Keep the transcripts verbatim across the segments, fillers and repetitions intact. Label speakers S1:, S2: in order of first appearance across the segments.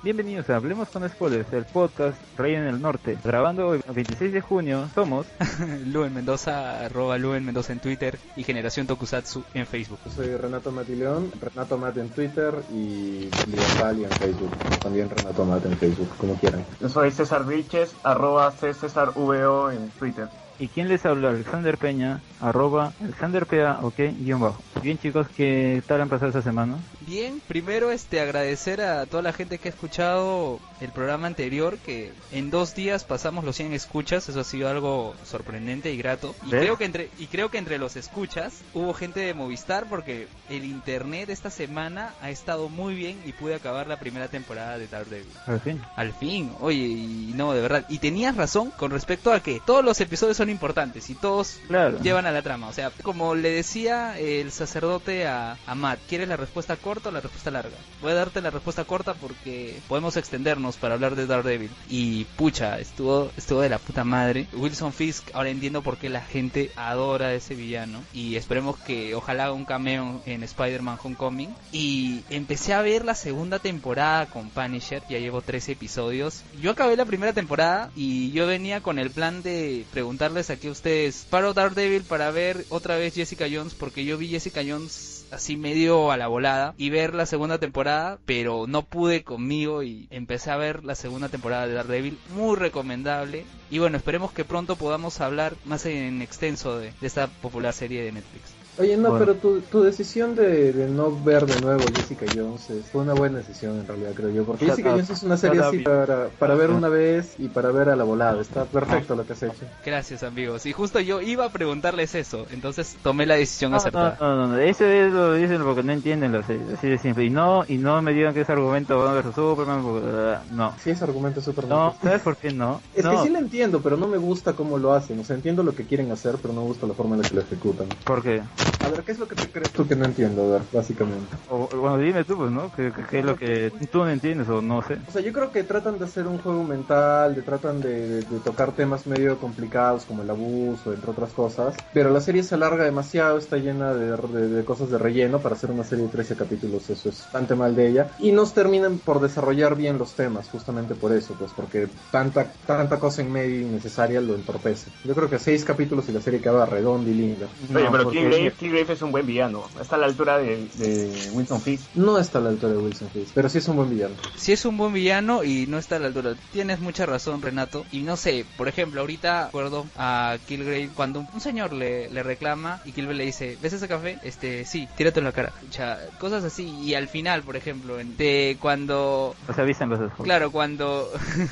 S1: Bienvenidos a Hablemos con Spoilers, el podcast Rey en el Norte. Grabando hoy, veintiséis de junio, somos
S2: Luen Mendoza, arroba Luen Mendoza en Twitter y Generación Tokusatsu en Facebook.
S3: Yo soy Renato Matileón, Renato Mat en Twitter y Liapali en Facebook. También Renato Mat en Facebook, como quieran.
S4: Yo soy César Vilches, arroba C César V O en Twitter.
S1: ¿Y quién les habla? Alexander Peña, arroba Alexander P A, ok, guión bajo. Bien chicos, ¿qué tal han pasado esta semana?
S2: Bien, primero este agradecer a toda la gente que ha escuchado el programa anterior, que en dos días pasamos los cien escuchas, eso ha sido algo sorprendente y grato. Y
S1: ¿ves?
S2: creo que entre y creo que entre los escuchas hubo gente de Movistar, porque el internet esta semana ha estado muy bien y pude acabar la primera temporada de Daredevil.
S1: Al fin.
S2: Al fin, oye, y no, de verdad, y tenías razón con respecto a que todos los episodios son importantes y todos
S1: Claro.
S2: llevan a la trama. O sea, como le decía el sacerdote a, a Matt, ¿quieres la respuesta corta o la respuesta larga? Voy a darte la respuesta corta porque podemos extendernos para hablar de Daredevil. Y pucha, estuvo estuvo de la puta madre. Wilson Fisk, ahora entiendo por qué la gente adora a ese villano. Y esperemos que ojalá haga un cameo en Spider-Man Homecoming. Y empecé a ver la segunda temporada con Punisher, ya llevo trece episodios. Yo acabé la primera temporada y yo venía con el plan de preguntarles aquí a ustedes, paro Daredevil para ver otra vez Jessica Jones, porque yo vi Jessica Jones así medio a la volada y ver la segunda temporada, pero no pude conmigo y empecé a ver la segunda temporada de Daredevil, muy recomendable. Y bueno, esperemos que pronto podamos hablar más en extenso de, de esta popular serie de Netflix.
S3: Oye, no,
S1: Bueno.
S3: pero tu, tu decisión de, de no ver de nuevo Jessica Jones es- fue una buena decisión en realidad, creo yo, porque
S1: Está-
S3: Jessica Jones es una serie
S1: está
S3: así
S1: bien.
S3: para, para ver
S1: Ajá.
S3: una vez y para ver a la volada. Está perfecto lo que has hecho.
S2: Gracias, amigos. Y justo yo iba a preguntarles eso, entonces tomé la decisión
S1: No,
S2: acertada.
S1: no, no, no, eso es lo dicen porque no entienden la serie, así de simple. Y no, y no me digan que es argumento Batman versus Superman, porque, uh, no.
S3: Sí, ese argumento es súper
S1: No,
S3: nefasto.
S1: ¿sabes por qué no?
S3: Es
S1: no,
S3: que sí lo entiendo, pero no me gusta cómo lo hacen. O sea, entiendo lo que quieren hacer, pero no me gusta la forma en la que lo ejecutan.
S1: ¿por qué?
S3: A ver, ¿qué es lo que te crees tú que no entiendo? A ver, básicamente.
S1: O, bueno, dime tú, pues, ¿no? ¿Qué, qué- qué es lo que tú no entiendes o no sé?
S3: O sea, yo creo que tratan de hacer un juego mental, de tratan de, de- de tocar temas medio complicados como el abuso, entre otras cosas, pero la serie se alarga demasiado, está llena de, de- de cosas de relleno para hacer una serie de trece capítulos, eso es bastante mal de ella, y nos terminan por desarrollar bien los temas, justamente por eso, pues porque tanta tanta cosa en medio innecesaria lo entorpece. Yo creo que seis capítulos y la serie quedaba redonda y linda.
S4: Oye,
S1: No,
S4: pero
S1: porque-
S4: Killgrave, Killgrave es un buen villano. Está a la altura de, de Wilson Fisk.
S3: No está a la altura de Wilson Fisk, pero sí es un buen villano.
S2: Si es un buen villano y no está a la altura. Tienes mucha razón, Renato. Y no sé, por ejemplo, ahorita recuerdo a Killgrave cuando un señor le, le reclama y Killgrave le dice, ¿ves ese café? Este, sí, tírate en la cara. O sea, cosas así. Y al final, por ejemplo, en- de cuando...
S1: O sea, avisan los esfuerzos.
S2: Claro, cuando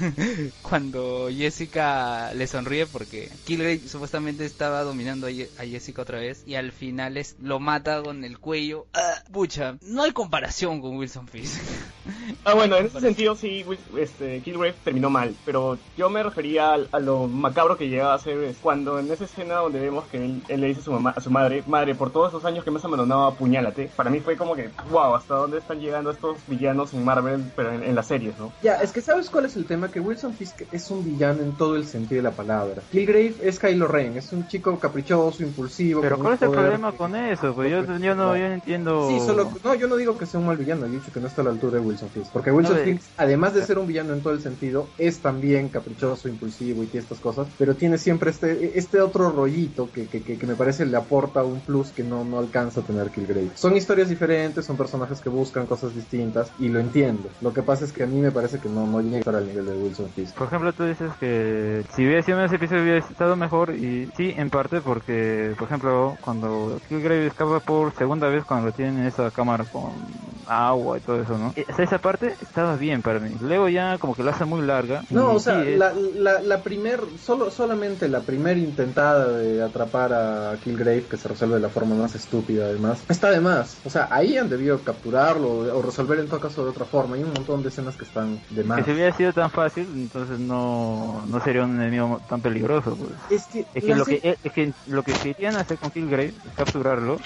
S2: cuando Jessica le sonríe porque Killgrave supuestamente estaba dominando a, Ye- a Jessica otra vez y al final es, lo mata con el cuello. ¡Ah! Pucha, no hay comparación con Wilson Fisk.
S4: Ah, bueno, en ese sentido sí, Wil- este, Killgrave terminó mal, pero yo me refería al- a, lo macabro que llegaba a ser es, cuando en esa escena donde vemos que él, él le dice a su mamá, a su madre, madre, por todos esos años que me has abandonado, apuñálate. Para mí fue como que, wow, ¿hasta dónde están llegando estos villanos en Marvel, pero en, en las series, ¿no?
S3: Ya, es que ¿sabes cuál es el tema? Que Wilson Fisk es un villano en todo el sentido de la palabra. Killgrave es Kylo Ren, es un chico caprichoso, impulsivo.
S1: Pero
S3: con
S1: ¿cuál
S3: un
S1: es el
S3: poder
S1: problema
S3: que-
S1: con eso? Pues yo, yo no, yo no entiendo...
S3: Sí, solo... No, yo no digo que sea un mal villano, he dicho que no está a la altura de Wilson Fisk. Porque Wilson
S1: A ver.
S3: Fisk, además de ser un villano en todo el sentido, es también caprichoso, impulsivo y tiene estas cosas, pero tiene siempre este este otro rollito que, que, que, que me parece le aporta un plus que no, no alcanza a tener Killgrave. Son historias diferentes, son personajes que buscan cosas distintas y lo entiendo. Lo que pasa es que a mí me parece que no, no llega a estar al nivel de Wilson Fisk.
S1: Por ejemplo, tú dices que si hubiera sido ese episodio hubiera estado mejor, y sí, en parte porque, por ejemplo, cuando Killgrave escapa por segunda vez, cuando lo tienen en esa cámara con agua y todo eso, ¿no? E- Esa parte estaba bien para mí. Luego ya como que lo hace muy larga.
S3: No,
S1: y
S3: o sea,
S1: sí, es-
S3: la, la, la primer, solo, solamente la primera intentada de atrapar a Killgrave, que se resuelve de la forma más estúpida además, está de más. O sea, ahí han debido capturarlo o resolver en todo caso de otra forma. Hay un montón de escenas que están de más.
S1: que si hubiera sido tan fácil, entonces no, no sería un enemigo tan peligroso, pues.
S3: Es que,
S1: Es que,
S3: la
S1: lo
S3: se-
S1: que es que lo que querían hacer con Killgrave es capturarlo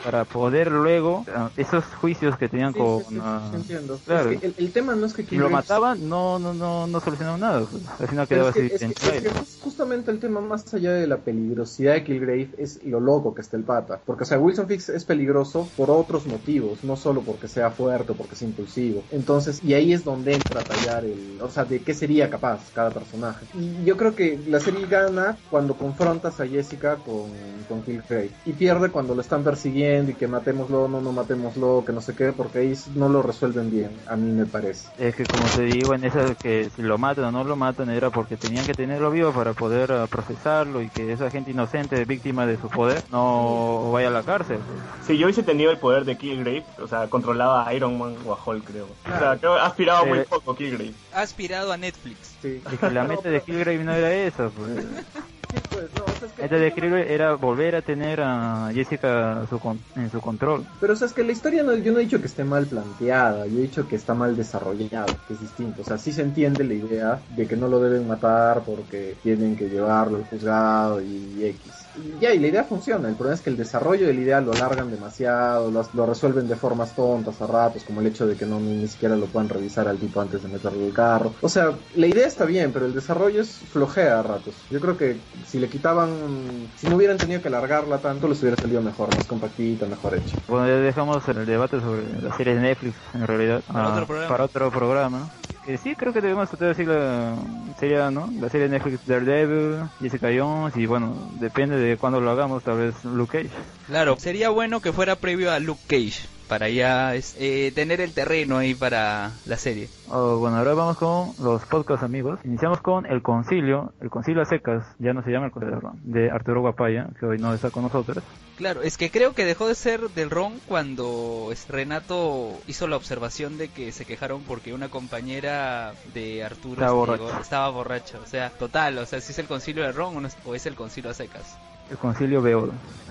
S1: para poder luego uh, esos juicios que tenían
S3: Sí,
S1: con
S3: sí, sí,
S1: uh,
S3: sí, entiendo.
S1: claro.
S3: Es que el, el tema no es que
S1: si lo
S3: Killgrave-
S1: mataban no no no no solucionaban nada, pues. Al final
S3: Pero
S1: quedaba
S3: es que,
S1: así
S3: es,
S1: en
S3: que, es
S1: aire.
S3: que jus- justamente el tema más allá de la peligrosidad de Killgrave es lo loco que está el pata. Porque, o sea, Wilson Fisk es peligroso por otros motivos, no solo porque sea fuerte o porque sea impulsivo. Entonces, y ahí es donde entra a tallar el, o sea, de qué sería capaz cada personaje. Y yo creo que la serie gana cuando confrontas a Jessica con, con Killgrave. Y pierde cuando lo están persiguiendo y que matémoslo, no, no matémoslo, que no sé qué, porque ahí no lo resuelven bien, a mí me parece.
S1: Es que como te digo, en esa que si lo matan o no lo matan era porque tenían que tenerlo vivo para poder uh, procesarlo y que esa gente inocente, víctima de su poder, no vaya a la cárcel. Pues.
S4: Si yo hubiese tenido el poder de Killgrave, o sea, controlaba a Iron Man o a Hulk, creo. O sea, creo que ha aspirado
S1: Sí.
S4: muy poco Killgrave.
S2: Ha aspirado a Netflix.
S3: Sí.
S1: Es que la meta de Killgrave no era eso, pues.
S3: Sí, pues, no, o sea, es que-
S1: La meta de Killgrave era volver a tener a Jessica su con- en su control.
S3: Pero o sea, es que la historia no, yo no he dicho que esté mal planteada, yo he dicho que está mal desarrollada, que es distinto. O sea, sí se entiende la idea de que no lo deben matar porque tienen que llevarlo al juzgado y X. Y ya, y la idea funciona, el problema es que el desarrollo de la idea lo alargan demasiado, lo, lo resuelven de formas tontas a ratos, como el hecho de que no ni, ni siquiera lo puedan revisar al tipo antes de meterlo en el carro. O sea, la idea está bien, pero el desarrollo es flojea a ratos. Yo creo que si le quitaban, si no hubieran tenido que alargarla tanto, les hubiera salido mejor, más compactita, mejor hecho.
S1: Bueno, ya dejamos el debate sobre la serie de Netflix, en realidad,
S2: Para
S1: ah,
S2: otro programa.
S1: para otro programa. Que sí, creo que debemos tratar así la serie, ¿no? La serie de Netflix Daredevil, Jessica Jones, y bueno, depende de cuándo lo hagamos, tal vez Luke Cage.
S2: Claro, sería bueno que fuera previo a Luke Cage, para ya es- eh, tener el terreno ahí para la serie.
S1: Oh, bueno, ahora vamos con los podcast amigos. Iniciamos con El Concilio, El Concilio a secas, ya no se llama El Concilio, de Arturo Guapaya, que hoy no está con nosotros.
S2: Claro, es que creo que dejó de ser del ron cuando es- Renato hizo la observación de que se quejaron porque una compañera de Arturo
S1: Estaba
S2: este,
S1: borracha.
S2: estaba borracha. O sea, total, o sea, si es el concilio del ron o, no es, o es el concilio a secas.
S1: El Concilio Beodo.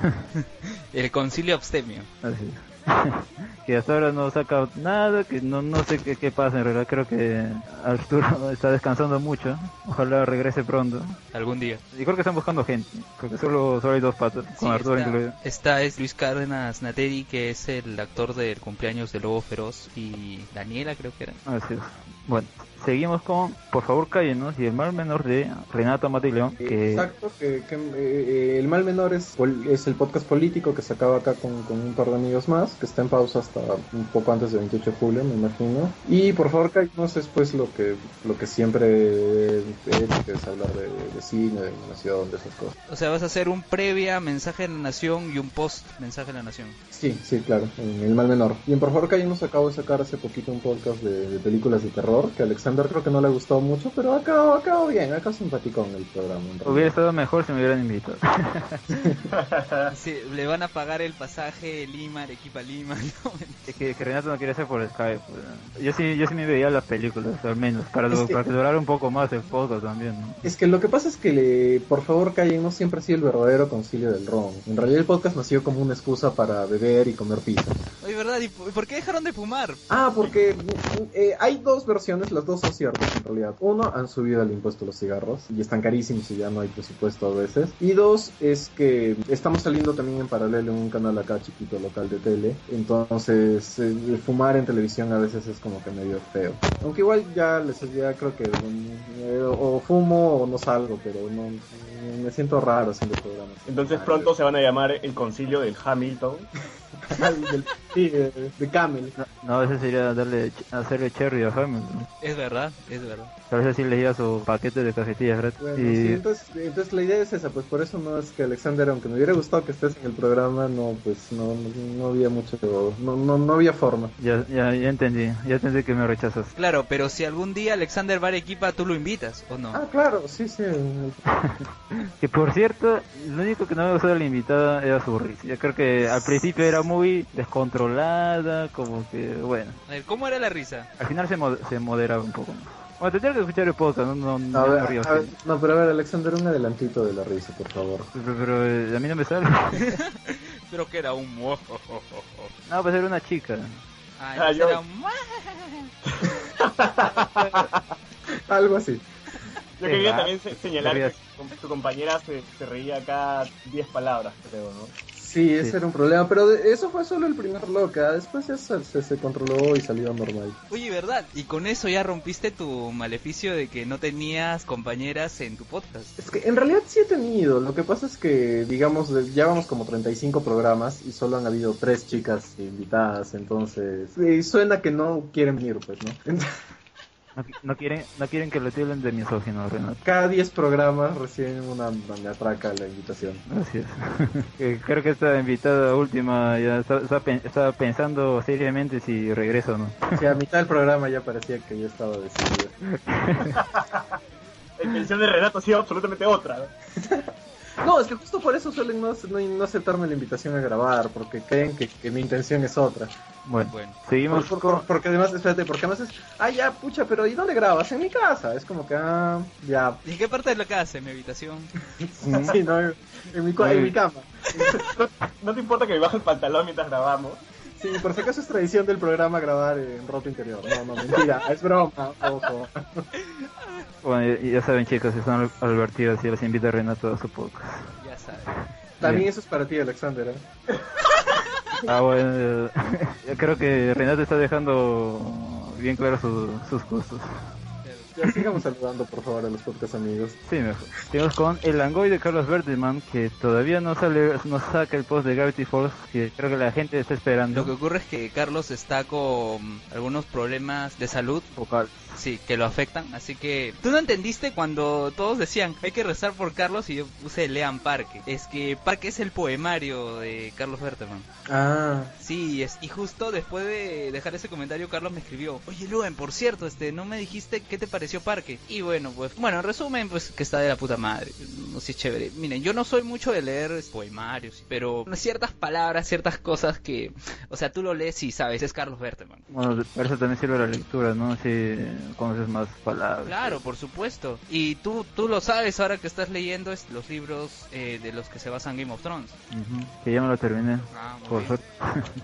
S2: El concilio abstemio.
S1: Así es. Que hasta ahora no saca nada, que no no sé qué, qué pasa en realidad. Creo que Arturo está descansando mucho, ojalá regrese pronto.
S2: Algún día.
S1: Y creo que están buscando gente, porque solo, solo hay dos patas, con
S2: Sí,
S1: Arturo
S2: está,
S1: incluido.
S2: está es Luis Cárdenas Nateri, que es el actor del cumpleaños de Lobo Feroz, y Daniela creo que era.
S1: Así es. Bueno, seguimos con Por favor cállenos y El mal menor de Renato Mata y León, que
S3: Exacto, que, que, eh, El mal menor es, pol- es el podcast político que se acaba acá con, con un par de amigos más, que está en pausa hasta un poco antes del veintiocho de julio, me imagino. Y por favor, cállenos es pues lo que, lo que siempre he hecho, que es hablar de, de cine, de animación, de esas cosas.
S2: O sea, vas a hacer un previa mensaje de la nación y un post mensaje de la nación.
S3: Sí, sí, claro, en El mal menor. Y en Por favor, cállenos acabo de sacar hace poquito un podcast de, de películas de terror, que a Alexander creo que no le ha gustado mucho, pero acá, acá bien, acá simpaticón el programa. en realidad.
S1: hubiera estado mejor si me hubieran invitado.
S2: Sí, le van a pagar el pasaje Lima, Arequipa, Lima, ¿no?
S1: Es que, que Renato no quiere hacer por Skype. Pues. Yo sí, yo sí me veía las películas, al menos, para,
S3: Es
S1: lo-
S3: que-
S1: para que durara un poco más el podcast también, ¿no?
S3: Es que lo que pasa es que, le, por favor, cállenos siempre ha sido el verdadero concilio del ron. En realidad el podcast nació como una excusa para beber y comer pizza.
S2: Oye, ¿verdad? ¿Y por por qué dejaron de fumar?
S3: Ah, porque eh, hay dos versiones, las dos son ciertas en realidad. Uno, han subido el impuesto a los cigarros y están carísimos y ya no hay presupuesto a veces. Y dos, es que estamos saliendo también en paralelo en un canal acá chiquito local de tele. Entonces, eh, el fumar en televisión a veces es como que medio feo. Aunque igual ya les ya creo que eh, o fumo o no salgo, pero no me siento raro haciendo programas.
S4: Entonces pronto se van a llamar el concilio del Hamilton.
S3: Del- sí, de, de Camel.
S1: No, no, ese sería darle, ch- hacerle cherry a Hamilton.
S2: Es verdad, es verdad.
S1: Tal vez así le diga su paquete de cajetillas gratis.
S3: Bueno,
S1: y
S3: sí, entonces, entonces la idea es esa, pues por eso no es que Alexander, aunque me hubiera gustado que estés en el programa, no, pues no, no, no había mucho, no, no, no había forma.
S1: ya, ya, ya entendí, ya entendí que me rechazas.
S2: Claro, pero si algún día Alexander va a Arequipa, ¿tú lo invitas o no?
S3: Ah, claro, sí, sí.
S1: Que por cierto, lo único que no me gustó de la invitada era su risa. Yo creo que al principio era muy descontrolada, como que, bueno,
S2: A ver, ¿cómo era la risa?
S1: al final se, mo- se moderaba un poco más. Bueno, tendría que escuchar el podcast, no, no, no,
S3: A
S1: me
S3: ver,
S1: río
S3: a ver,
S1: así.
S3: no, pero a ver, Alexander, un adelantito de la risa, por favor.
S1: Pero, pero, eh, a mí no me sale.
S2: Creo que era un mo.
S1: No, pues era una chica.
S2: Ah,
S4: Ah,
S2: entonces
S4: yo-
S2: era un...
S3: Algo así.
S4: Yo quería
S1: Ah,
S4: también se- señalar
S1: rías.
S4: que con- tu compañera se, se reía acá diez palabras, creo, ¿no?
S3: Sí, ese
S1: Sí.
S3: era un problema, pero de- eso fue solo el primer loca, después ya se, se, se controló y salió normal.
S2: Oye, ¿verdad? Y con eso ya rompiste tu maleficio de que no tenías compañeras en tu podcast.
S3: Es que en realidad sí he tenido, lo que pasa es que, digamos, de- ya vamos como treinta y cinco programas y solo han habido tres chicas invitadas, entonces sí, suena que no quieren venir, pues, ¿no? Entonces,
S1: No, no quieren no quieren que lo tilden de misógino, Renato.
S3: cada diez programas recién una me atraca la invitación.
S1: Así es. Que creo que esta invitada última ya está, está pen- estaba pensando seriamente si regreso o no.
S3: Que a mitad del programa ya parecía que ya estaba decidido.
S4: La intención de Renato ha sido absolutamente otra, ¿no?
S3: No, es que justo por eso suelen no, no, no aceptarme la invitación a grabar, porque creen que, que mi intención es otra.
S1: Bueno,
S2: Bueno.
S1: seguimos
S3: Por-
S1: con...
S3: por- porque además, espérate, porque además es, ah, ya, pucha, pero ¿y dónde grabas? En mi casa. Es como que, ah, ya.
S2: ¿Y qué parte de la casa? ¿En mi habitación?
S3: Sí, no, en mi, cua- en mi cama.
S4: No, no te importa que me baje el pantalón mientras grabamos.
S3: Sí, por si acaso es tradición del programa grabar en ropa interior. No, no, mentira, es broma, ojo.
S1: Bueno, ya ya saben, chicos, si están advertidos y los invita Renato a su podcast.
S2: Ya sabes.
S3: También
S1: Bien.
S3: eso es para ti, Alexander, ¿eh?
S1: Ah, bueno, eh, yo creo que Renato está dejando bien claro su- sus gustos.
S3: Ya sigamos saludando, por favor, a los podcast amigos.
S1: Sí, mejor. Seguimos con el Langoy de Carlos Berteman, que todavía no sale, no saca el post de Gravity Falls, que creo que la gente está esperando.
S2: Lo que ocurre es que Carlos está con algunos problemas de salud,
S1: Vocal.
S2: sí, que lo afectan, así que tú no entendiste cuando todos decían hay que rezar por Carlos y yo puse lean Parque. Es que Parque es el poemario de Carlos Berteman.
S3: Ah,
S2: Sí, es, y justo después de dejar ese comentario Carlos me escribió, oye Luen, por cierto, este, no me dijiste qué te pareció Parque. Y bueno, pues, bueno, en resumen, pues que está de la puta madre, no sé, chévere. Miren, yo no soy mucho de leer poemarios, pero ciertas palabras, ciertas cosas que, o sea, tú lo lees y sabes, es Carlos Berteman.
S1: Bueno, para eso también sirve la lectura, ¿no? Si conoces más palabras.
S2: Claro, por supuesto. Y tú, tú lo sabes ahora que estás leyendo es los libros eh, de los que se basan Game of Thrones.
S1: Ujú, que ya me lo terminé.
S2: Ah, muy
S1: Por
S2: bien.
S1: suerte.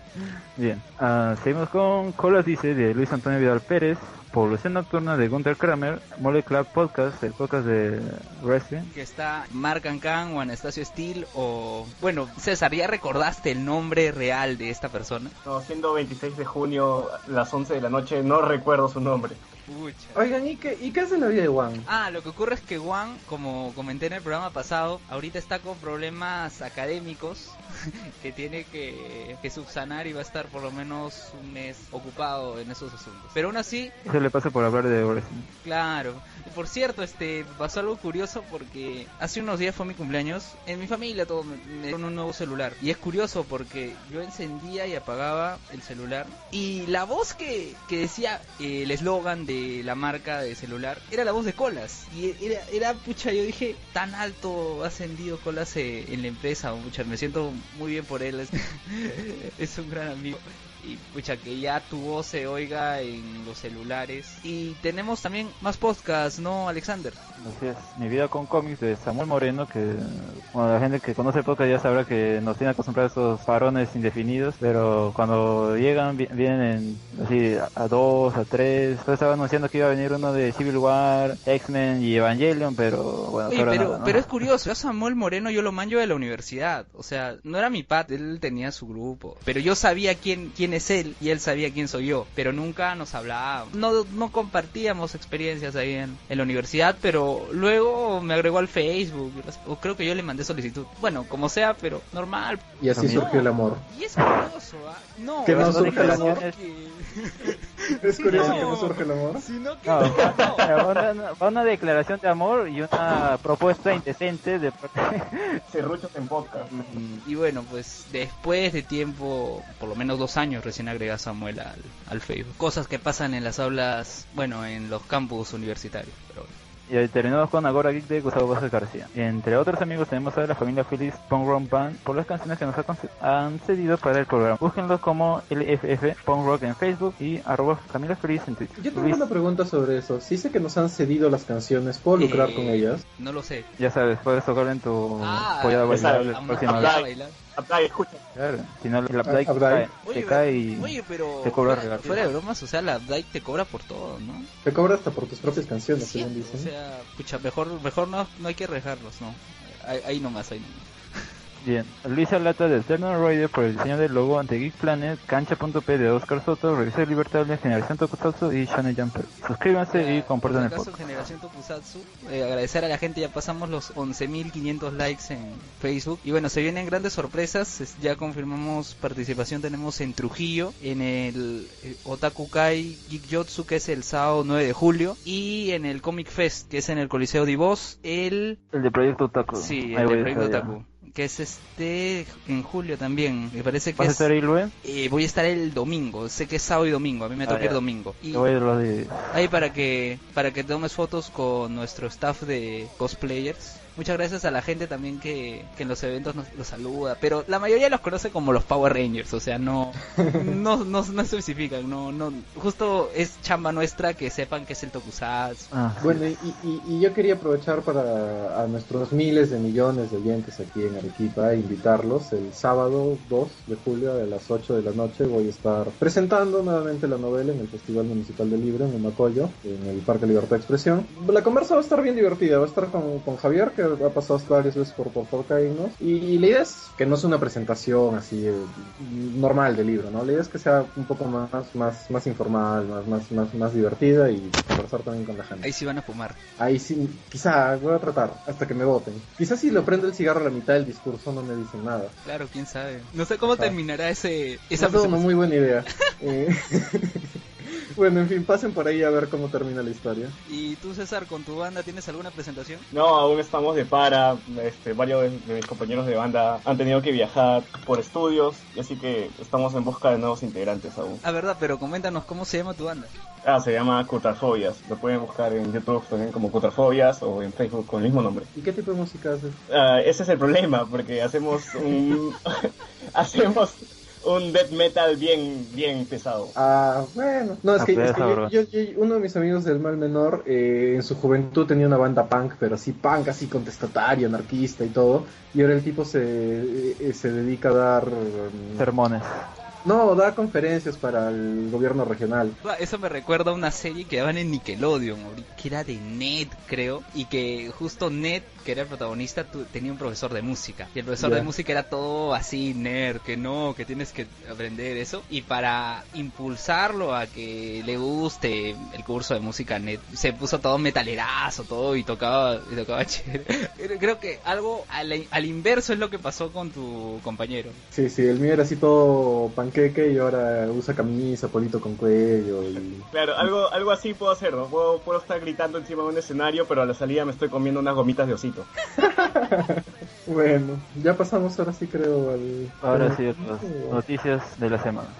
S1: Bien. Ah, seguimos con Colas dice de Luis Antonio Vidal Pérez, Población Nocturna de Gunther Kramer, Mole Club Podcast, el podcast de Wrestling.
S2: Que está Mark Ancan o Anastasio Steele o... Bueno, César, ¿ya recordaste el nombre real de esta persona?
S4: No, siendo veintiséis de junio, las once de la noche, no recuerdo su nombre.
S2: Pucha.
S3: oigan, ¿y qué, ¿y qué es de la vida de Juan?
S2: Ah, lo que ocurre es que Juan, como comenté en el programa pasado, ahorita está con problemas académicos que tiene que, que subsanar y va a estar por lo menos un mes ocupado en esos asuntos. Pero aún así,
S1: Eso le pasa por hablar de Wrestling.
S2: claro. Y por cierto, este, pasó algo curioso porque hace unos días fue mi cumpleaños. En mi familia todo me, me dieron un nuevo celular. Y es curioso porque yo encendía y apagaba el celular. Y la voz que, que decía eh, el eslogan de la marca de celular era la voz de Colas. Y era, era pucha, yo dije, tan alto ha ascendido Colas eh, en la empresa. Pucha, me siento muy bien por él. Es, es un gran amigo. Y pucha, que ya tu voz se oiga en los celulares. Y tenemos también más podcasts, ¿no, Alexander?
S1: Así es. Mi vida con cómics de Samuel Moreno, que bueno, la gente que conoce el podcast ya sabrá que nos tiene acostumbrados a esos parones indefinidos, pero cuando llegan vi- vienen en, así a dos, a tres. Entonces estaba anunciando que iba a venir uno de Civil War, X-Men y Evangelion, pero bueno,
S2: Oye,
S1: ahora
S2: pero,
S1: nada, ¿no?
S2: pero es curioso, yo a Samuel Moreno yo lo manjo de la universidad. O sea, no era mi pat, él tenía su grupo. Pero yo sabía quién, quién es él y él sabía quién soy yo. Pero nunca nos hablábamos. No, no compartíamos experiencias ahí en, en la universidad, pero luego me agregó al Facebook. O creo que yo le mandé solicitud. Bueno, como sea, pero normal.
S3: Y así
S1: También.
S3: surgió el amor.
S2: Y es curioso, ¿ah? No,
S3: ¿Que no
S2: es
S3: surge el
S2: curioso
S3: amor?
S2: que-
S3: Es
S2: Sí,
S3: curioso
S2: no.
S3: que no surge el amor.
S2: Sino que
S1: No,
S2: no.
S1: va una, va una declaración de amor y una propuesta indecente de
S4: Serruchos en podcast.
S2: Y bueno, pues después de tiempo, por lo menos dos años, recién agrega a Samuel al, al Facebook. Cosas que pasan en las aulas, bueno, en los campus universitarios. Pero bueno.
S1: Y ahí terminamos con Agora Geek de Gustavo Vázquez García. Entre otros amigos tenemos a la familia Phillips Punk Rock Band por las canciones que nos ha conce- han cedido para el programa. Búsquenlos como L F F Punk Rock en Facebook y arroba familia Phillips en Twitter.
S3: Yo tengo
S1: Luis,
S3: una pregunta sobre eso. Si sé que nos han cedido las canciones, ¿puedo lucrar
S2: Eh,
S3: con ellas?
S2: No lo sé.
S1: ya sabes, puedes tocarlo en tu
S2: Ah,
S1: pollada
S4: ya sabes,
S1: bailable la
S2: Vamos
S1: próxima
S2: a
S1: vez.
S2: bailar.
S4: Apply, escucha.
S1: Claro, si no la Updike
S3: Ah,
S1: cae,
S3: Updike.
S1: te cae y
S2: oye, pero
S1: te cobra
S2: fuera,
S1: regalo.
S2: fuera de bromas, o sea, la Updike te cobra por todo, ¿no?
S3: Te cobra hasta por tus propias canciones,
S2: Sí,
S3: según
S2: o
S3: dicen.
S2: sea, pucha, mejor, mejor no, no hay que rejarlos, no. Ahí, ahí nomás, ahí nomás.
S1: Bien, Luisa Lata de Eternal Rider por el diseño del logo ante Geek Planet, Cancha.p de Oscar Soto, Revista Libertad, Generación Tokusatsu y Shonen Jumper. Suscríbanse y compartan el podcast.
S2: Generación Tokusatsu, eh, agradecer a la gente, ya pasamos los once mil quinientos likes en Facebook. Y bueno, se vienen grandes sorpresas, es, ya confirmamos participación, tenemos en Trujillo, en el eh, Otaku Kai Geek Jotsu, que es el sábado nueve de julio, y en el Comic Fest, que es en el Coliseo Divos, el...
S1: El de Proyecto Otaku.
S2: Sí,
S1: Ahí
S2: el
S1: voy
S2: de
S1: a
S2: Proyecto
S1: estar
S2: Otaku. Que es este en julio también, me parece que
S1: ¿Vas a
S2: es...
S1: estar ahí, Luis?
S2: Eh, voy a estar el domingo, sé que es sábado y domingo, a mí me toca
S1: Ah,
S2: ir
S1: ya.
S2: domingo. Y
S1: Yo voy a ir los de...
S2: ahí para que para que tomes fotos con nuestro staff de cosplayers. Muchas gracias a la gente también que, que en los eventos nos los saluda, pero la mayoría los conoce como los Power Rangers, o sea, no no no, no especifican, no no justo es chamba nuestra que sepan que es el Tokusatsu.
S1: Ah, sí.
S3: Bueno, y, y, y yo quería aprovechar para a nuestros miles de millones de oyentes aquí en Arequipa, invitarlos el sábado dos de julio a las ocho de la noche. Voy a estar presentando nuevamente la novela en el Festival Municipal del Libro en Humacoyo, en el Parque Libertad de Expresión. La conversa va a estar bien divertida, va a estar con, con Javier, que ha pasado varias veces por por Forcaínos, y, y la idea es que no es una presentación así eh, normal del libro, ¿no? La idea es que sea un poco más más más informal, más más más más divertida y conversar también con la gente.
S2: Ahí sí van a fumar.
S3: Ahí sí, quizá voy a tratar hasta que me voten. Quizás si lo prendo el cigarro a la mitad del discurso no me dicen nada.
S2: Claro, quién sabe. No sé cómo
S3: Ajá.
S2: terminará ese esa
S3: Esa es una muy buena idea. Eh, Bueno, en fin, pasen por ahí a ver cómo termina la historia.
S2: ¿Y tú, César, con tu banda tienes alguna presentación?
S4: No, aún estamos de para. Este, varios de, de mis compañeros de banda han tenido que viajar por estudios, y así que estamos en busca de nuevos integrantes aún.
S2: Ah, verdad, pero coméntanos cómo se llama tu banda.
S4: Ah, se llama Cutrafobias. Lo pueden buscar en YouTube también como Cutrafobias o en Facebook con el mismo nombre.
S3: ¿Y qué tipo de música haces?
S4: Ah, ese es el problema, porque hacemos un hacemos un death metal bien bien pesado.
S3: Ah, bueno. No, es
S1: Ah,
S3: que,
S1: pues,
S3: es que yo,
S1: ahora.
S3: yo- yo- uno de mis amigos del Mal Menor, eh, en su juventud tenía una banda punk, pero así punk, así contestatario, anarquista y todo. Y ahora el tipo se, eh, se dedica a dar... um,
S1: Sermones.
S3: No, da conferencias para el gobierno regional.
S2: Ah, Eso me recuerda a una serie que daban en Nickelodeon, ahorita, que era de Ned, creo, y que justo Ned, que era el protagonista, tu- tenía un profesor de música. Y el profesor
S3: Ya.
S2: de música era todo así, nerd, que no, que tienes que aprender eso. Y para impulsarlo a que le guste el curso de música, Ned se puso todo metalerazo, todo, y tocaba, y tocaba chévere. Creo que algo al, al inverso es lo que pasó con tu compañero.
S3: Sí, sí, el mío era así todo panqueque y ahora usa camisa, polito con cuello y...
S4: Claro, algo algo así puedo hacer, ¿no? Puedo, puedo estar gritando encima de un escenario, pero a la salida me estoy comiendo unas gomitas de osito.
S3: Bueno, ya pasamos ahora sí creo al...
S1: Ahora sí,
S3: al-
S1: las noticias de la semana.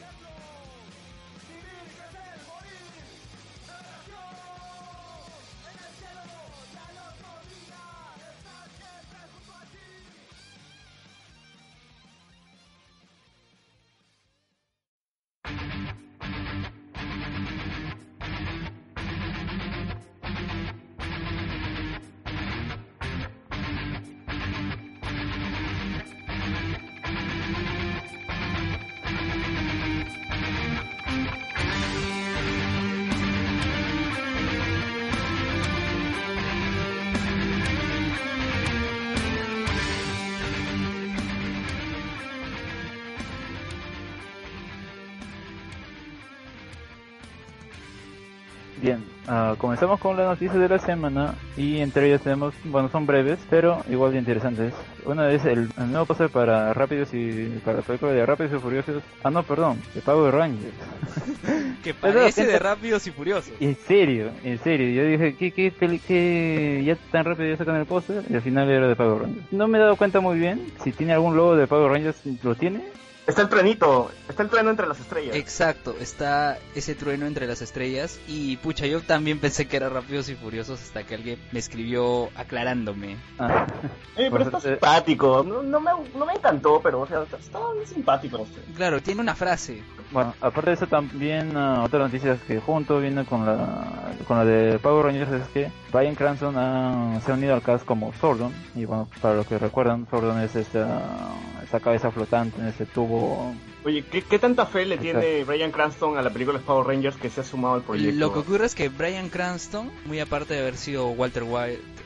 S1: Bien, ah, comenzamos con las noticias de la semana y entre ellas tenemos, bueno, son breves, pero igual de interesantes. Una es el, el nuevo póster para Rápidos y para la película de Rápidos y Furiosos. Ah, no, perdón, de Power Rangers.
S2: Que
S1: Pero,
S2: parece
S1: gente-
S2: de Rápidos y Furiosos.
S1: En serio, en serio, yo dije, ¿qué, qué, peli- qué, ya tan rápido ya sacan el póster? Y al final era de Power Rangers. No me he dado cuenta muy bien si tiene algún logo de Power Rangers, ¿lo tiene?
S4: Está el trenito, está el trueno entre las estrellas.
S2: Exacto, está ese trueno entre las estrellas y pucha, yo también pensé que era Rápidos y Furiosos hasta que alguien me escribió aclarándome.
S1: Ah,
S4: Eh, pero está
S1: Pues, eh,
S4: simpático, no, no, me, no me encantó, pero o sea, está bien simpático. O sea.
S2: Claro, tiene una frase.
S1: Bueno, aparte de eso también ah, otra noticia que junto viene con la con la de Power Rangers es que Bryan Cranston ha- se ha unido al cast como Zordon y bueno, para los que recuerdan, Zordon es esta, esta cabeza flotante en ese tubo.
S4: Oye, ¿qué, ¿qué tanta fe le
S1: Exacto.
S4: tiene Bryan Cranston a la película de Power Rangers que se ha sumado al proyecto?
S2: Lo que ocurre es que Bryan Cranston, muy aparte de haber sido Walter White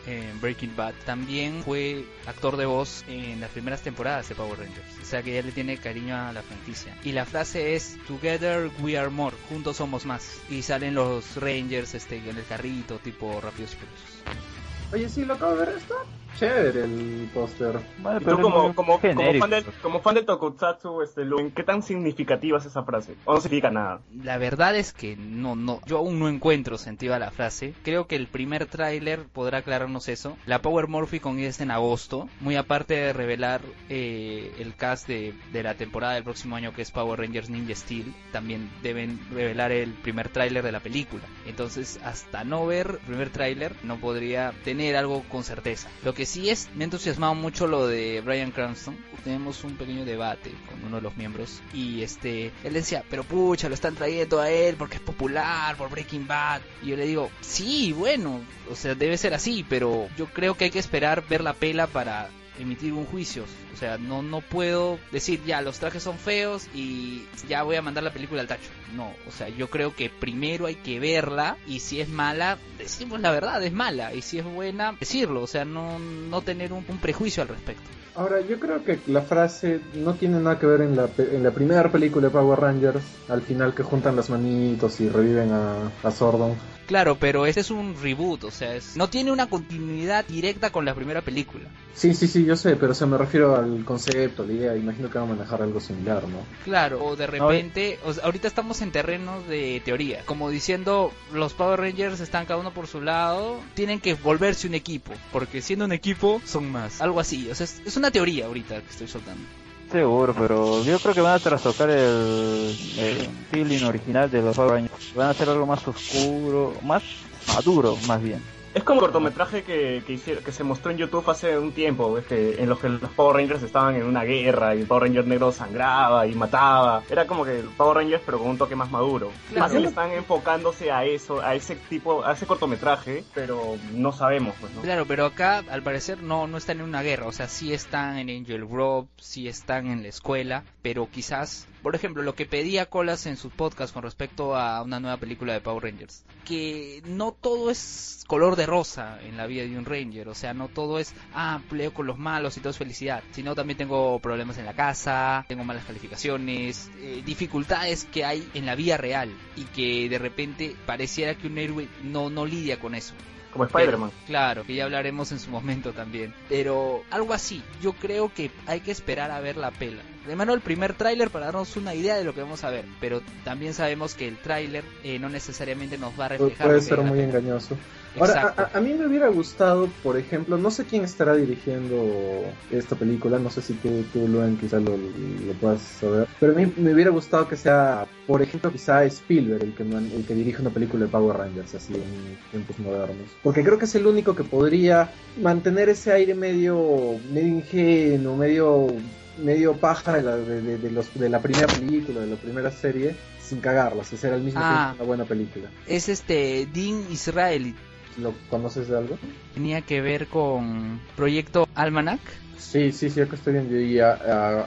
S2: en Breaking Bad, también fue actor de voz en las primeras temporadas de Power Rangers. O sea que ya le tiene cariño a la franquicia. Y la frase es Together we are more, juntos somos más. Y salen los Rangers este, en el carrito, tipo Rápidos y Furiosos.
S3: Oye, sí, lo acabo de ver, está chévere el póster.
S1: Bueno,
S4: Y
S1: pero
S4: tú
S1: es
S4: como,
S1: muy
S4: como, como,
S1: genérico.
S4: fan del, como fan del Tokusatsu, este, Luen, ¿qué tan significativa es esa frase? ¿O no significa nada?
S2: La verdad es que no, no, yo aún no encuentro sentido a la frase. Creo que el primer tráiler podrá aclararnos eso. La Power Morphicon es en agosto, muy aparte de revelar eh, el cast de, de la temporada del próximo año, que es Power Rangers Ninja Steel. También deben revelar el primer tráiler de la película. Entonces, hasta no ver el primer tráiler, no podría tener algo con certeza. Lo que sí es, me ha entusiasmado mucho lo de Bryan Cranston. Tenemos un pequeño debate con uno de los miembros y este, él decía, pero pucha, lo están trayendo a él porque es popular, por Breaking Bad. Y yo le digo, sí, bueno, o sea, debe ser así, pero yo creo que hay que esperar ver la pela para emitir un juicio. O sea, no no puedo decir ya los trajes son feos y ya voy a mandar la película al tacho. No, o sea, yo creo que primero hay que verla y si es mala, decimos la verdad, es mala, y si es buena, decirlo, o sea, no no tener un, un prejuicio al respecto.
S3: Ahora, yo creo que la frase no tiene nada que ver en la, pe- en la primera película de Power Rangers, al final que juntan las manitos y reviven a, a Zordon.
S2: Claro, pero este es un reboot, o sea, es, no tiene una continuidad directa con la primera película.
S3: Sí, sí, sí, yo sé, pero o sea, me refiero al concepto, la idea, imagino que van a manejar algo similar, ¿no?
S2: Claro, o de repente, o sea, ahorita estamos en terrenos de teoría, como diciendo, los Power Rangers están cada uno por su lado, tienen que volverse un equipo, porque siendo un equipo son más, algo así, o sea, es, es una teoría ahorita que estoy soltando.
S1: Seguro, pero yo creo que van a trastocar el, el feeling original de los Power Rangers. Van a hacer algo más oscuro, más maduro, más bien.
S4: Es como el cortometraje que, que, hicieron, que se mostró en YouTube hace un tiempo, ¿ves? Que, en los que los Power Rangers estaban en una guerra y el Power Ranger negro sangraba y mataba. Era como que el Power Rangers pero con un toque más maduro.
S2: Claro.
S4: Más bien están enfocándose a eso, a ese tipo, a ese cortometraje, pero no sabemos, pues, ¿no?
S2: Claro, pero acá al parecer no, no están en una guerra, o sea, sí están en Angel Grove, sí están en la escuela, pero quizás, por ejemplo, lo que pedía Colas en sus podcasts con respecto a una nueva película de Power Rangers, que no todo es color de rosa en la vida de un Ranger, o sea, no todo es, ah, peleo con los malos y todo es felicidad, sino también tengo problemas en la casa, tengo malas calificaciones, eh, dificultades que hay en la vida real y que de repente pareciera que un héroe no, no lidia con eso.
S4: Como Spider-Man.
S2: Pero, claro, que ya hablaremos en su momento también. Pero algo así, yo creo que hay que esperar a ver la pela. De mano el primer tráiler para darnos una idea de lo que vamos a ver. Pero también sabemos que el tráiler eh, no necesariamente nos va a reflejar.
S3: Puede
S2: lo que
S3: ser
S2: es la
S3: muy
S2: pela.
S3: engañoso. Ahora,
S2: Exacto.
S3: a, a mí me hubiera gustado, por ejemplo, no sé quién estará dirigiendo esta película, no sé si tú, tú Luan, quizá lo, lo puedas saber, pero a mí me hubiera gustado que sea, por ejemplo, quizá Spielberg el que, man- el que dirige una película de Power Rangers, así en tiempos modernos. Porque creo que es el único que podría mantener ese aire medio, medio ingenuo, medio, medio paja de la, de, de- de los, de la primera película, de la primera serie, sin cagarlas, hacer al mismo
S2: Ah.
S3: tiempo una buena película.
S2: Es este Dean Israeli.
S3: ¿Lo conoces de algo?
S2: Tenía que ver con Proyecto Almanac.
S3: Sí, sí, sí, acá estoy viendo. Y a, a,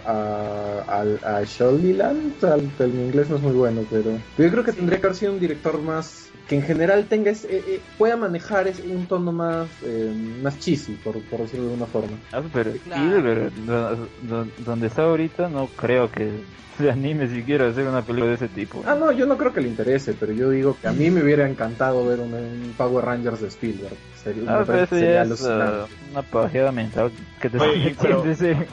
S3: a, a, a Sholiland, al- el mi inglés no es muy bueno, pero, pero yo creo que tendría que haber sido un director más, que en general tenga ese, eh, eh, pueda manejar ese, un tono más, eh, más cheesy, por, por decirlo de una forma.
S1: Ah, pero
S2: Claro.
S1: Spielberg, do- do- donde está ahorita, no creo que se anime siquiera a hacer una película de ese tipo.
S3: Ah, no, yo no creo que le interese, pero yo digo que a mí me hubiera encantado ver un, un Power Rangers de Spielberg. Sería,
S1: Ah,
S3: me
S1: pero
S3: parece
S1: eso
S3: que sería
S1: ya es
S3: alucinante.
S1: uh, una pajeada mental que te
S4: Oye,
S1: estás
S4: pero-
S1: metiendo en serio.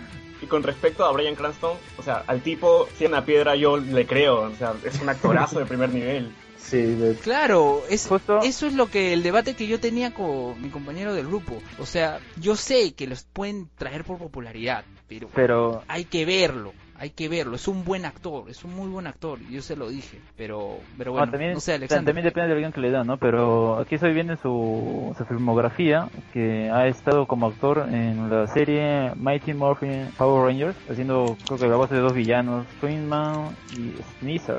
S4: Y con respecto a Bryan Cranston, o sea, al tipo, si en la piedra yo le creo, o sea, es un actorazo de primer nivel.
S3: Sí, de-
S2: Claro, es,
S1: Justo-
S2: eso es lo que el debate que yo tenía con mi compañero del grupo. O sea, yo sé que los pueden traer por popularidad, pero,
S1: Pero
S2: hay que verlo, hay que verlo. Es un buen actor, es un muy buen actor, y yo se lo dije. Pero, pero bueno,
S1: ah, también,
S2: no sé, Alexander.
S1: también depende del guión que le dan, ¿no? Pero aquí estoy viendo su, su filmografía, que ha estado como actor en la serie Mighty Morphin Power Rangers, haciendo creo que la voz de dos villanos, Twin Man y Sneezer.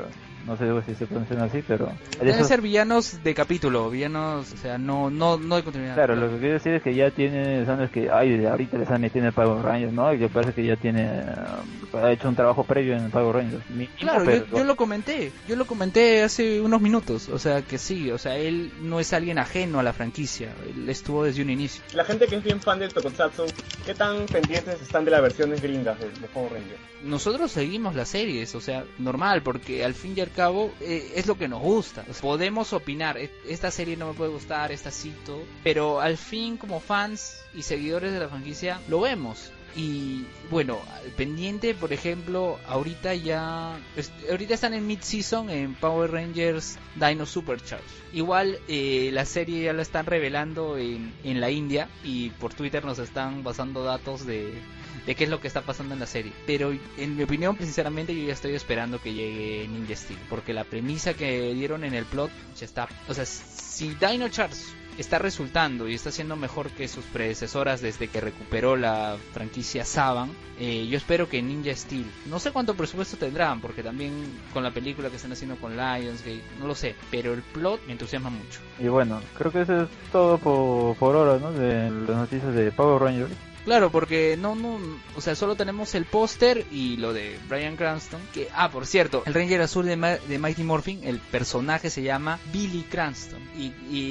S1: no sé si se pronuncian así, pero...
S2: Deben esos... ser villanos de capítulo, villanos, o sea, no no no de continuidad.
S1: Claro, lo que quiero decir es que ya tiene, son los que, ay, de ahorita le están metiendo el Power Rangers, ¿no? Y que parece que ya tiene, uh, ha hecho un trabajo previo en el Power Rangers. Mi,
S2: claro, pero... yo, yo lo comenté, yo lo comenté hace unos minutos, o sea, que sí, o sea, él no es alguien ajeno a la franquicia, él estuvo desde un inicio.
S4: La gente que es bien fan del Tokusatsu, ¿qué tan pendientes están de las versiones gringas de, de Power Rangers?
S2: Nosotros seguimos las series, o sea, normal, porque al fin y al cabo eh, es lo que nos gusta. O sea, podemos opinar, esta serie no me puede gustar, esta cito, pero al fin como fans y seguidores de la franquicia lo vemos. Y bueno, pendiente, por ejemplo, ahorita ya ahorita están en mid-season en Power Rangers Dino Supercharge. Igual eh, la serie ya la están revelando en, en la India y por Twitter nos están pasando datos de, de qué es lo que está pasando en la serie. Pero en mi opinión, sinceramente, yo ya estoy esperando que llegue Ninja Steel, porque la premisa que dieron en el plot ya está. O sea, si Dino Charge está resultando y está siendo mejor que sus predecesoras desde que recuperó la franquicia Saban, eh, yo espero que Ninja Steel, no sé cuánto presupuesto tendrán, porque también con la película que están haciendo con Lionsgate, no lo sé, pero el plot me entusiasma mucho.
S1: Y bueno, creo que eso es todo por, por ahora, ¿no? De las noticias de Power Rangers.
S2: Claro, porque no, no, o sea, solo tenemos el póster y lo de Bryan Cranston, que, ah, por cierto, el Ranger Azul de, Ma- de Mighty Morphin, el personaje se llama Billy Cranston, y,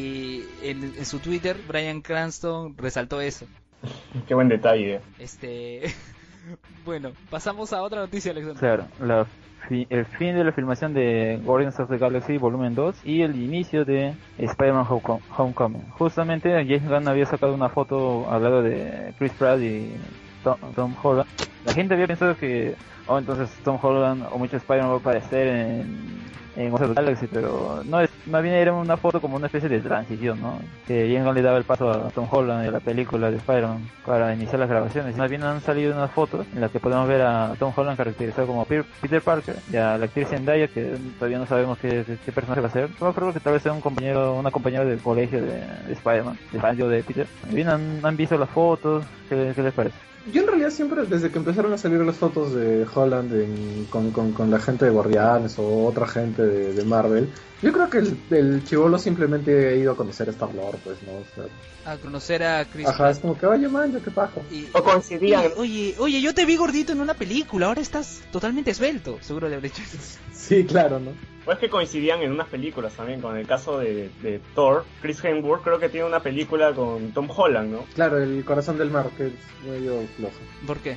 S2: y en, en su Twitter, Bryan Cranston resaltó eso.
S4: Qué buen detalle.
S2: Este, bueno, pasamos a otra noticia, Alexander.
S1: Claro, la fi- el fin de la filmación de Guardians of the Galaxy Volumen dos y el inicio de Spider-Man Homecom- Homecoming. Justamente James Gunn había sacado una foto al lado de Chris Pratt y Tom, Tom Holland. La gente había pensado que, oh, entonces Tom Holland o mucho Spider-Man va a aparecer en en Guardians of the Galaxy, pero no, es más bien era una foto como una especie de transición, ¿no? Que James Gunn le daba el paso a Tom Holland de la película de Spider-Man para iniciar las grabaciones. Más bien han salido unas fotos en las que podemos ver a Tom Holland caracterizado como Peter Parker y a la actriz Zendaya, que todavía no sabemos qué, qué personaje va a ser. Yo creo que tal vez sea un compañero, una compañera del colegio de, de Spider-Man, de fan de Peter. Bien, han, han visto las fotos, ¿qué, qué les parece?
S3: Yo en realidad siempre, desde que empezaron a salir las fotos de Holland en, con, con, con la gente de Guardianes o otra gente de, de Marvel, yo creo que el, el chibolo simplemente ha ido a conocer a Star-Lord, pues, ¿no? O sea,
S2: a conocer a Chris
S3: Ajá, es como que, oye, man, qué paja.
S2: Y,
S4: o coincidían.
S2: Oye, oye, yo te vi gordito en una película, ahora estás totalmente esbelto. Seguro le habré hecho eso.
S3: Sí, claro, ¿no?
S4: O es que coincidían en unas películas también, con el caso de, de Thor. Chris Hemsworth creo que tiene una película con Tom Holland, ¿no?
S3: Claro, el corazón del mar, que es medio flojo.
S2: ¿Por qué?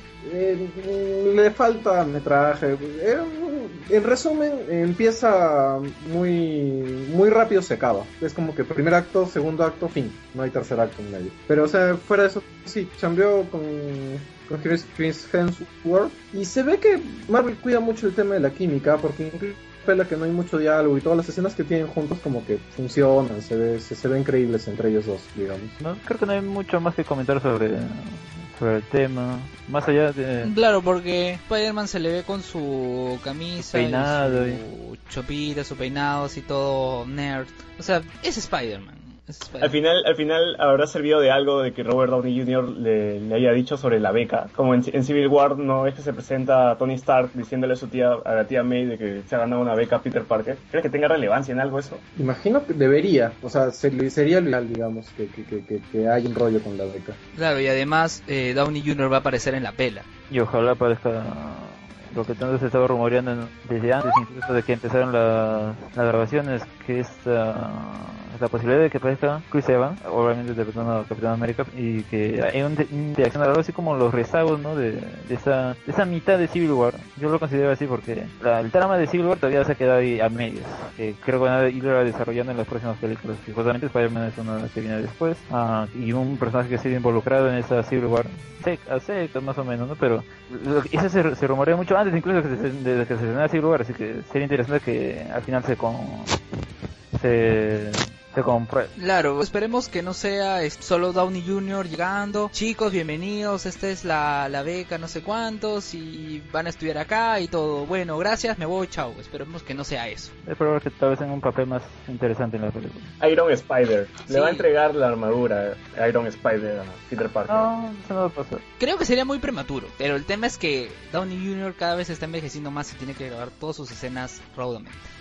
S3: Eh, le falta metraje. Eh, en resumen, empieza muy muy rápido, se acaba. Es como que primer acto, segundo acto, fin. No hay tercer acto en medio. Pero, o sea, fuera de eso, sí, chambeó con... con Chris, Chris Hemsworth, y se ve que Marvel cuida mucho el tema de la química, porque incluso pela que no hay mucho diálogo y todas las escenas que tienen juntos como que funcionan, se ve se, se ven creíbles entre ellos dos, digamos.
S1: No, creo que no hay mucho más que comentar sobre sobre el tema, más allá de...
S2: Claro, porque Spider-Man se le ve con su camisa,
S1: peinado,
S2: y su y... chopita, su peinado así todo nerd, o sea, es Spider-Man.
S4: Al final, al final habrá servido de algo de que Robert Downey junior le, le haya dicho sobre la beca. Como en, en Civil War, no es que se presenta a Tony Stark diciéndole a su tía, a la tía May, de que se ha ganado una beca a Peter Parker. ¿Crees que tenga relevancia en algo eso?
S3: Imagino que debería, o sea, sería lo ideal, digamos, que, que, que, que, que hay un rollo con la beca.
S2: Claro, y además eh, Downey junior va a aparecer en la pela.
S1: Y ojalá aparezca lo que tanto se estaba rumoreando desde antes, incluso de que empezaron las, las grabaciones, que esta... la posibilidad de que aparezca Chris Evans, obviamente interpretando a Capitán América, y que hay una interacción algo así como los rezagos, ¿no? de, de esa de esa mitad de Civil War. Yo lo considero así porque la, el trama de Civil War todavía se ha quedado ahí a medias, que creo que van a irlo desarrollando en las próximas películas, y justamente Spider-Man es una de las que viene después, ah, y un personaje que ha sido involucrado en esa Civil War a secas más o menos, ¿no? Pero lo, eso se, se rumorea mucho antes incluso que se, desde que se estrenara Civil War, así que sería interesante que al final se con se se compruebe.
S2: Claro, esperemos que no sea solo Downey junior llegando, chicos, bienvenidos, esta es la, la beca no sé cuántos y van a estudiar acá y todo, bueno, gracias, me voy, chao. Esperemos que no sea eso.
S1: Es probable que tal vez tenga un papel más interesante en la película.
S4: Iron Spider, le
S2: sí.
S4: va a entregar la armadura Iron Spider a Peter Parker.
S1: No, eso no va a pasar.
S2: Creo que sería muy prematuro, pero el tema es que Downey junior cada vez está envejeciendo más y tiene que grabar todas sus escenas raudamente.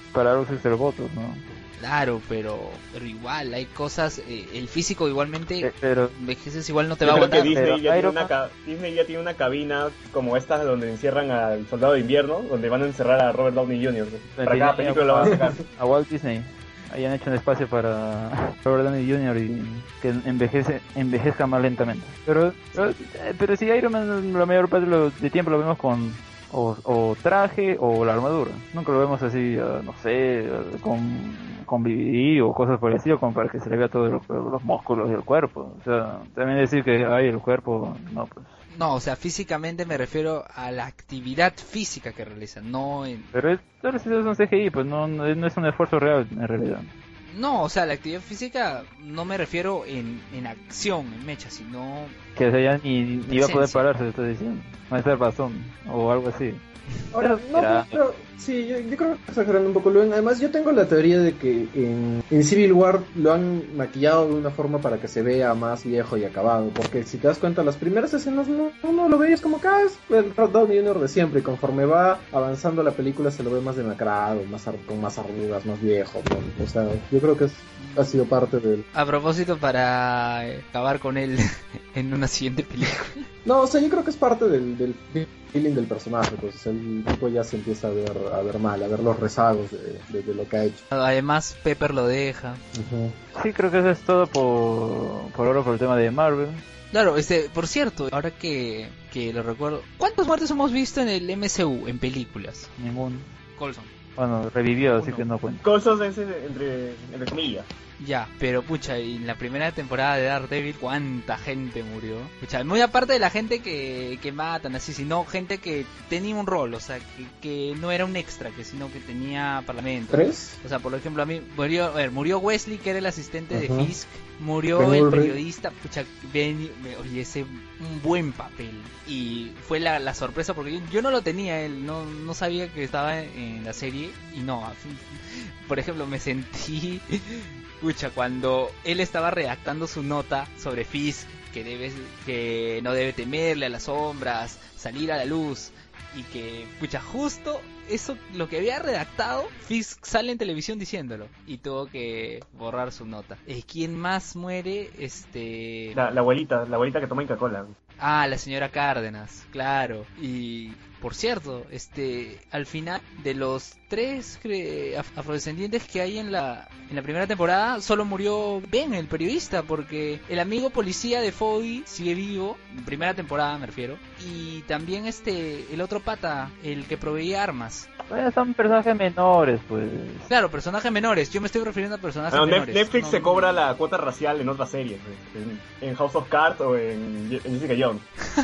S1: para algo existe el Botox, ¿no?
S2: Claro, pero pero igual, hay cosas, eh, el físico igualmente,
S1: Eh, pero
S2: envejeces igual no te
S4: Yo
S2: va a
S4: creo que
S2: aguantar.
S4: Disney
S1: pero
S4: ya, tiene
S1: Iron
S4: una
S1: Man-
S4: ca- Disney ya tiene una cabina como estas donde encierran al soldado de invierno, donde van a encerrar a Robert Downey junior Para
S1: tiene-
S4: cada película lo van a sacar.
S1: a Walt Disney hayan hecho un espacio para Robert Downey junior y que envejece envejezca más lentamente. Pero pero, eh, pero si Iron Man la mayor parte de, lo- de tiempo lo vemos con o, o traje o la armadura. Nunca lo vemos así, uh, no sé, uh, con, con B B D o cosas por el estilo, como para que se le vea todos los, los músculos del cuerpo. O sea, también decir que hay el cuerpo, no, pues.
S2: No, o sea, físicamente me refiero a la actividad física que realizan, no en...
S1: Pero es, solo si es un C G I, pues no, no, no es un esfuerzo real en realidad.
S2: No, o sea, la actividad física no me refiero en, en acción, en mecha, sino...
S1: Que o sea, ya ni, ni va a poder
S2: Presencia.
S1: pararse, estoy diciendo. Va a ser bastón o algo así.
S3: Ahora, no,
S1: Era-
S3: pero, sí, yo, yo creo que está exagerando un poco. Lo- Además, yo tengo la teoría de que en, en Civil War lo han maquillado de una forma para que se vea más viejo y acabado. Porque si te das cuenta, las primeras escenas no, uno lo veías como que ah, es el Robert Downey junior de siempre. Y conforme va avanzando la película, se lo ve más demacrado, más ar- con más arrugas, más viejo, ¿no? O sea, yo creo que es, ha sido parte del.
S2: A propósito, para eh, acabar con él en una siguiente película.
S3: No, o sea, yo creo que es parte del, del feeling del personaje. Pues o sea, el tipo ya se empieza a ver, a ver mal, a ver los rezagos de, de, de lo que ha hecho.
S2: Además, Pepper lo deja.
S3: Ujú.
S1: Sí, creo que eso es todo por, por ahora por el tema de Marvel.
S2: Claro, este, por cierto, ahora que, que lo recuerdo, ¿cuántas muertes hemos visto en el M C U, en películas?
S1: Ningún.
S2: Colson.
S1: Bueno, revivió, así
S2: Uno.
S1: que no cuenta.
S4: Cosas es entre, entre comillas.
S2: Ya, pero pucha, y en la primera temporada de Daredevil, ¿cuánta gente murió? Pucha, muy aparte de la gente que, que matan, así, sino gente que tenía un rol, o sea, que, que no era un extra, que sino que tenía parlamento.
S3: ¿Tres?
S2: O sea, por ejemplo, a mí murió, a ver, murió Wesley, que era el asistente de
S3: Ajá.
S2: Fisk, murió
S3: Ben
S2: el
S3: Ulrich.
S2: periodista, pucha, Ben, oye, ese un buen papel. Y fue la, la sorpresa porque yo, yo no lo tenía él, no, no sabía que estaba en, en la serie y no, a fin- por ejemplo, me sentí, pucha, cuando él estaba redactando su nota sobre Fisk, que debe, que no debe temerle a las sombras, salir a la luz, y que, pucha, justo eso, lo que había redactado, Fisk sale en televisión diciéndolo, y tuvo que borrar su nota. Eh, ¿Quién más muere? Este...
S4: La, la abuelita, la abuelita que toma Inca-Cola.
S2: Ah, la señora Cárdenas, claro. Y por cierto, este, al final de los tres cre- af- afrodescendientes que hay en la en la primera temporada, solo murió Ben, el periodista, porque el amigo policía de Foggy sigue vivo, en primera temporada me refiero, y también este el otro pata, el que proveía armas.
S1: Bueno, son personajes menores, pues.
S2: Claro, personajes menores. Yo me estoy refiriendo a personajes
S4: Bueno, Nef-
S2: menores.
S4: Netflix
S2: No,
S4: se
S2: no,
S4: cobra
S2: no.
S4: la cuota racial en otras series, pues, en, en House of Cards o en, en Jessica Jones.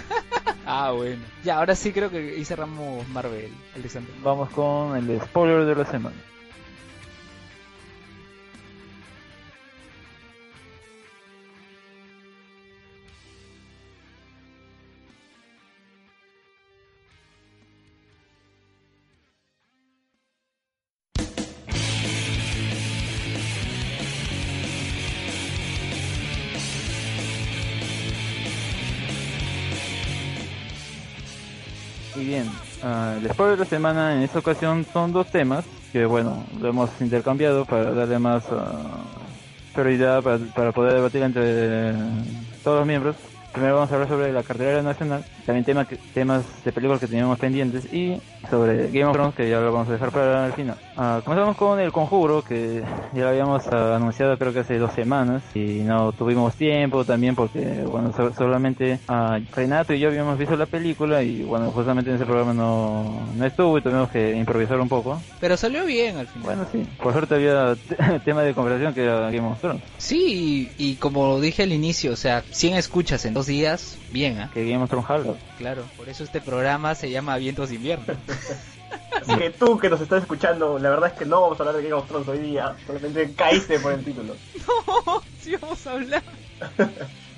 S2: Ah, bueno. Ya, ahora sí creo que ahí cerramos Marvel, Alexander.
S1: Vamos con el spoiler de la semana. Y bien, ah, el spoiler de la semana en esta ocasión son dos temas que, bueno, lo hemos intercambiado para darle más ah, prioridad para, para poder debatir entre todos los miembros. Primero vamos a hablar sobre la cartelera nacional, también tema que- temas de películas que teníamos pendientes y sobre Game of Thrones, que ya lo vamos a dejar para el final. Ah, comenzamos con El Conjuro, que ya lo habíamos ah, anunciado creo que hace dos semanas y no tuvimos tiempo también porque, bueno, so- solamente ah, Renato y yo habíamos visto la película y, bueno, justamente en ese programa no, no estuvo y tuvimos que improvisar un poco.
S2: Pero salió bien al final.
S1: Bueno, sí, por suerte había t- tema de conversación que era Game of Thrones,
S2: Sí, y, y como dije al inicio, o sea, cien escuchas en dos días, bien, ¿ah?
S1: que Game of Thrones jala.
S2: Claro, por eso este programa se llama Vientos de Invierno.
S4: Así que tú que nos estás escuchando, la verdad es que no vamos a hablar de Game of Thrones hoy día, solamente caíste por el título.
S2: No, sí vamos a hablar.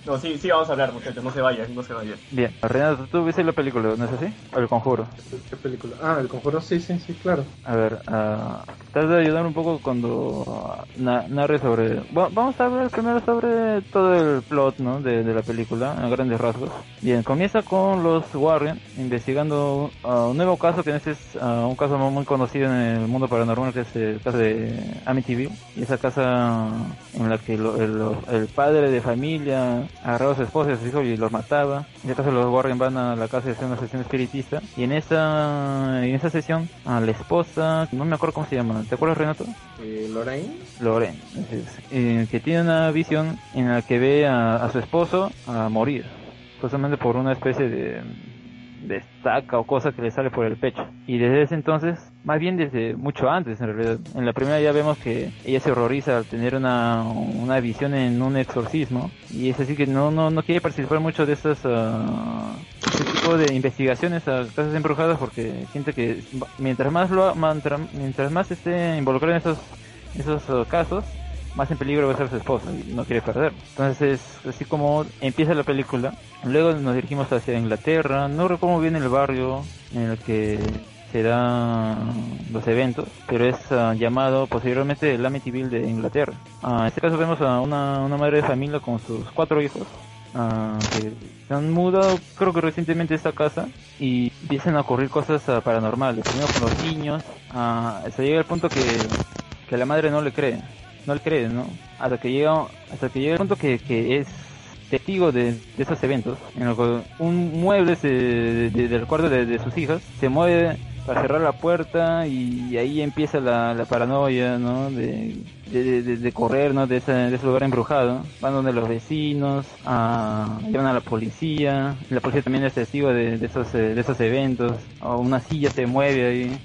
S4: No, sí, sí vamos a hablar, muchachos, no se vayan, no se vayan.
S1: Bien, Renato, ¿tú viste la película, no es así? ¿O El Conjuro?
S3: ¿Qué película? Ah, El Conjuro, sí, sí, sí, claro.
S1: A ver, uh, trata de ayudar un poco cuando na narre sobre... Bueno, vamos a hablar primero sobre todo el plot, ¿no? de, de la película, a grandes rasgos. Bien, comienza con los Warren investigando uh, un nuevo caso, que este es uh, un caso muy conocido en el mundo paranormal, que es el caso de Amityville. Y esa casa en la que lo, el, el padre de familia agarraba a su esposa y a sus hijos y los mataba. En este caso los Warren van a la casa y hacen una sesión espiritista. Y en esta, en esta sesión, a la esposa, no me acuerdo cómo se llama, ¿te acuerdas, Renato?
S3: Eh, Lorraine.
S1: Lorraine, es, eh, que tiene una visión en la que ve a, a su esposo a morir, justamente por una especie de, de estaca o cosa que le sale por el pecho. Y desde ese entonces, más bien desde mucho antes en realidad, en la primera ya vemos que ella se horroriza al tener una, una visión en un exorcismo, y es así que no, no, no quiere participar mucho de estas... Uh, este tipo de investigaciones a casas embrujadas, porque siente que mientras más lo mientras, mientras más esté involucrado en esos esos uh, casos, más en peligro va a ser su esposo y no quiere perder. Entonces es así como empieza la película. Luego nos dirigimos hacia Inglaterra, no recuerdo cómo viene el barrio en el que se dan los eventos, pero es uh, llamado posteriormente el Amityville de Inglaterra. Uh, en este caso vemos a una, una madre de familia con sus cuatro hijos, Uh, que se han mudado creo que recientemente a esta casa y empiezan a ocurrir cosas uh, paranormales, primero con los niños, uh, hasta llega el punto que, que la madre no le cree, no le cree, ¿no? Hasta que llega, hasta que llega el punto que, que es testigo de, de esos eventos, en el que un mueble se, de, de, del cuarto de, de sus hijas se mueve para cerrar la puerta y ahí empieza la, la paranoia, ¿no? De, de, de, de correr, ¿no? De ese, de ese lugar embrujado. Van donde los vecinos, a, llaman a la policía. La policía también es testigo de, de esos de esos eventos. O una silla se mueve ahí.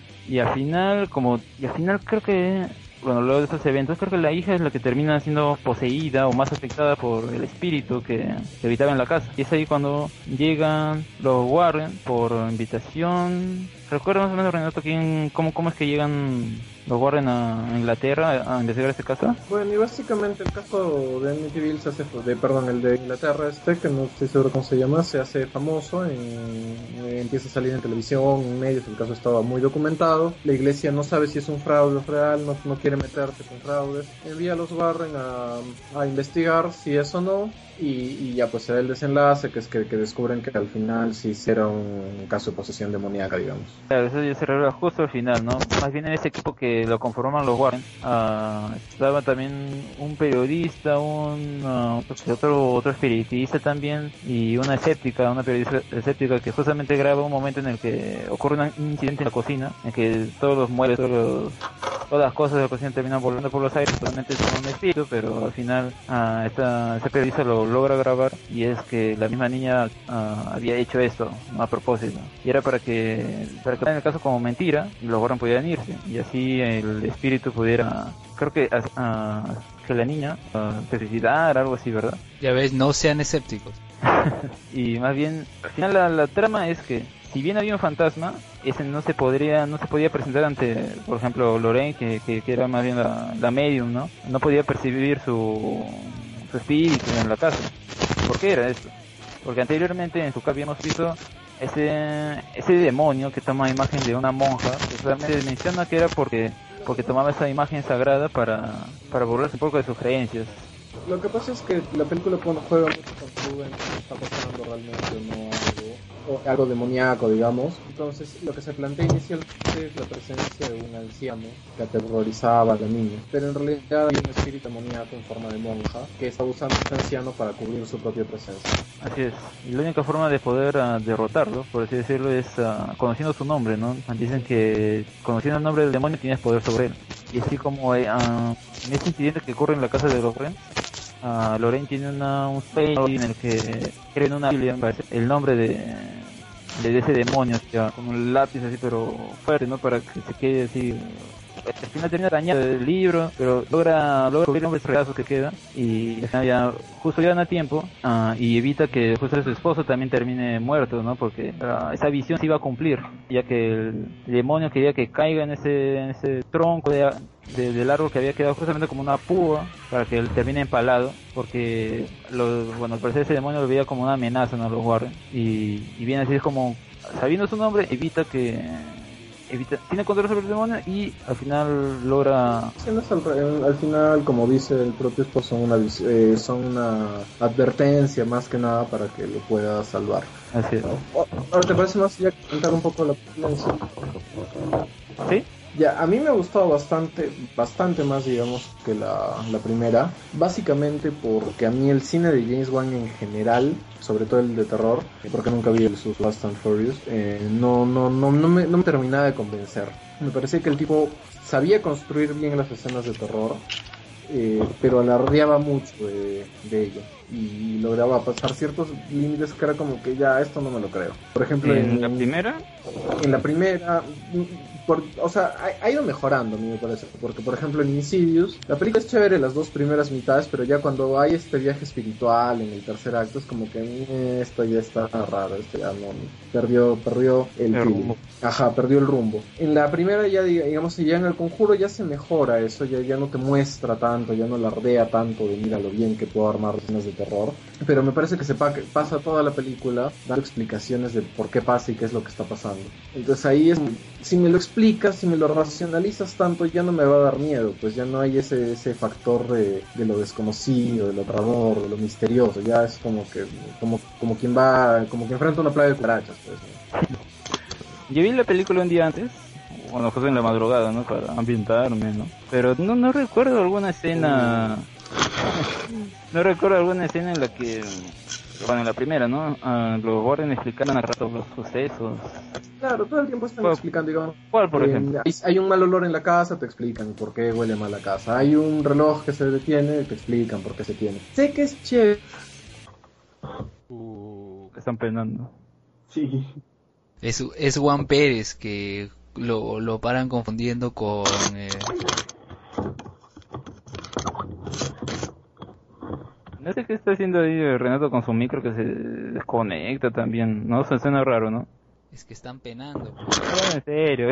S1: Y al final, como y al final creo que bueno, luego de esos eventos, creo que la hija es la que termina siendo poseída o más afectada por el espíritu que, que habitaba en la casa. Y es ahí cuando llegan los Warren por invitación. ¿Recuerdas más o menos, Renato, quién, cómo, cómo es que llegan los Warren a Inglaterra a, a investigar este caso?
S3: Bueno, y básicamente el caso de Amityville se hace, de, perdón, el de Inglaterra este, que no estoy seguro cómo se llama, se hace famoso, en, en, empieza a salir en televisión, en medios, el caso estaba muy documentado. La iglesia no sabe si es un fraude o real, no, no quiere meterse con fraudes. Envía a los Warren a, a investigar si es o no. Y, y ya pues se da el desenlace, que es que, que descubren que al final sí era un caso de posesión demoníaca, digamos.
S1: Claro, eso ya se revela justo al final, ¿no? Más bien en ese equipo que lo conforman los Warren, uh, estaba también un periodista, un uh, otro otro espiritista también, y una escéptica, una periodista escéptica que justamente graba un momento en el que ocurre un incidente en la cocina, en que todos los muebles, todos los, todas las cosas de la cocina terminan volando por los aires, solamente son un espíritu, pero al final uh, esta, este periodista lo logra grabar, y es que la misma niña uh, había hecho esto, ¿no? A propósito, y era para que para que en el caso como mentira y los Warren pudieran irse y así el espíritu pudiera, creo que uh, uh, que la niña uh, se suicidara, algo así, ¿verdad?
S2: Ya ves, no sean escépticos.
S1: Y más bien al final la, la trama es que si bien había un fantasma, ese no se podría no se podía presentar ante, por ejemplo, Lorraine, que, que, que era más bien la, la medium, ¿no? No podía percibir su su espíritu en la casa. ¿Por qué era esto? Porque anteriormente en su casa habíamos visto ese ese demonio que toma imagen de una monja, que solamente menciona que era porque porque tomaba esa imagen sagrada para para burlarse un poco de sus creencias.
S3: Lo que pasa es que la película cuando juega mucho con Rubén, está pasando realmente no algo, o algo demoníaco, digamos. Entonces lo que se plantea inicialmente es la presencia de un anciano que aterrorizaba a la niña, pero en realidad hay un espíritu demoníaco en forma de monja que está usando a este anciano para cubrir su propia presencia.
S1: Así es, y la única forma de poder uh, derrotarlo, por así decirlo, es uh, conociendo su nombre, ¿no? Dicen que conociendo el nombre del demonio tienes poder sobre él. Y así como uh, en este incidente que ocurre en la casa de los Warren, Uh, Lorraine tiene una, un sueño en el que cree en una Biblia, parece, el nombre de, de ese demonio, ya, con un lápiz así pero fuerte, ¿no? Para que se quede así al final termina dañado el libro, pero logra logra cubrir los regazos que queda y al final ya justo llegan a tiempo uh, y evita que justo su esposo también termine muerto, ¿no? Porque uh, esa visión se iba a cumplir, ya que el demonio quería que caiga en ese, en ese tronco de, de, del árbol que había quedado justamente como una púa para que él termine empalado, porque lo, bueno, al parecer ese demonio lo veía como una amenaza, ¿no? Los Warren, y, y viene así, es como sabiendo su nombre evita que evita tiene control sobre el demonio y al final logra.
S3: Sí, no es al, al final, como dice el propio esposo, son una eh, son una advertencia más que nada para que lo pueda salvar.
S1: Así es.
S3: Ahora, ¿te parece más ya comentar un poco la película?
S1: ¿Sí?
S3: Ya, a mí me ha gustado bastante, bastante más, digamos, que la, la primera. Básicamente porque a mí el cine de James Wan en general, sobre todo el de terror, porque nunca vi el sus Fast and Furious, eh, no, no, no, no, me, no me terminaba de convencer. Me parecía que el tipo sabía construir bien las escenas de terror, eh, pero alardeaba mucho de, de ello. Y lograba pasar ciertos límites que era como que ya esto no me lo creo. Por ejemplo,
S1: ¿En,
S3: en
S1: la primera?
S3: En la primera... Por, o sea, ha, ha ido mejorando, a mí me parece, porque por ejemplo en Insidious, la película es chévere las dos primeras mitades, pero ya cuando hay este viaje espiritual en el tercer acto es como que eh, esto ya está raro, esto ya no, perdió, perdió el, el rumbo. Ajá, perdió el rumbo. En la primera ya, digamos, ya en El Conjuro ya se mejora eso, ya, ya no te muestra tanto, ya no alardea tanto de mira lo bien que puedo armar escenas de terror, pero me parece que se pa- pasa toda la película dando explicaciones de por qué pasa y qué es lo que está pasando. Entonces ahí es, si me lo explicas, si me lo racionalizas tanto, ya no me va a dar miedo, pues ya no hay ese ese factor de, de lo desconocido, de lo aterrador, de lo misterioso, ya es como que como como quien va, como que enfrenta una plaga de cucarachas, pues, ¿no?
S1: Yo vi la película un día antes, bueno, fue en la madrugada, ¿no? Para ambientarme, ¿no? Pero no no recuerdo alguna escena, no recuerdo alguna escena en la que, bueno, en la primera, ¿no? Uh, los Warren explicaron a rato los sucesos.
S3: Claro, todo el tiempo están
S1: ¿Cuál,
S3: explicando, digamos.
S1: ¿Cuál, por
S3: eh,
S1: ejemplo?
S3: Hay, hay un mal olor en la casa, te explican por qué huele mal la casa. Hay un reloj que se detiene, te explican por qué se tiene. Sé que es chévere.
S1: Uh, que están penando.
S3: Sí.
S2: Es, es Juan Pérez que lo, lo paran confundiendo con... Eh...
S1: No sé qué está haciendo ahí Renato con su micro que se desconecta también, ¿no? Se suena raro, ¿no?
S2: Es que están penando.
S1: No, en serio.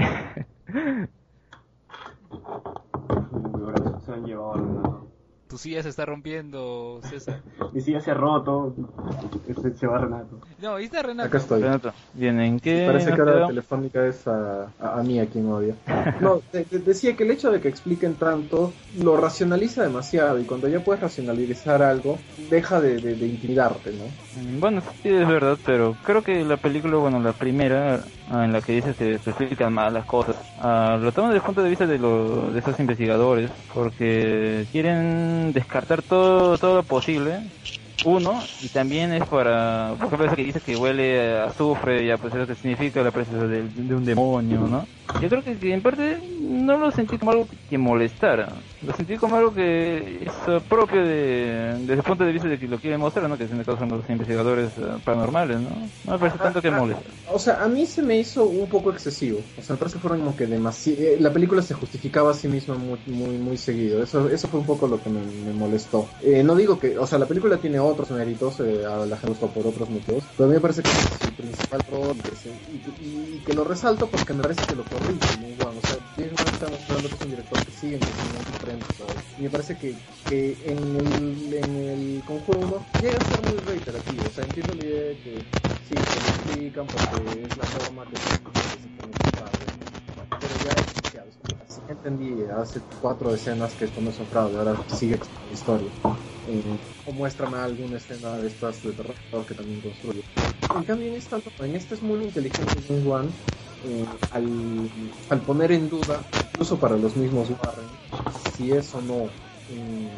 S4: Se han llevado a Renato.
S2: Tu silla se está rompiendo, César.
S4: Mi silla se ha roto. Este se va Renato.
S2: No, ahí está Renato.
S3: Acá estoy.
S1: Renato, bien, ¿en qué?
S3: Parece que
S1: nos
S3: ahora la
S1: quedó?
S3: telefónica es a, a, a mí a quien odia. No, te, te decía que el hecho de que expliquen tanto lo racionaliza demasiado y cuando ya puedes racionalizar algo, deja de, de, de intimidarte, ¿no?
S1: Bueno, sí es verdad, pero creo que la película, bueno, la primera, ah, en la que dices que se explican mal las cosas, ah, lo toman desde el punto de vista de, lo, de esos investigadores, porque quieren descartar todo, todo lo posible. Uno, y también es para, por ejemplo, eso que dice que huele a azufre, ya pues eso que significa la presencia de, de un demonio, ¿no? Yo creo que, que en parte no lo sentí como algo que molestara, lo sentí como algo que es uh, propio de, desde el punto de vista de que lo quieren mostrar, ¿no? Que en este caso son los investigadores uh, paranormales, ¿no? No me parece tanto que molesta.
S3: O sea, a mí se me hizo un poco excesivo. O sea, me parece que fueron como que demasiado... La película se justificaba a sí misma muy muy, muy seguido. Eso eso fue un poco lo que me, me molestó. Eh, no digo que... O sea, la película tiene otros méritos, eh, a la gente gustó por otros motivos, pero a mí me parece que es el principal rol y, y, y que lo resalto porque me parece que lo corrige muy bueno. O sea, bien no está mostrando que es un director que sigue en crecimiento frente a todo. Y me parece que, que en el, en el Conjuro uno llega a ser muy reiterativo. O sea, entiendo la idea de que sí, se lo explican porque es la forma que se pone pero ya es demasiado. Así que entendí hace cuatro escenas que esto no es un fraude, ahora sigue la historia. Eh, o muéstrame alguna escena de estas de terror que también construye. En cambio en esta, en esta es muy inteligente James Wan, eh, al, al poner en duda, incluso para los mismos Warren, si es o no un,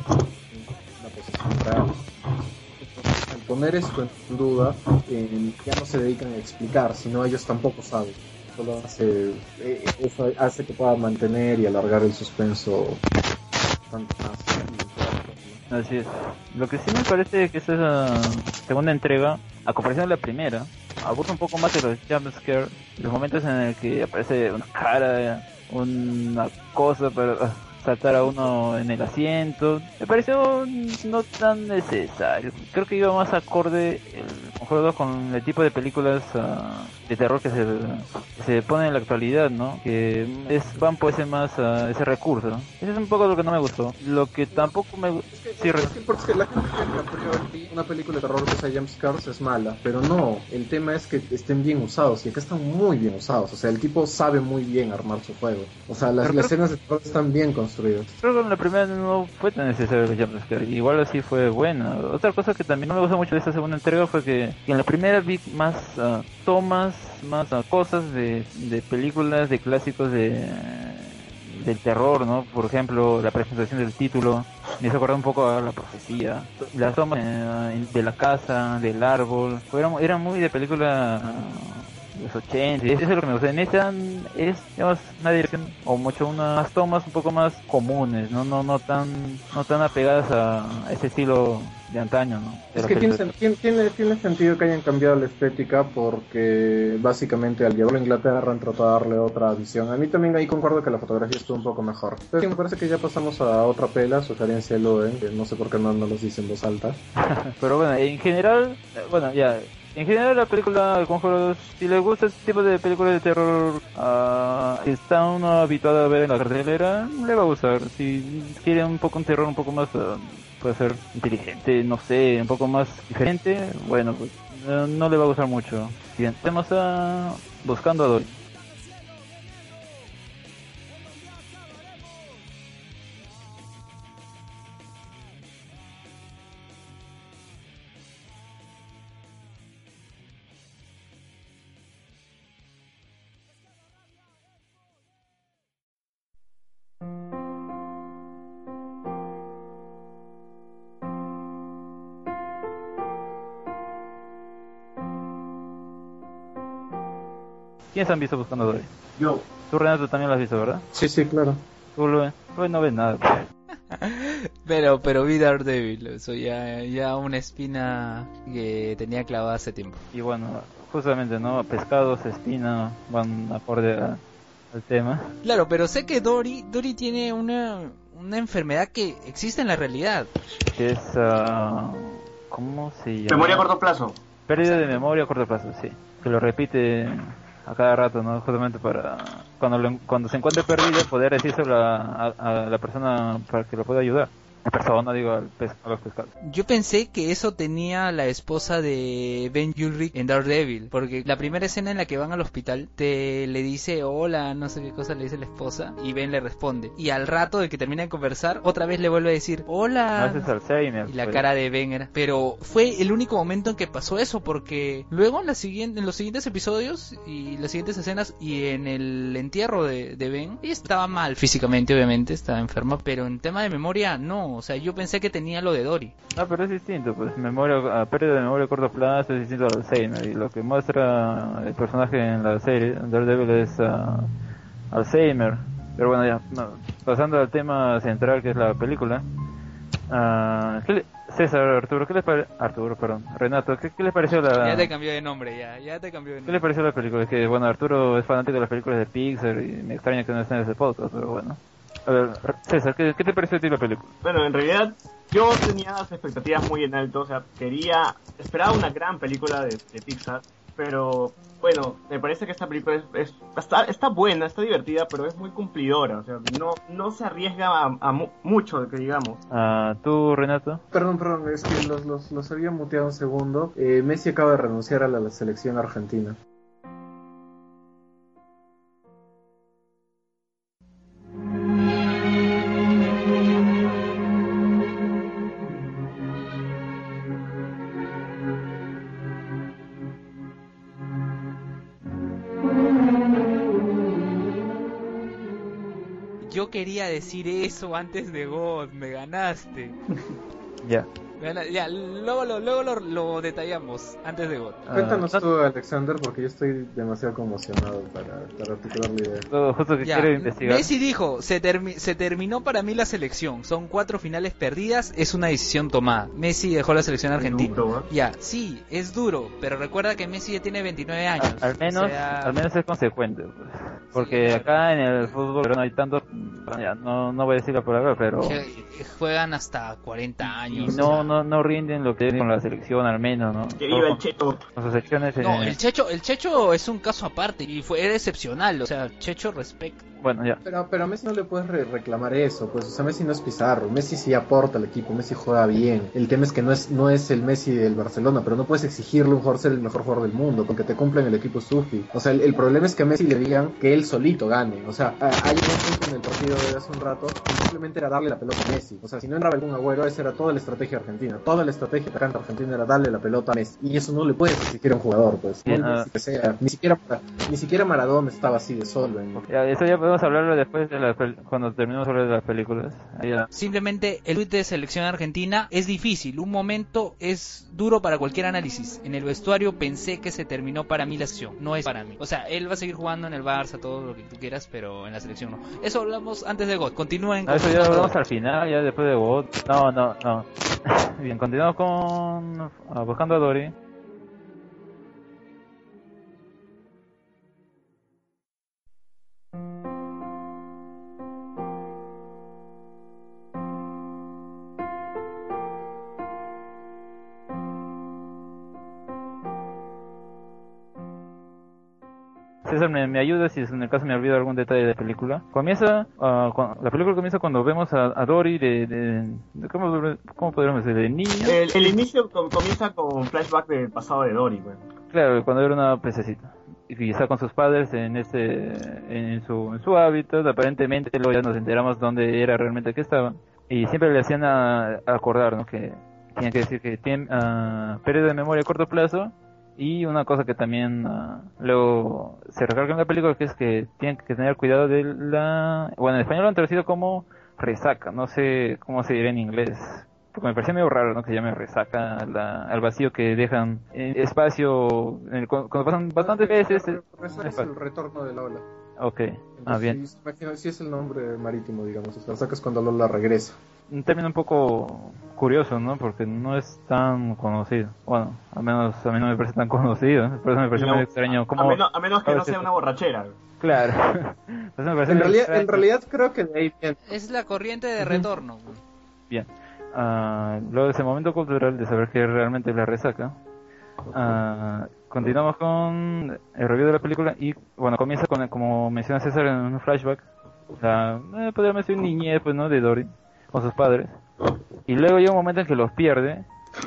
S3: una posesión real. Entonces, al poner esto en duda, eh, ya no se dedican a explicar, sino ellos tampoco saben. Solo hace, eh, eso hace que pueda mantener y alargar el suspenso bastante más.
S1: Así es. Lo que sí me parece que esa segunda entrega, a comparación de la primera, abusa un poco más de los jumpscares, los momentos en el que aparece una cara, una cosa para uh, saltar a uno en el asiento. Me pareció no tan necesario. Creo que iba más acorde el juego con el tipo de películas uh, de terror que se, que se pone en la actualidad, ¿no? Que es, van por ese más uh, ese recurso, ¿no? Eso es un poco lo que no me gustó. Lo que tampoco me gustó.
S3: Sí, re... sí, porque la gente cree que a priori una película de terror que sea jumpscares es mala, pero no, el tema es que estén bien usados, y acá están muy bien usados, o sea, el tipo sabe muy bien armar su juego, o sea, las, las escenas de terror están bien construidas.
S1: Creo que en la primera no fue tan necesario el jumpscare, igual así fue buena. Otra cosa que también no me gustó mucho de esta segunda entrega fue que, que en la primera vi más uh, tomas, más uh, cosas de, de películas, de clásicos de... del terror, ¿no? Por ejemplo, la presentación del título me hizo acordar un poco a La Profecía, las tomas eh, de la casa, del árbol, era, era muy de película uh, de los ochenta, eso es lo que me gusta. En esta es, digamos, una dirección o mucho unas tomas un poco más comunes, no no no tan no tan apegadas a, a ese estilo de antaño, ¿no?
S3: Es que tiene, tiene, tiene, tiene sentido que hayan cambiado la estética porque básicamente al llevarlo a Inglaterra han tratado de darle otra visión. A mí también ahí concuerdo que la fotografía estuvo un poco mejor. Pero sí, me parece que ya pasamos a otra pela, sugerencia de Loden, que no sé por qué no nos los dicen en voz alta.
S1: Pero bueno, en general, bueno, ya... En general la película El Conjuro dos, si les gusta este tipo de películas de terror uh, que está uno habituado a ver en la cartelera, le va a gustar. Si quiere un poco un terror un poco más, uh, puede ser inteligente, no sé, un poco más diferente, bueno, pues uh, no le va a gustar mucho. Bien, tenemos a Buscando a Dory. ¿Quiénes han visto Buscando a Dory?
S3: Yo.
S1: Tú, Renato, también lo has visto, ¿verdad?
S3: Sí, sí, claro.
S1: Tú, Luen, Luen no ves nada.
S2: pero pero vi Daredevil, eso ya, ya una espina que tenía clavada hace tiempo.
S1: Y bueno, justamente, ¿no? Pescados, espina, van acorde a, al tema.
S2: Claro, pero sé que Dory, Dory tiene una, una enfermedad que existe en la realidad.
S1: Que es... Uh, ¿cómo se llama?
S4: Memoria a corto plazo.
S1: Pérdida de memoria a corto plazo, sí. Que lo repite a cada rato, ¿no? Justamente para cuando lo, cuando se encuentre perdido poder decírselo a, a, a la persona para que lo pueda ayudar. La persona, digo, al pes, a los pescados.
S2: Yo pensé que eso tenía la esposa de Ben Ulrich en Daredevil, porque la primera escena en la que van al hospital te le dice hola, no sé qué cosa le dice la esposa, y Ben le responde. Y al rato de que termina de conversar, otra vez le vuelve a decir hola.
S1: No, ese es Alzheimer.
S2: Y la
S1: pues.
S2: cara de Ben era... Pero fue el único momento en que pasó eso, porque luego en, la siguiente, en los siguientes episodios y las siguientes escenas y en el entierro de, de Ben, ella estaba mal físicamente, obviamente, estaba enferma, pero en tema de memoria no. O sea, yo pensé que tenía lo de Dory.
S1: No, pero es distinto, pues memoria, pérdida de memoria a corto plazo es distinto al Alzheimer. Y lo que muestra el personaje en la serie, Daredevil, es uh, Alzheimer. Pero bueno, ya, no, pasando al tema central que es la película. Uh, ¿qué le, César, Arturo, ¿qué les pareció? Arturo, perdón, Renato, ¿qué, ¿qué les pareció la...
S2: Ya te cambió de nombre, ya, ya te cambió de nombre.
S1: ¿Qué les pareció la película? Es que, bueno, Arturo es fanático de las películas de Pixar y me extraña que no esté en ese podcast, pero bueno. A ver, César, ¿qué, ¿qué te pareció a ti la película?
S4: Bueno, en realidad yo tenía las expectativas muy en alto, o sea, quería, esperaba una gran película de, de Pixar, pero bueno, me parece que esta película es, es está, está buena, está divertida, pero es muy cumplidora, o sea, no, no se arriesga a, a mu mucho, que digamos.
S1: Ah, ¿tú, Renato?
S3: Perdón, perdón, es que los, los, los había muteado un segundo. Eh, Messi acaba de renunciar a la, la selección argentina.
S2: Yo quería decir eso antes de God, me ganaste.
S1: Ya.
S2: Bueno, ya, luego, lo, luego lo, lo detallamos antes de God.
S3: Cuéntanos
S1: Ah,
S3: tú, Alexander, porque yo estoy demasiado conmocionado para, para articular la idea.
S1: Todo justo que
S2: Ya,
S1: quiero investigar.
S2: Messi dijo, se, termi- se terminó para mí la selección, son cuatro finales perdidas, es una decisión tomada. Messi dejó la selección argentina.
S4: Duro, ¿eh?
S2: Ya, sí, es duro, pero recuerda que Messi ya tiene veintinueve años.
S1: A- al menos,
S2: o sea,
S1: al menos es consecuente, pues. Porque
S2: claro.
S1: acá en el fútbol pero no hay tanto, bueno, ya, no, no voy a decir la palabra, pero
S2: que juegan hasta cuarenta
S1: y
S2: años.
S1: no,
S2: o sea.
S1: no, no rinden lo que es con la selección al menos, ¿no?
S4: Que viva el Cheto.
S1: Con sus secciones, eh,
S2: No, el Checho, el Checho es un caso aparte y fue era excepcional, o sea, Checho respecto.
S1: bueno, ya.
S3: Pero, pero a Messi no le puedes re- reclamar eso, pues, o sea, Messi no es Pizarro, Messi sí aporta al equipo, Messi juega bien. El tema es que no es no es el Messi del Barcelona, pero no puedes exigirle a un jugador ser el mejor jugador del mundo, porque te cumplen el equipo Sufi. O sea, el, el problema es que a Messi le digan que él solito gane. O sea, a- hay un punto en el partido de hace un rato que simplemente era darle la pelota a Messi. O sea, si no entraba algún Agüero, esa era toda la estrategia argentina. Toda la estrategia atacante argentina era darle la pelota a Messi. Y eso no le puedes exigir a un jugador, pues.
S1: Bien,
S3: No
S1: ah.
S3: que sea. Ni siquiera, ni siquiera Maradona estaba así de solo. En...
S1: Ya, eso ya podemos hablarlo después de la pel- cuando terminemos de hablar de las películas. Ahí ya.
S2: Simplemente el tuit de selección argentina es difícil, un momento es duro para cualquier análisis. En el vestuario pensé que se terminó para mí la acción, no es para mí. O sea, él va a seguir jugando en el Barça, todo lo que tú quieras, pero en la selección no. Eso hablamos antes de God, continúen
S1: Ah,
S2: con
S1: eso ya lo hablamos al final, ya después de God. No, no, no. Bien, continuamos con ah, buscando a Dory. César, me, me ayuda si en el caso me olvido algún detalle de la película. Comienza, ah, cu- la película comienza cuando vemos a, a Dory de, de, de- ¿cómo, cómo podríamos decir? De niña.
S4: El, el inicio com- comienza con flashback del pasado de Dory, güey.
S1: Claro, cuando era una pececita. Y está con sus padres en este, en su, en su hábitat. Aparentemente luego ya nos enteramos dónde era realmente que estaban. Y siempre le hacían a, a acordar, ¿no? Que tienen que decir que tienen ah, pérdida de memoria a corto plazo. Y una cosa que también ah, luego se recarga en la película, que es que tienen que tener cuidado de la... Bueno, en español lo han traducido como resaca, no sé cómo se diría en inglés. Porque me parecía medio raro, ¿no? Que se llame resaca la- al vacío que dejan eh, espacio en el- cuando, cuando pasan bastantes veces. eh,
S3: Resaca es
S1: espacio.
S3: el retorno de la ola.
S1: Ok, ah,
S3: Entonces,
S1: bien.
S3: Sí, imagino- sí es el nombre marítimo, digamos. O sea, resaca es cuando la ola regresa.
S1: Un término un poco curioso, ¿no? Porque no es tan conocido. Bueno, al menos a mí no me parece tan conocido. ¿eh? Por eso me parece
S4: No,
S1: muy extraño.
S4: A,
S1: ¿Cómo...
S4: a menos, a menos que
S1: a
S4: no
S1: veces-
S4: sea una borrachera, güey.
S1: Claro. Por eso me parece
S3: En
S1: muy
S3: realidad,
S1: extraño.
S3: en realidad creo que de ahí viene.
S2: Es la corriente de
S3: Ujú.
S2: retorno. güey.
S1: Bien. Ah, luego de ese momento cultural de saber que realmente es la resaca, ah, continuamos con el review de la película y, bueno, comienza con, como menciona César, en un flashback, la, eh, podríamos decir niñez, pues, ¿no? De Dory, con sus padres. Y luego llega un momento en que los pierde.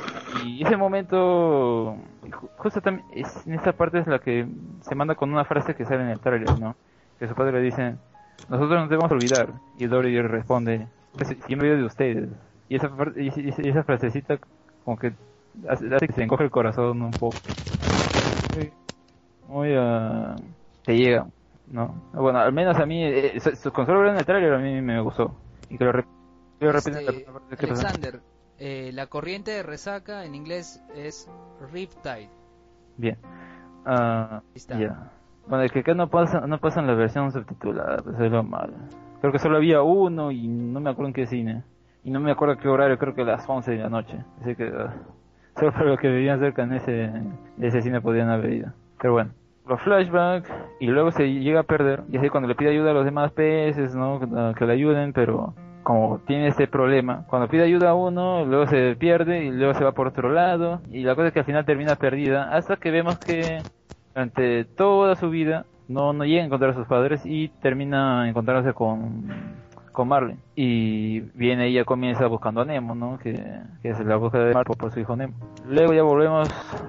S1: Y ese momento, ju- justo también, es, en esta parte es la que se manda con una frase que sale en el trailer, ¿no? Que su padre le dice, nosotros nos debemos olvidar. Y Dory responde, pues, si yo me olvido de ustedes. Y esa, par- y, y- y esa frasecita como que hace, hace que se encoge el corazón un poco. Muy, muy, ah, te llega, ¿no? Bueno, al menos a mí, eh, su- su- con solo ver en el trailer a mí me gustó. Y que lo, rep- que lo repiten en la
S2: Este,
S1: segunda parte, ¿qué pasa?
S2: Alexander, eh, la corriente de resaca en inglés es Riptide.
S1: Bien. Ah,
S2: Ahí está.
S1: ya. Bueno, es que acá no pasa, no pasa en la versión subtitulada, pues es lo malo. Creo que solo había uno y no me acuerdo en qué cine. Y no me acuerdo qué horario, creo que a las once de la noche. Así que ah, solo para los que vivían cerca en ese, de ese cine podían haber ido. Pero bueno, los flashbacks y luego se llega a perder. Y así cuando le pide ayuda a los demás peces, ¿no? Que, que le ayuden, pero como tiene este problema, cuando pide ayuda a uno, luego se pierde y luego se va por otro lado. Y la cosa es que al final termina perdida hasta que vemos que durante toda su vida no, no llega a encontrar a sus padres y termina encontrándose con, con Marley. Y viene ella comienza buscando a Nemo, ¿no? Que, que es la búsqueda de Marley por su hijo Nemo. Luego ya volvemos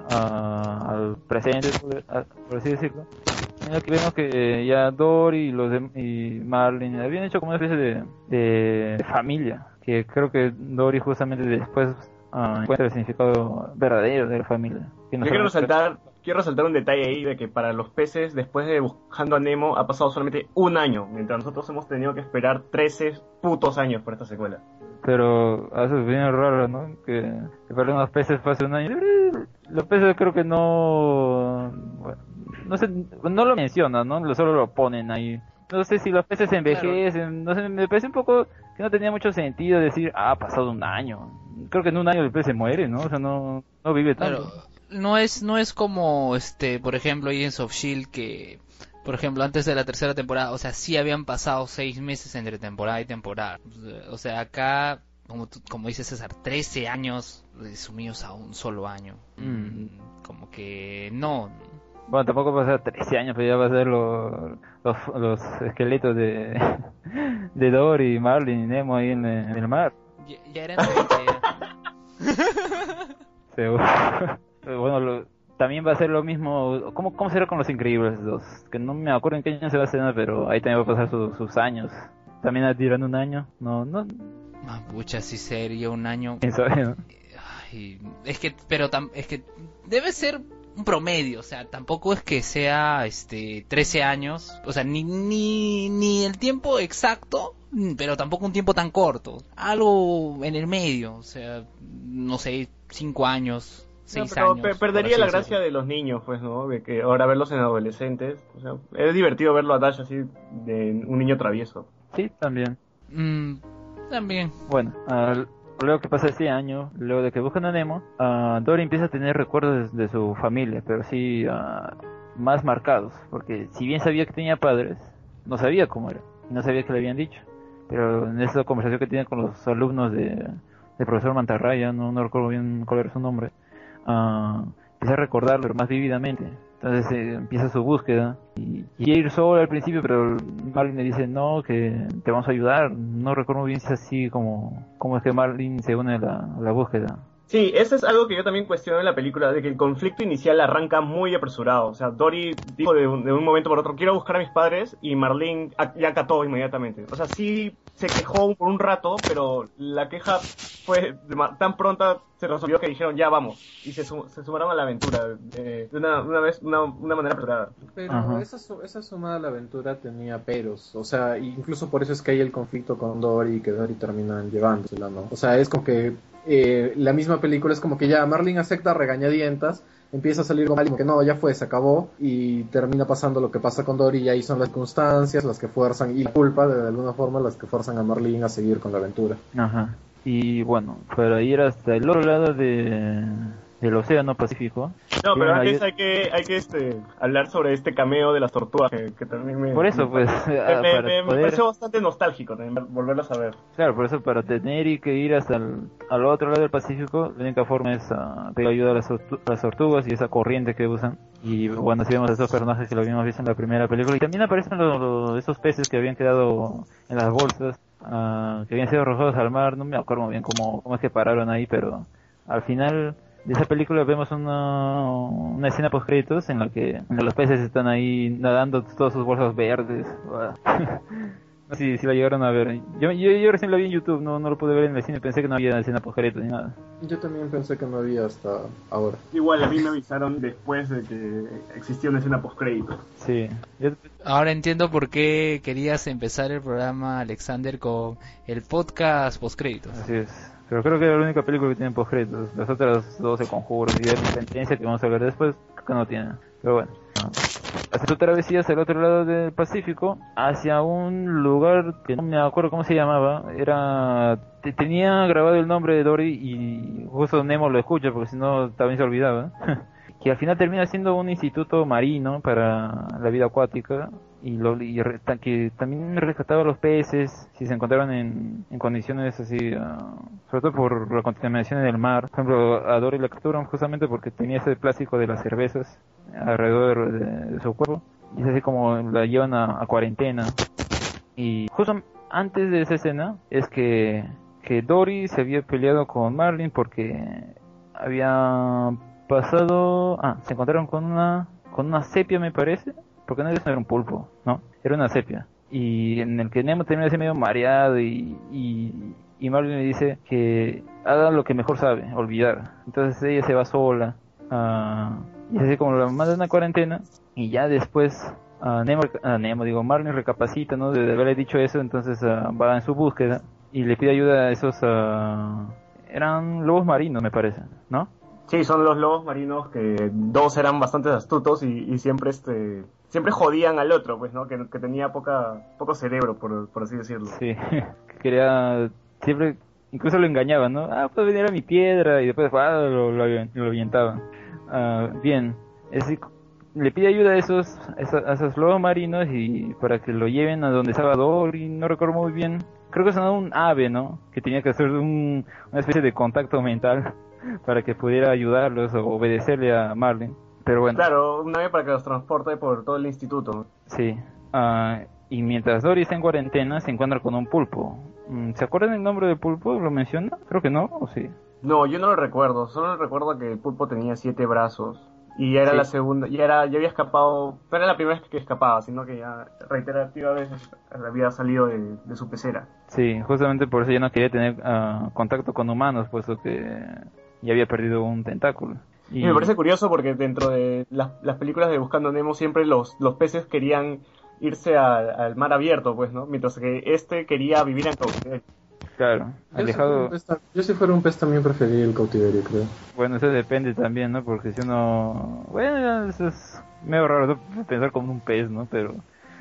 S1: a- al presente, por, a- por así decirlo. En el que vemos que ya Dory y, los de, y Marlin habían hecho como una especie de, de familia. Que creo que Dory justamente después ah, encuentra el significado verdadero de la familia. Que no
S4: Yo quiero
S1: solamente-
S4: resaltar, quiero resaltar un detalle ahí de que para los peces, después de Buscando a Nemo, ha pasado solamente un año, mientras nosotros hemos tenido que esperar trece putos años por esta secuela.
S1: pero eso es bien raro, ¿no? Que, que para unos peces pase un año. Los peces creo que no... Bueno, no sé, no lo mencionan, ¿no? Solo lo ponen ahí. No sé si los peces se envejecen, no sé, me parece un poco que no tenía mucho sentido decir, ah, ha pasado un año. Creo que en un año el pez se muere, ¿no? O sea, no, no vive tanto.
S2: Claro, no es, no es como, este, por ejemplo, Agents of Shield que, por ejemplo, antes de la tercera temporada, o sea, sí habían pasado seis meses entre temporada y temporada. O sea, acá, como, tú- como dice César, trece años resumidos a un solo año.
S1: Mm.
S2: Como que no.
S1: Bueno, tampoco va a ser trece años, pero ya va a ser lo- los, los esqueletos de, de Dory, Marlin y Nemo ahí en, en el mar.
S2: Ya, ya eran treinta ya.
S1: Seguro. Bueno, lo- también va a ser lo mismo. ¿Cómo, cómo será con Los Increíbles dos? Que no me acuerdo en qué año se va a estrenar, pero ahí también va a pasar su- sus años. También tiran un año. No, no,
S2: Ah, pucha, si sería un año.
S1: quién sabe, ¿no?
S2: Ay, es que, pero tam- es que debe ser un promedio, o sea, tampoco es que sea, este, trece años, o sea, ni, ni, ni el tiempo exacto, mm, pero tampoco un tiempo tan corto, algo en el medio, o sea, no sé, cinco años,
S4: No,
S2: seis
S4: pero
S2: años.
S4: pe-
S2: por
S4: perdería
S2: así
S4: la
S2: decirlo.
S4: gracia de los niños, pues, ¿no? De que ahora verlos en adolescentes. O sea, es divertido verlo a Dash así, de un niño travieso.
S1: Sí, también.
S2: Mm, también.
S1: Bueno, al- luego que pasa este año, luego de que buscan a Nemo, ah, Dory empieza a tener recuerdos de, de su familia, pero sí ah, más marcados, porque si bien sabía que tenía padres, no sabía cómo era, y no sabía que le habían dicho. Pero en esa conversación que tiene con los alumnos de, del profesor Mantarraya, no, no recuerdo bien cuál era su nombre, ah, empieza a recordarlo más vívidamente. Entonces eh, empieza su búsqueda y quiere ir solo al principio, pero Marlin le dice no, que te vamos a ayudar. No recuerdo muy bien si es así como, como es que Marlin se une a la, a la búsqueda.
S4: Sí, eso es algo que yo también cuestiono en la película, de que el conflicto inicial arranca muy apresurado. O sea, Dory dijo de un, de un momento por otro, quiero buscar a mis padres, y Marlene ac- ya acató inmediatamente. O sea, sí se quejó por un rato, pero la queja fue de ma- tan pronta, se resolvió que dijeron, ya vamos, y se, su- se sumaron a la aventura de, de una, una vez, una, una manera apresurada.
S3: Pero
S1: Ajá.
S3: esa, su- esa sumada a la aventura tenía peros, o sea, incluso por eso es que hay el conflicto con Dory y que Dory terminan llevándosela, ¿no? O sea, es como que eh, la misma película es como que ya Marlin acepta a regañadientas, empieza a salir con alguien que no, ya fue, se acabó, y termina pasando lo que pasa con Dory, y ahí son las circunstancias las que fuerzan, y la culpa de alguna forma las que fuerzan a Marlin a seguir con la aventura.
S1: Ajá. Y bueno, para ir hasta el otro lado de, del Océano Pacífico.
S4: No, pero
S1: tienen
S4: antes
S1: ahí-
S4: hay que, hay que este, hablar sobre este cameo de las tortugas, que, que también me...
S1: Por eso, pues,
S4: me,
S1: ah,
S4: me-
S1: para
S4: me- me
S1: poder-
S4: pareció bastante nostálgico también volverlas a ver.
S1: Claro, por eso para tener y que ir hasta el al otro lado del Pacífico, la única forma es ah, pedir ayuda a las, tortu- las tortugas y esa corriente que usan. Y bueno, así vemos a esos personajes que lo habíamos visto en la primera película. Y también aparecen los, los- esos peces que habían quedado en las bolsas, ah, que habían sido arrojados al mar. No me acuerdo muy bien cómo, cómo es que pararon ahí, pero al final de esa película vemos una, una escena post créditos en la que en la que los peces están ahí nadando todas sus bolsas verdes. No sé si, si la llegaron a ver. Yo, yo, yo recién la vi en YouTube, no, no lo pude ver en el cine, pensé que no había escena post créditos ni nada.
S3: Yo también pensé que no había hasta ahora.
S4: Igual a mí me avisaron después de que existía una escena post-crédito.
S1: Sí. Yo-
S2: Ahora entiendo por qué querías empezar el programa, Alexander, con el podcast postcréditos.
S1: Así es. Pero creo que era la única película que tiene postcréditos. Las otras dos de Conjuros y de la sentencia que vamos a ver después, creo que no tienen. Pero bueno. Hacia tu travesía hacia el otro lado del Pacífico, hacia un lugar que no me acuerdo cómo se llamaba. Era te- tenía grabado el nombre de Dory y justo Nemo lo escucha porque si no también se olvidaba. Que al final termina siendo un instituto marino para la vida acuática y, lo, y re- ta- que también rescataba a los peces si se encontraban en, en condiciones así, ah, sobre todo por la contaminación en el mar. Por ejemplo, a Dory la capturan justamente porque tenía ese plástico de las cervezas alrededor de, de su cuerpo y es así como la llevan a, a cuarentena. Y justo antes de esa escena es que, que Dory se había peleado con Marlin porque había pasado, ah, se encontraron con una con una sepia me parece, porque no, eso no era un pulpo, no, era una sepia, y en el que Nemo termina así medio mareado y, y, y Marlin le dice que haga lo que mejor sabe, olvidar. Entonces ella se va sola, ah, y es así como la mandan a cuarentena, y ya después ah, Nemo, ah, Nemo digo, Marlin recapacita, ¿no? De, de haberle dicho eso, entonces ah, va en su búsqueda y le pide ayuda a esos... ah, eran lobos marinos, me parece, ¿no?
S4: Sí, son los lobos marinos que dos eran bastante astutos y, y siempre este siempre jodían al otro, pues, ¿no? Que, que tenía poca poco cerebro, por, por así decirlo.
S1: Sí, que quería... Siempre... Incluso lo engañaban, ¿no? Ah, pues venir a mi piedra y después ah, lo, lo, lo ahuyentaban. Ah, bien, es decir, le pide ayuda a esos, a esos, a esos lobos marinos y para que lo lleven a donde estaba Dory, no recuerdo muy bien. Creo que es un ave, ¿no? Que tenía que hacer un, una especie de contacto mental para que pudiera ayudarlos o obedecerle a Marlin. Pero bueno.
S4: Claro, un ave para que los transporte por todo el instituto.
S1: Sí. Ah, y mientras Dory está en cuarentena, se encuentra con un pulpo. ¿Se acuerdan el nombre del pulpo? ¿Lo menciona? Creo que no, ¿o sí?
S4: No, yo no lo recuerdo. Solo recuerdo que el pulpo tenía siete brazos. Y ya era
S1: Sí.
S4: la segunda, ya era, ya había escapado, no era la primera vez que escapaba, sino que ya reiterativas veces había salido de, de su pecera.
S1: Sí, justamente por eso ya no quería tener ah, contacto con humanos, puesto que ya había perdido un tentáculo.
S4: Y, y me parece curioso porque dentro de las, las películas de Buscando a Nemo siempre los, los peces querían irse a- al mar abierto, pues, ¿no? Mientras que este quería vivir en cautiverio.
S1: Claro,
S3: Yo si, fuera
S1: alejado...
S3: un pez, tam- yo si fuera un pez también preferiría el cautiverio, creo.
S1: Bueno, eso depende también, ¿no? Porque si uno... Bueno, ya eso es medio raro, ¿no? Pensar como un pez, ¿no? Pero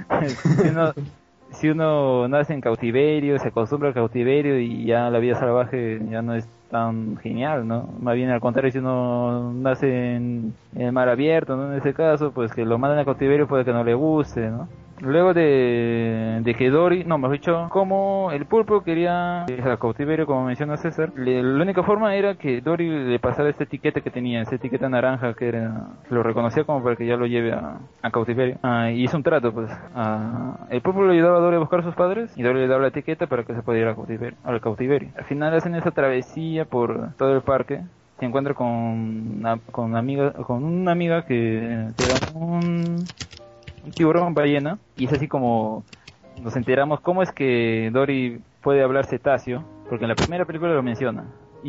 S1: si uno, si uno nace en cautiverio, se acostumbra al cautiverio y ya la vida salvaje ya no es tan genial, ¿no? Más bien al contrario, si uno nace en, en el mar abierto, ¿no? En ese caso, pues que lo mandan al cautiverio puede que no le guste, ¿no? Luego de, de que Dory, no, mejor dicho, como el pulpo quería ir al cautiverio, como menciona César, le- la única forma era que Dory le pasara esta etiqueta que tenía, esa etiqueta naranja que era, lo reconocía como para que ya lo lleve a, a cautiverio. Ah, y hizo un trato, pues. Ah, el pulpo le ayudaba a Dory a buscar a sus padres y Dory le daba la etiqueta para que se pudiera ir al cautiverio. Al cautiverio. Al final hacen esa travesía por todo el parque. Se encuentra con una, con una amiga, con una amiga que te da un un tiburón ballena y es así como nos enteramos cómo es que Dory puede hablar cetáceo, porque en la primera película lo menciona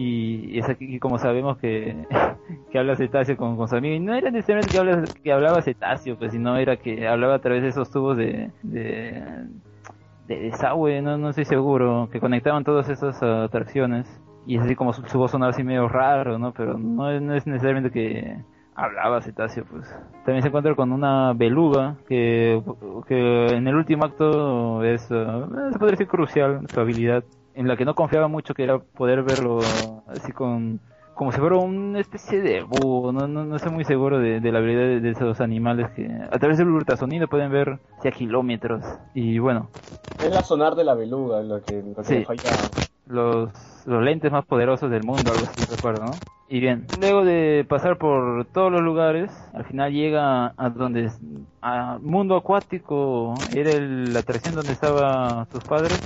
S1: y es aquí como sabemos que, que habla cetáceo con, con su amigo y no era necesariamente que, habla, que hablaba cetáceo, pues sino era que hablaba a través de esos tubos de, de, de desagüe, no, no estoy seguro, que conectaban todas esas uh, atracciones y es así como su, su voz sonaba así medio raro, ¿no? Pero no es, no es necesariamente que hablaba cetáceo, pues. También se encuentra con una beluga que, que en el último acto es, uh, se podría decir crucial, su habilidad, en la que no confiaba mucho, que era poder verlo así con, como si fuera una especie de búho, no, no, no estoy muy seguro de, de la habilidad de, de esos animales que a través del ultrasonido pueden ver hacia kilómetros. Y bueno,
S4: Es la sonar de la beluga lo que, lo que
S1: Sí.
S4: le falla.
S1: los, los lentes más poderosos del mundo, algo así recuerdo, ¿no? Y bien, luego de pasar por todos los lugares, al final llega a donde, a Mundo Acuático, era el- la atracción donde estaban sus padres.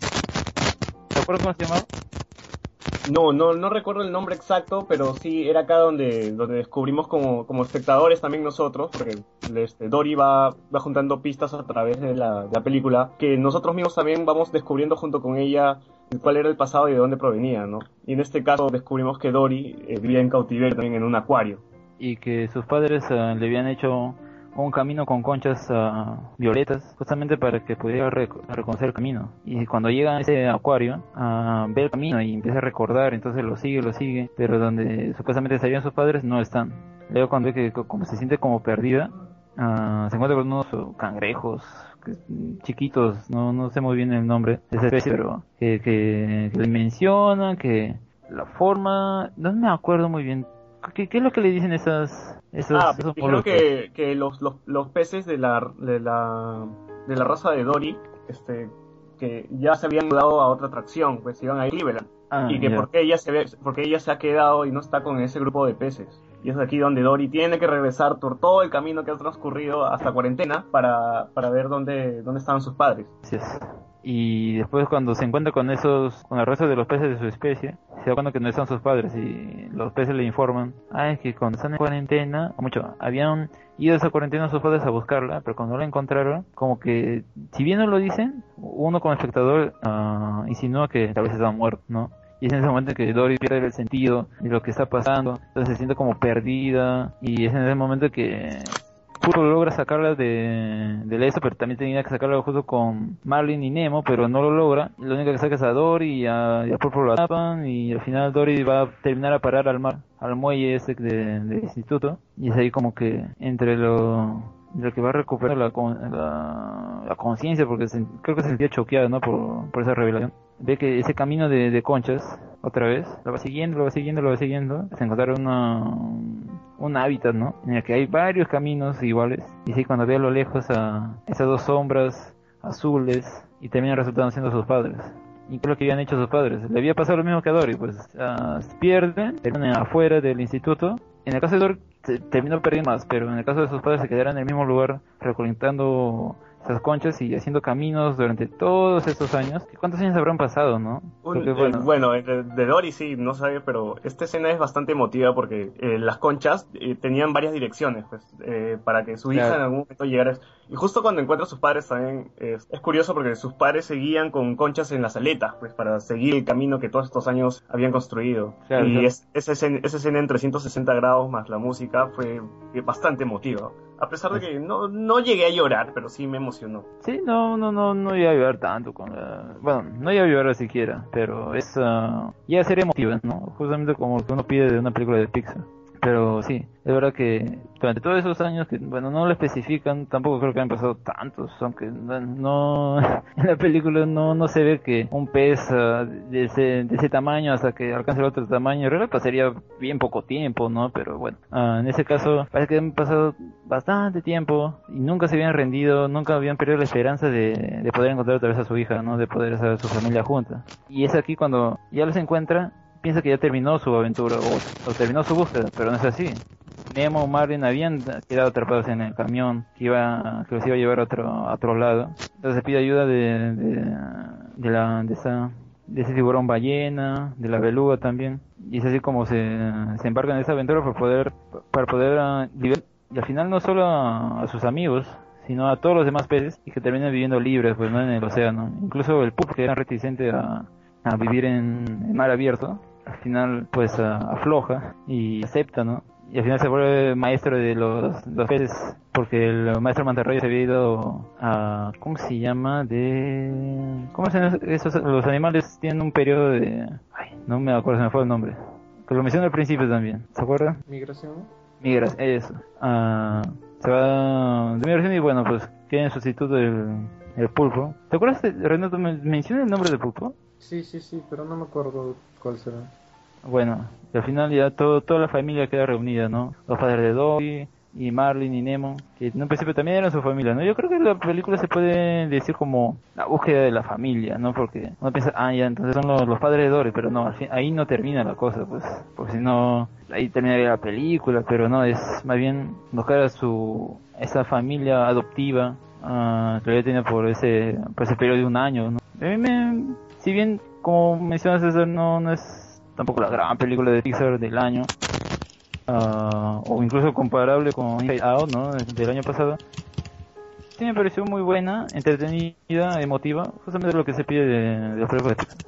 S1: ¿Te acuerdas cómo se llamaba?
S4: No, no, no recuerdo el nombre exacto, pero sí era acá donde, donde descubrimos como, como espectadores también nosotros, porque este, Dory va, va juntando pistas a través de la, de la película, que nosotros mismos también vamos descubriendo junto con ella cuál era el pasado y de dónde provenía, ¿no? Y en este caso descubrimos que Dory eh, vivía en cautiverio también en un acuario.
S1: Y que sus padres eh, le habían hecho un camino con conchas ah, violetas, justamente para que pudiera rec- reconocer el camino. Y cuando llega a ese acuario, ah, ve el camino y empieza a recordar, entonces lo sigue, lo sigue, pero donde supuestamente estarían sus padres no están. Luego cuando ve que co- como se siente como perdida, ah, se encuentra con unos oh, cangrejos que- chiquitos, no, no sé muy bien el nombre de esa especie, pero que, que, que le mencionan que la forma, no me acuerdo muy bien. ¿Qué, qué es lo que le dicen esas, esos,
S4: Ah,
S1: esos
S4: dijeron
S1: moluscos?
S4: que, que los, los, los peces de la, de la de la raza de Dory, este, que ya se habían mudado a otra atracción, pues iban a Cleveland.
S1: Ah,
S4: y que
S1: ya.
S4: porque ella se ve, porque ella se ha quedado y no está con ese grupo de peces. Y es aquí donde Dory tiene que regresar por todo el camino que ha transcurrido hasta cuarentena para, para ver dónde, dónde estaban sus padres.
S1: Así es. Y después cuando se encuentra con esos, con el resto de los peces de su especie, se da cuenta que no están sus padres y los peces le informan, ah, es que cuando están en cuarentena, o mucho, habían ido a esa cuarentena sus padres a buscarla, pero cuando la encontraron, como que, si bien no lo dicen, uno como espectador ah, insinúa que tal vez estaban muertos, ¿no? Y es en ese momento que Dory pierde el sentido de lo que está pasando, entonces se siente como perdida, y es en ese momento que Puro logra sacarla de, de eso, pero también tenía que sacarla justo con Marlin y Nemo, pero no lo logra. Lo único que saca es a Dory y a, y a Pulpo lo atrapan y al final Dory va a terminar a parar al mar, al muelle ese de, del instituto. Y es ahí como que entre lo, lo que va a recuperar la, la, la conciencia, porque se, creo que se sentía choqueada, ¿no? por, por esa revelación. Ve que ese camino de, de conchas, otra vez, lo va siguiendo, lo va siguiendo, lo va siguiendo, se encontraron una, un hábitat, ¿no? En el que hay varios caminos iguales, y así cuando ve a lo lejos a esas dos sombras azules, y terminan resultando siendo sus padres. ¿Y qué es lo que habían hecho sus padres? Le había pasado lo mismo que a Dory, pues uh, se pierden, terminan afuera del instituto. En el caso de Dory se terminó perdiendo más, pero en el caso de sus padres se quedaron en el mismo lugar recolectando esas conchas y haciendo caminos durante todos estos años. ¿Cuántos años habrán pasado, no?
S4: Un,
S1: Porque,
S4: bueno,
S1: bueno,
S4: bueno de, de Dory sí, no sabe, pero esta escena es bastante emotiva porque eh, las conchas eh, tenían varias direcciones, pues, eh, para que su hija
S1: Claro.
S4: en algún momento llegara. Y justo cuando encuentra a sus padres también eh, es curioso porque sus padres seguían con conchas en las aletas, pues, para seguir el camino que todos estos años habían construido.
S1: Claro,
S4: y
S1: claro.
S4: es, esa, escena, esa escena en trescientos sesenta grados más la música fue eh, bastante emotiva. A pesar de que no, no llegué a llorar, pero sí me emocionó.
S1: sí, no, no, no, no iba a llorar tanto con la... Bueno, no iba a llorar siquiera, pero es... Uh, ya sería emotiva, ¿no? Justamente como lo que uno pide de una película de Pixar. Pero sí, es verdad que durante todos esos años que, bueno, no lo especifican, tampoco creo que han pasado tantos, aunque no, no en la película no, no se ve que un pez uh, de, ese, de ese tamaño hasta que alcance el otro tamaño, en realidad pasaría bien poco tiempo, ¿no? Pero bueno, uh, en ese caso parece que han pasado bastante tiempo y nunca se habían rendido, nunca habían perdido la esperanza de, de poder encontrar otra vez a su hija, ¿no? De poder hacer a su familia junta. Y es aquí cuando ya los encuentra, piensa que ya terminó su aventura o, o terminó su búsqueda, pero no es así. Nemo y Marlin habían quedado atrapados en el camión que iba que los iba a llevar a otro a otro lado. Entonces pide ayuda de de, de la de esa de ese tiburón ballena, de la beluga también. Y es así como se, se embarcan en esa aventura para poder para poder uh, liberar y al final no solo a, a sus amigos, sino a todos los demás peces y que terminan viviendo libres, pues no en el océano. Incluso el pulpo, que era reticente a, a vivir en el mar abierto, al final pues uh, afloja y acepta, ¿no? Y al final se vuelve maestro de los, los peces, porque el maestro mantarraya se había ido a... ¿Cómo se llama? De... ¿Cómo se llama? Esos, los animales tienen un periodo de... Ay, no me acuerdo, se me fue el nombre. Que lo mencioné al principio también, ¿se acuerdan?
S3: Migración.
S1: Migras, eso. Uh, se va de migración y bueno, pues queda en sustituto el, el pulpo. ¿Te acuerdas, Renato, me menciona el nombre del pulpo?
S3: Sí, sí, sí, pero no me acuerdo cuál será.
S1: Bueno, y al final ya todo, toda la familia queda reunida, ¿no? Los padres de Dory y Marlin y Nemo, que en un principio también eran su familia, ¿no? Yo creo que la película se puede decir como la búsqueda de la familia, ¿no? Porque uno piensa, ah, ya, entonces son los, los padres de Dory, pero no, al fin, ahí no termina la cosa, pues, porque si no, ahí terminaría la película, pero no, es más bien buscar a su, esa familia adoptiva, uh, que había tenido por ese, por ese periodo de un año, ¿no? A mí me, si bien, como mencionas, César, no, no es tampoco la gran película de Pixar del año, uh, o incluso comparable con Inside Out, ¿no? Del año pasado. Sí me pareció muy buena, entretenida, emotiva, justamente lo que se pide de, de los películas de Pixar.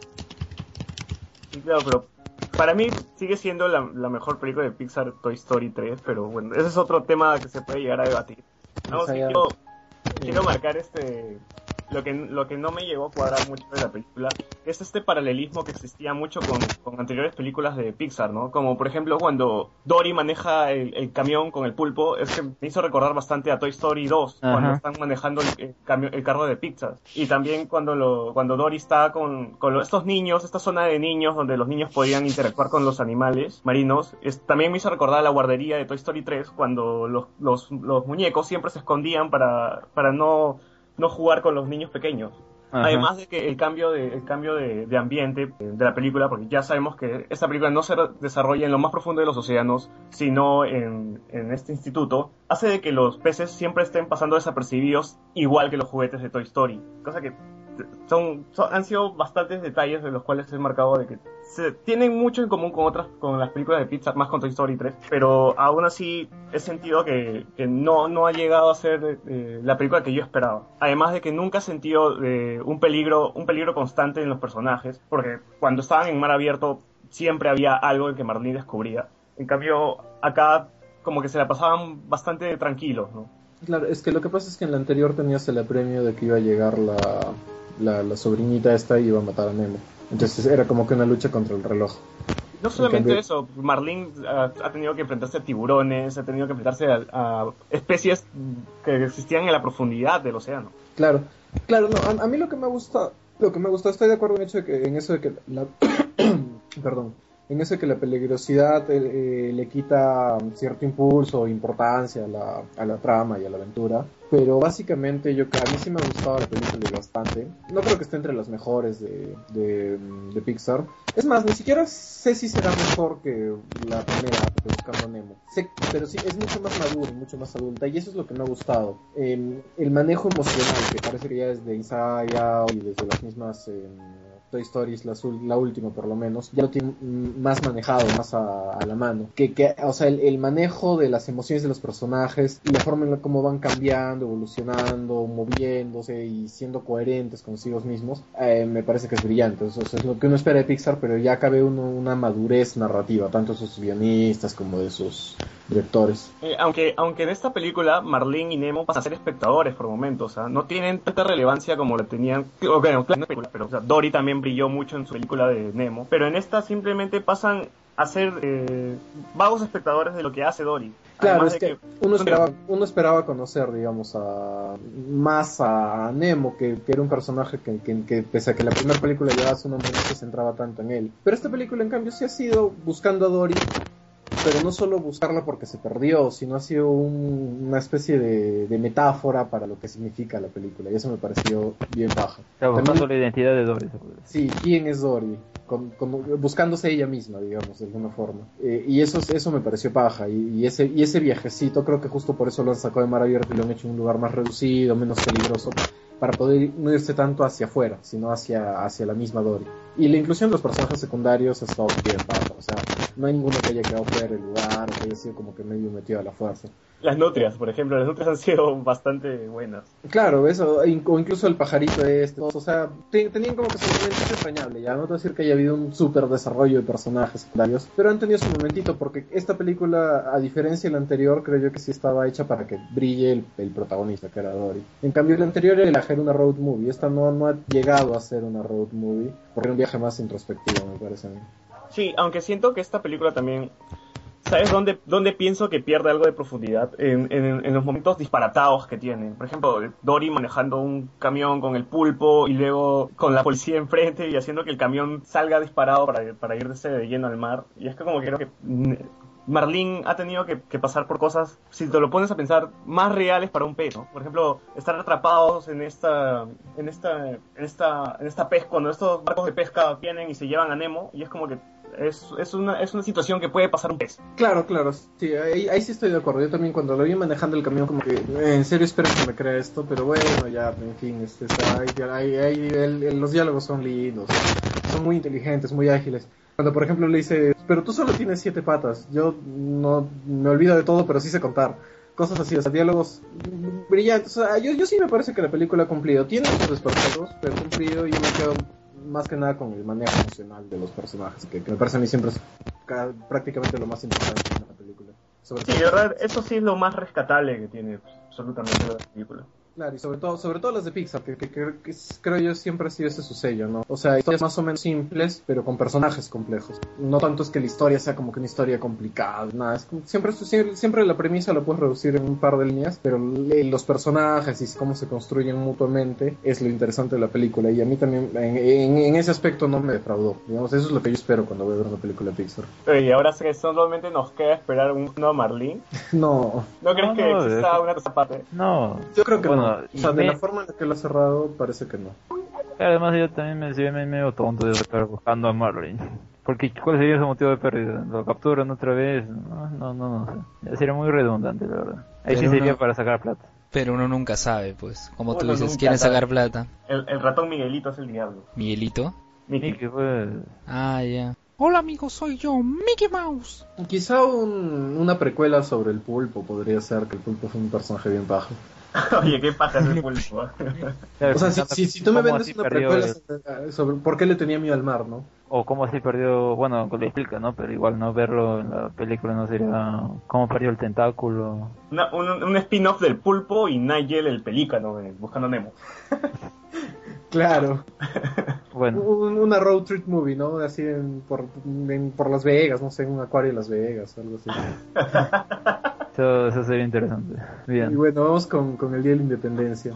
S4: Sí, claro, pero para mí sigue siendo la, la mejor película de Pixar, Toy Story tres, pero bueno, ese es otro tema que se puede llegar a debatir. No, sí, quiero, quiero marcar este... Lo que, lo que no me llegó a cuadrar mucho de la película es este paralelismo que existía mucho con, con anteriores películas de Pixar, ¿no? Como por ejemplo cuando Dory maneja el, el camión con el pulpo, es que me hizo recordar bastante a Toy Story dos,
S1: Ajá.
S4: Cuando están manejando el, el, camión, el carro de Pixar. Y también cuando, lo, cuando Dory está con, con los, estos niños, esta zona de niños donde los niños podían interactuar con los animales marinos, es, también me hizo recordar a la guardería de Toy Story tres, cuando los, los, los muñecos siempre se escondían para, para no... no jugar con los niños pequeños. Ajá. Además de que el cambio de el cambio de, de ambiente de la película, porque ya sabemos que esta película no se desarrolla en lo más profundo de los océanos, sino en, en este instituto, hace de que los peces siempre estén pasando desapercibidos, igual que los juguetes de Toy Story. Cosa que son, son han sido bastantes detalles de los cuales he marcado de que se tienen mucho en común con otras, con las películas de Pixar, más con Toy Story tres, pero aún así he sentido que, que no, no ha llegado a ser eh, la película que yo esperaba. Además de que nunca he sentido eh, un peligro, un peligro constante en los personajes, porque cuando estaban en mar abierto siempre había algo que Marlene descubría. En cambio, acá como que se la pasaban bastante tranquilos, ¿no?
S3: Claro, es que lo que pasa es que en la anterior tenías el apremio de que iba a llegar la, la, la sobrinita esta y iba a matar a Nemo. Entonces era como que una lucha contra el reloj.
S4: No solamente
S3: cambio...
S4: eso, Marlene ha, ha tenido que enfrentarse a tiburones, ha tenido que enfrentarse a, a especies que existían en la profundidad del océano.
S3: Claro, claro, no, a, a mí lo que me gusta, lo que me gusta, estoy de acuerdo en, hecho de que, en eso de que la, perdón, en eso de que la peligrosidad eh, eh, le quita cierto impulso o importancia a la, a la trama y a la aventura, pero básicamente yo a mí sí me ha gustado la película bastante. No creo que esté entre las mejores de, de, de Pixar. Es más, ni siquiera sé si será mejor que la primera, de Buscando a Nemo. Sé, pero sí, es mucho más madura y mucho más adulta, y eso es lo que me ha gustado. Eh, el manejo emocional, que parece que ya es de Inside Out y desde las mismas eh, Toy Story, la, la última por lo menos, ya lo tiene más manejado, más a, a la mano. Que, que, o sea, el, el manejo de las emociones de los personajes y la forma en la cómo van cambiando, evolucionando, moviéndose y siendo coherentes consigo mismos, eh, me parece que es brillante. Eso, eso es lo que uno espera de Pixar, pero ya cabe uno una madurez narrativa, tanto de sus guionistas como de sus directores.
S4: Eh, aunque, aunque en esta película Marlene y Nemo pasan a ser espectadores por momentos, ¿eh? No tienen tanta relevancia como la tenían, bueno, claro, pero o sea, Dory también brilló mucho en su película de Nemo, pero en esta simplemente pasan a ser eh, vagos espectadores de lo que hace Dory.
S3: Claro, es que, que uno esperaba, uno esperaba conocer, digamos, a más a Nemo, que, que era un personaje que, que, que pese a que la primera película llevaba su nombre, no se centraba tanto en él. Pero esta película, en cambio, sí ha sido buscando a Dory, pero no solo buscarla porque se perdió, sino ha sido un, una especie de, de metáfora para lo que significa la película, y eso me pareció bien baja.
S1: Está buscando la identidad de Dory.
S3: Sí, ¿quién es Dory? Con, con, buscándose ella misma, digamos, de alguna forma. Eh, y eso eso me pareció paja, y, y ese y ese viajecito, creo que justo por eso lo han sacado de mar abierto y lo han hecho en un lugar más reducido, menos peligroso, para poder no irse tanto hacia afuera, sino hacia, hacia la misma Dory. Y la inclusión de los personajes secundarios ha estado bien paja, o sea, no hay ninguno que haya quedado fuera del lugar, que haya sido como que medio metido a la fuerza.
S4: Las nutrias, por ejemplo, las nutrias han sido bastante buenas.
S3: Claro, eso, o incluso el pajarito este, o sea, tenían como que su momentito extrañable, ya no te voy a decir que haya habido un súper desarrollo de personajes secundarios, pero han tenido su momentito, porque esta película, a diferencia de la anterior, creo yo que sí estaba hecha para que brille el, el protagonista, que era Dory. En cambio, la anterior era una road movie, esta no, no ha llegado a ser una road movie, porque era un viaje más introspectivo, me parece a mí.
S4: Sí, aunque siento que esta película también... ¿Sabes dónde, dónde pienso que pierde algo de profundidad? En, en, en los momentos disparatados que tiene. Por ejemplo, Dory manejando un camión con el pulpo y luego con la policía enfrente y haciendo que el camión salga disparado para, para irse de lleno al mar. Y es que como que creo que Marlene ha tenido que, que pasar por cosas, si te lo pones a pensar, más reales para un pez, ¿no? Por ejemplo, estar atrapados en esta, en esta, en esta, en esta pesca, cuando estos barcos de pesca vienen y se llevan a Nemo, y es como que Es, es, una, es una situación que puede pasar un pez.
S3: Claro, claro, sí, ahí, ahí sí estoy de acuerdo. Yo también cuando lo vi manejando el camión como que, eh, en serio espero que me crea esto, pero bueno, ya, en fin, este, está, ahí, ahí, ahí, el, el, los diálogos son lindos, son muy inteligentes, muy ágiles. Cuando por ejemplo le dice, pero tú solo tienes siete patas, yo no me olvido de todo, pero sí sé contar. Cosas así, o sea, diálogos brillantes. O sea, yo, yo sí me parece que la película ha cumplido. Tiene sus despertados, pero ha cumplido, y yo me quedo más que nada con el manejo emocional de los personajes, que, que me parece a mí siempre es ca- prácticamente lo más importante en la película. Sobre
S4: sí, de verdad, eso sí es lo más rescatable que tiene pues, absolutamente la película.
S3: Claro, y sobre todo, sobre todo las de Pixar, que, que, que, que creo yo siempre ha sido ese su sello, ¿no? O sea, historias más o menos simples, pero con personajes complejos. No tanto es que la historia sea como que una historia complicada, nada. Es como, siempre, siempre, siempre la premisa la puedes reducir en un par de líneas, pero los personajes y cómo se construyen mutuamente es lo interesante de la película. Y a mí también, en, en, en ese aspecto, no me defraudó. Digamos, eso es lo que yo espero cuando voy a ver una película de Pixar.
S4: Y ahora que solamente nos queda esperar un nuevo Marlene.
S3: No.
S4: ¿No crees
S1: no,
S4: que
S1: no,
S4: exista
S1: es...
S4: una tercera parte?
S1: No.
S3: Yo creo que
S1: bueno,
S3: no. O sea, de
S1: me...
S3: la forma en la que lo ha cerrado, parece que no.
S1: Además, yo también me siento medio tonto de estar buscando a Marlene. Porque, ¿cuál sería su motivo de pérdida? ¿Lo capturan otra vez? No, no, no, no sé. Ya sería muy redundante, la verdad. Ahí
S2: Pero
S1: sí sería
S2: uno...
S1: para sacar plata.
S2: Pero uno nunca sabe, pues. Como
S4: Uno
S2: tú dices,
S4: nunca
S2: quieren
S4: sabe.
S2: sacar plata.
S4: El, el ratón Miguelito es el diablo.
S2: ¿Miguelito?
S4: Mickey.
S1: Mickey fue...
S2: Ah, ya.
S5: Hola amigos, soy yo, Mickey Mouse.
S3: Quizá un, una precuela sobre el pulpo podría ser, que el pulpo fue un personaje bien bajo.
S4: Oye, qué paja ese pulpo.
S3: O sea, si, si, si tú me vendes una precuela sobre, sobre por qué le tenía miedo al mar, ¿no?
S1: o cómo así perdió, bueno, lo explica, ¿no? Pero igual no verlo en la película no sería cómo perdió el tentáculo.
S4: Una- un, un spin-off del pulpo y Nigel el pelícano, eh, buscando a Nemo.
S3: Claro.
S1: Bueno,
S3: Un- una road trip movie, ¿no? Así en, por, en- por Las Vegas, no sé, en un acuario de Las Vegas, algo así.
S1: eso, eso sería interesante.
S3: Y
S1: Bien.
S3: bueno, vamos con, con el Día de la Independencia.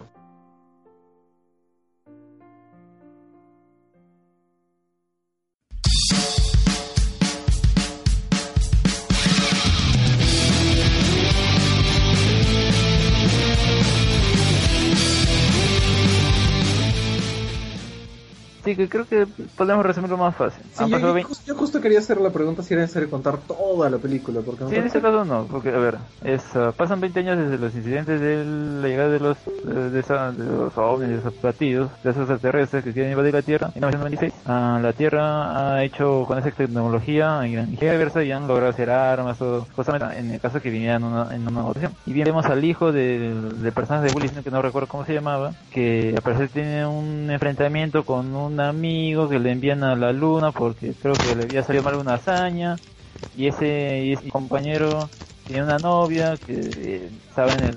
S1: Sí, que creo que podemos resumirlo más fácil.
S3: Sí,
S1: Han
S3: yo,
S1: pasado
S3: yo
S1: veinte
S3: justo, yo justo quería hacer la pregunta si era necesario contar toda la película, porque me
S1: Sí, en
S3: parece-
S1: este caso no, porque a ver, es, ah, pasan veinte años desde los incidentes de la llegada de los de, de esa- de los ovnis, de esos platillos, de esos extraterrestres que quieren invadir la Tierra. En mil novecientos veintiséis, ah, la Tierra ha hecho con esa tecnología en ingeniería reversa y han logrado hacer armas o justamente en el caso que vinieran una, en una votación. Y bien vemos al hijo del de personaje de Willy Smith, que no recuerdo cómo se llamaba, que al parecer tiene un enfrentamiento con un amigo que le envían a la luna porque creo que le había salido mal una hazaña. Y ese, y ese compañero tiene una novia que eh, estaba en el,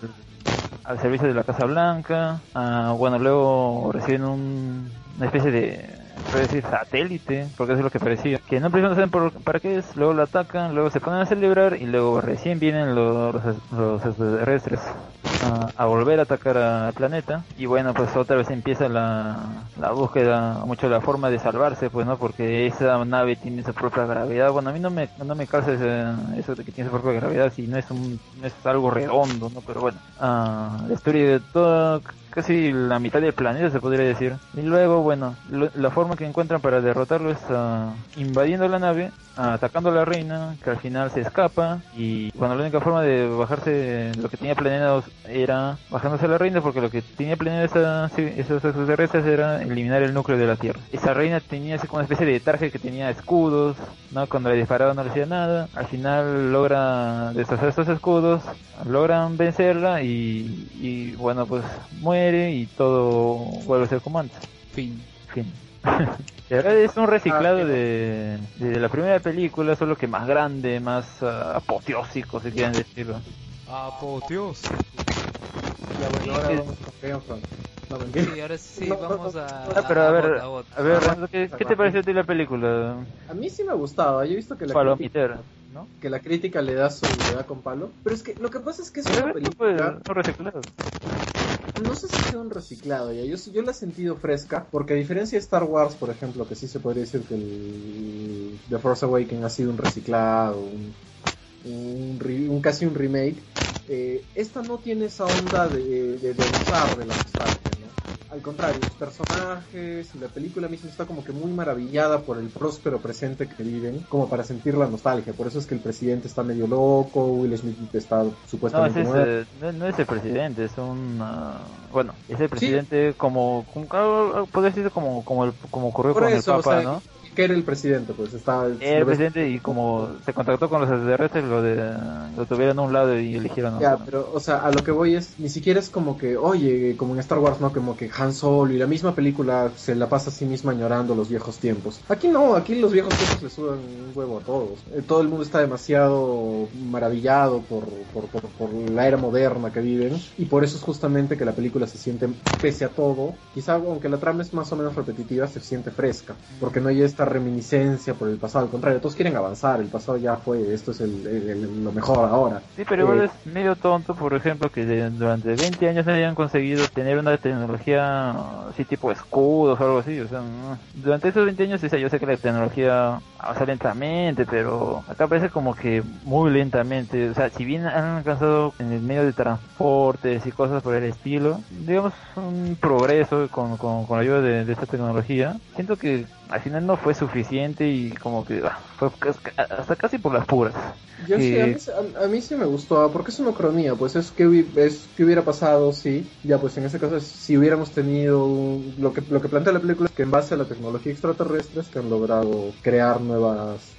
S1: al servicio de la Casa Blanca. Ah, bueno, luego reciben un, una especie de, puedo decir, satélite, porque eso es lo que parecía. Que no primero no saben por, para qué es, luego lo atacan, luego se ponen a celebrar y luego recién vienen los, los, los extraterrestres a, a volver a atacar al planeta. Y bueno, pues otra vez empieza la, la búsqueda, mucho la forma de salvarse, pues, ¿no? Porque esa nave tiene su propia gravedad. Bueno, a mí no me, no me calza ese- eso de que tiene su propia gravedad, si no es, un, no es algo redondo, ¿no? Pero bueno, ah, la historia de toda, casi la mitad del planeta se podría decir. Y luego, bueno, lo- la forma que encuentran para derrotarlo es ah, invadiendo la nave, ah, atacando a la reina, que al final se escapa. Y bueno, la única forma de bajarse lo que tenía planeado era bajándose a la reina, porque lo que tenía planeado esa, sí, esos extraterrestres era eliminar el núcleo de la Tierra. Esa reina tenía así como una especie de traje que tenía escudos, ¿no? Cuando le disparaba no le hacía nada. Al final logra deshacer estos escudos, logran vencerla y, y bueno, pues muere y todo vuelve a ser como antes.
S2: Fin.
S1: Fin. La verdad es un reciclado
S3: Ah, qué
S1: de, de la primera película, solo que más grande, más ah, apoteósico, si quieren decirlo.
S2: Apoteos.
S3: Ya, bueno, ahora
S1: Sí.
S3: vamos con Game of Thrones. No, mentira.
S2: Sí, ahora sí,
S3: No,
S2: vamos
S3: no,
S2: a...
S1: Ah, pero a ver,
S2: a bot,
S1: a ver,
S2: a bot.
S1: Renzo, ¿qué, ¿qué te pareció a ti la película?
S3: A mí sí me gustaba, yo he visto que la, crítica,
S1: Palomitera, ¿no?
S3: que la crítica le da su le da con palo, pero es que lo que pasa es que es
S1: Pero
S3: una
S1: a ver, no, pues,
S3: película,
S1: no reciclado.
S3: no sé si sea un reciclado ya, yo, yo la he sentido fresca, porque a diferencia de Star Wars, por ejemplo, que sí se podría decir que el The Force Awakens ha sido un reciclado, un, un, re- un casi un remake, eh, esta no tiene esa onda de, de, de gozar de la nostalgia, ¿no? Al contrario, los personajes y la película misma está como que muy maravillada por el próspero presente que viven, como para sentir la nostalgia. Por eso es que el presidente está medio loco, Will Smith está
S1: No,
S3: supuestamente
S1: ese es,
S3: muerto.
S1: eh, no, no es el presidente, es un... ah, bueno, es el presidente como... como ah, podría decirse como, como, el- como ocurrió
S3: Por
S1: con
S3: eso,
S1: el Papa,
S3: o sea,
S1: ¿no?
S3: que era el presidente, pues estaba...
S1: Era el presidente y como se contactó con los extraterrestres, lo, de, lo tuvieron a un lado y eligieron a
S3: Ya,
S1: otro.
S3: pero, o sea, a lo que voy es, ni siquiera es como que, oye, como en Star Wars, ¿no? Como que Han Solo y la misma película se la pasa a sí misma añorando los viejos tiempos. Aquí no, aquí los viejos tiempos le sudan un huevo a todos. Eh, todo el mundo está demasiado maravillado por, por, por, por la era moderna que viven, y por eso es justamente que la película se siente, pese a todo, quizá aunque la trama es más o menos repetitiva, se siente fresca, porque no hay esta reminiscencia por el pasado, al contrario, todos quieren avanzar, el pasado ya fue, esto es el, el- el- lo mejor ahora.
S1: Sí, pero igual
S3: Eh,
S1: es medio tonto, por ejemplo, que de- durante veinte años no hayan conseguido tener una tecnología así tipo escudos o algo así. O sea, no. Durante esos veinte años, o sea, yo sé que la tecnología avanza lentamente, pero acá parece como que muy lentamente. O sea, si bien han alcanzado en el medio de transportes y cosas por el estilo, digamos, un progreso con, con, con la ayuda de, de esta tecnología, siento que al final no fue suficiente y como que ah, fue cas- hasta casi por las puras.
S3: Yo sí,
S1: Eh,
S3: a mí, a, a mí sí me gustó, porque es una cronía, pues es que, hubi- es que hubiera pasado, sí, ya pues en ese caso, si hubiéramos tenido, un- lo que lo que plantea la película es que en base a la tecnología extraterrestre es que han logrado crear nuevas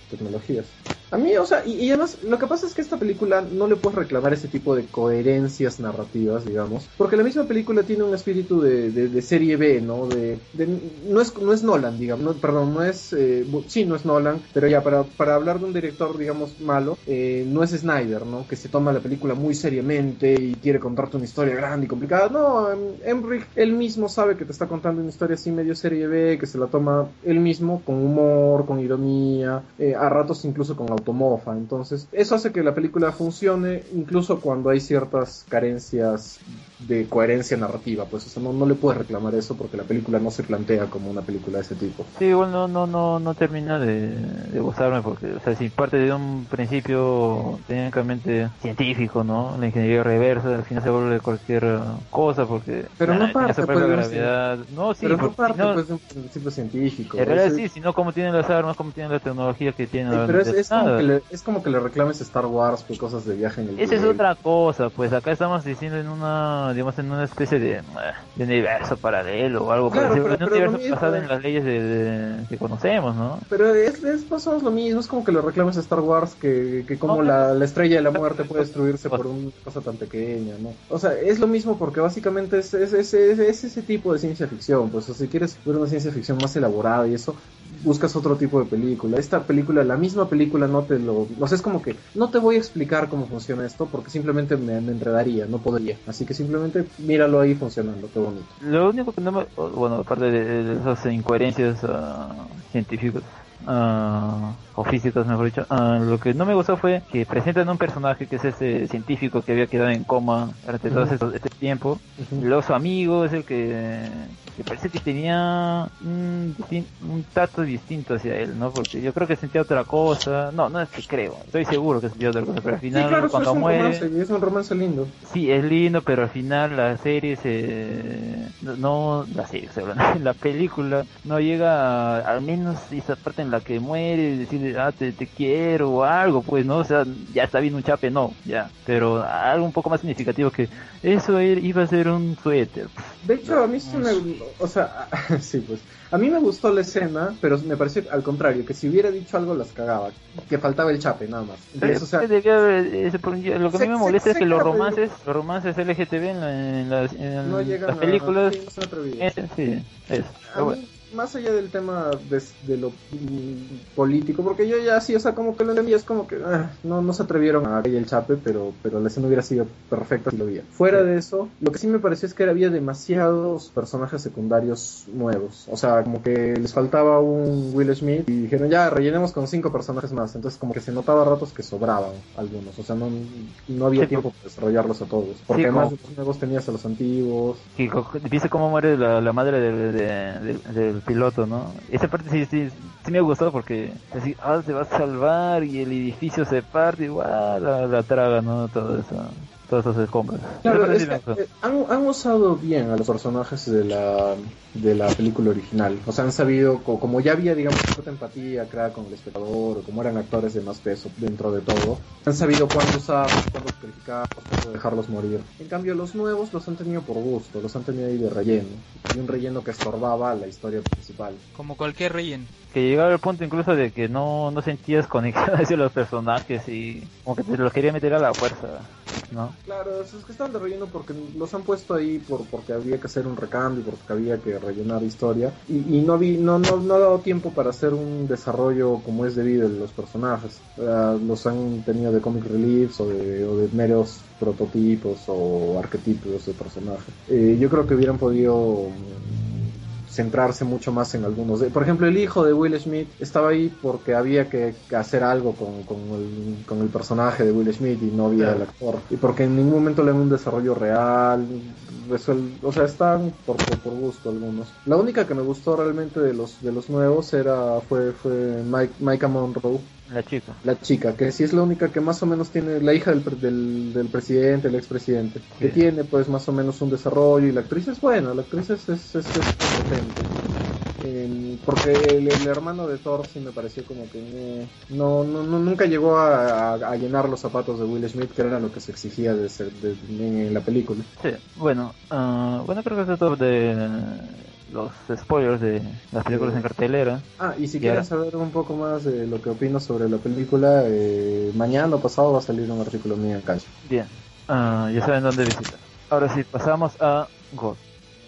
S3: tecnologías. A mí, o sea, y, y además, lo que pasa es que esta película no le puedes reclamar ese tipo de coherencias narrativas, digamos, porque la misma película tiene un espíritu de, de, de serie B, ¿no? De, de no es no es Nolan, digamos, no, perdón, no es, eh, sí, no es Nolan, pero ya, para, para hablar de un director, digamos, malo, eh, no es Snyder, ¿no? Que se toma la película muy seriamente y quiere contarte una historia grande y complicada. No, Emmerich, él mismo sabe que te está contando una historia así medio serie B, que se la toma él mismo con humor, con ironía, eh, a ratos incluso con automofa. Entonces, eso hace que la película funcione incluso cuando hay ciertas carencias de coherencia narrativa, pues, o sea, no, no le puedes reclamar eso porque la película no se plantea como una película de ese tipo.
S1: Sí, igual no, no, no, no termina de, de gozarme porque, o sea, si parte de un principio técnicamente científico, ¿no? La ingeniería reversa, al final se vuelve cualquier uh, cosa porque...
S3: Pero
S1: nah,
S3: no parte,
S1: pues,
S3: la
S1: gravedad. No, sí,
S3: pero no
S1: porque,
S3: parte,
S1: no,
S3: pues, de un principio científico.
S1: En realidad
S3: es,
S1: sí, sino cómo tienen las armas, cómo tienen la tecnología que tienen.
S3: Sí, pero es,
S1: de
S3: es, como
S1: nada.
S3: que le, es como que le reclames a Star Wars por cosas de viaje en el
S1: Esa es
S3: tiempo.
S1: otra cosa, pues acá estamos diciendo en una, digamos, en una especie de, de universo paralelo o algo
S3: Claro,
S1: parecido,
S3: pero-
S1: un
S3: pero
S1: universo
S3: lo mismo,
S1: basado
S3: eh.
S1: en las leyes de, de- que conocemos, ¿no?
S3: Pero es, es más o menos lo mismo, es como que le reclames a Star Wars que, que como
S1: No,
S3: la, la estrella de la muerte puede destruirse por una cosa tan pequeña, ¿no? O sea, es lo mismo porque básicamente es, es, es, es- es ese tipo de ciencia ficción, pues, o sea, si quieres ver una ciencia ficción más elaborada y eso, buscas otro tipo de película. Esta película, la misma película no te lo... O sea, es como que no te voy a explicar cómo funciona esto porque simplemente me, me enredaría, no podría. Así que simplemente míralo ahí funcionando, qué bonito.
S1: Lo único que no me, o- bueno, aparte de, de esas incoherencias ah, científicas, ah, o físicas mejor dicho, ah, lo que no me gustó fue que presentan un personaje que es ese científico que había quedado en coma durante todo
S3: Ujú.
S1: este, este tiempo,
S3: Ujú.
S1: y luego su amigo es el que, que parece que tenía un, distin- un trato distinto hacia él, ¿no? Porque yo creo que sentía otra cosa, no, no es que creo, estoy seguro que sentía otra cosa, pero al
S3: Sí,
S1: final
S3: claro, eso es
S1: cuando
S3: un
S1: muere...
S3: romance, y es un romance lindo.
S1: Sí, es lindo, pero al final la serie se... No, no- la serie, se habla, la película no llega a, al menos esa parte en la que muere y decirle, ah, te, te quiero o algo, pues, ¿no? O sea, ya está bien un chape, no, ya. Pero algo un poco más significativo que eso era- iba a ser un suéter.
S3: De hecho, a mí sí me... O sea, sí, pues... A mí me gustó la escena, pero me pareció al contrario, que si hubiera dicho algo las cagaba. Que faltaba el chape, nada más. Entonces, o sea...
S1: Es que debía haber- ese- por- lo que a mí
S3: Se-
S1: me
S3: se-
S1: molesta es
S3: se
S1: que los
S3: cabe,
S1: romances, los romances L G T B en, la- en las, en
S3: no llegan
S1: las
S3: a-
S1: películas...
S3: sí, no son atrevidos.
S1: eh, sí, eso.
S3: A
S1: Pero bueno.
S3: mí, más allá del tema de, de lo mm, político, porque yo ya sí, o sea, como que lo entendí, es como que ah, no, no se atrevieron a ir el chape, pero, pero la escena hubiera sido perfecta si lo veía. Fuera de eso, lo que sí me pareció es que había demasiados personajes secundarios nuevos. O sea, como que les faltaba un Will Smith y dijeron, ya, rellenemos con cinco personajes más. Entonces, como que se notaba a ratos que sobraban algunos. O sea, no, no había
S1: Sí,
S3: tiempo para desarrollarlos a todos. Porque
S1: Sí,
S3: además
S1: como-
S3: de los nuevos tenías a los antiguos.
S1: Y co- viste cómo muere la, la madre del, de- del, del piloto, ¿no? Esa parte sí, sí, sí me gustó porque así, ah, se va a salvar y el edificio se parte y igual la, la traga, ¿no? Todo eso, todas esas escombros.
S3: Claro,
S1: Esa parte
S3: es
S1: sí me
S3: que,
S1: gustó.
S3: eh, han, han usado bien a los personajes de la de la película original. O sea, han sabido, co- como ya había, digamos, cierta empatía creada con el espectador, o como eran actores de más peso dentro de todo, han sabido cuándo usarlos, cuándo sacrificarlos, cuándo dejarlos morir. En cambio, los nuevos los han tenido por gusto, los han tenido ahí de relleno. Y un relleno que estorbaba la historia principal.
S2: Como cualquier relleno.
S1: Que llegaba al punto incluso de que no, no sentías conexión hacia los personajes y como que te los quería meter a la fuerza, ¿no?
S3: Claro, esos que están de relleno porque los han puesto ahí por porque había que hacer un recambio, porque había que rellenar historia y, y no, vi, no, no, no ha dado tiempo para hacer un desarrollo como es debido de los personajes. Uh, los han tenido de comic reliefs o de, o de meros prototipos o arquetipos de personajes. Eh, yo creo que hubieran podido centrarse mucho más en algunos de... Por ejemplo, el hijo de Will Smith estaba ahí porque había que hacer algo con, con, el, con el personaje de Will Smith y no había el actor. Y porque en ningún momento le dan un desarrollo real, resuel... o sea, están por, por, por gusto algunos. La única que me gustó realmente de los de los nuevos era fue fue Mike, Micah Monroe,
S1: La chica.
S3: la chica, que sí es la única que más o menos tiene, la hija del, pre- del, del presidente, el expresidente, que
S1: Sí.
S3: tiene pues más o menos un desarrollo y la actriz es buena, la actriz es, es, es, es competente. Eh, porque el, el hermano de Thor sí me pareció como que eh, no, no, no nunca llegó a, a, a llenar los zapatos de Will Smith, que era lo que se exigía de ser, de, en la película.
S1: Sí, bueno, ah, bueno creo que eso es todo de, los spoilers de las películas
S3: Sí.
S1: en cartelera.
S3: Ah, y si
S1: Y
S3: quieren
S1: ahora-
S3: saber un poco más de lo que opino sobre la película, eh, mañana o pasado va a salir un artículo mío en Cancha.
S1: Bien, ah, ya saben dónde visitar. Ahora sí, pasamos a God.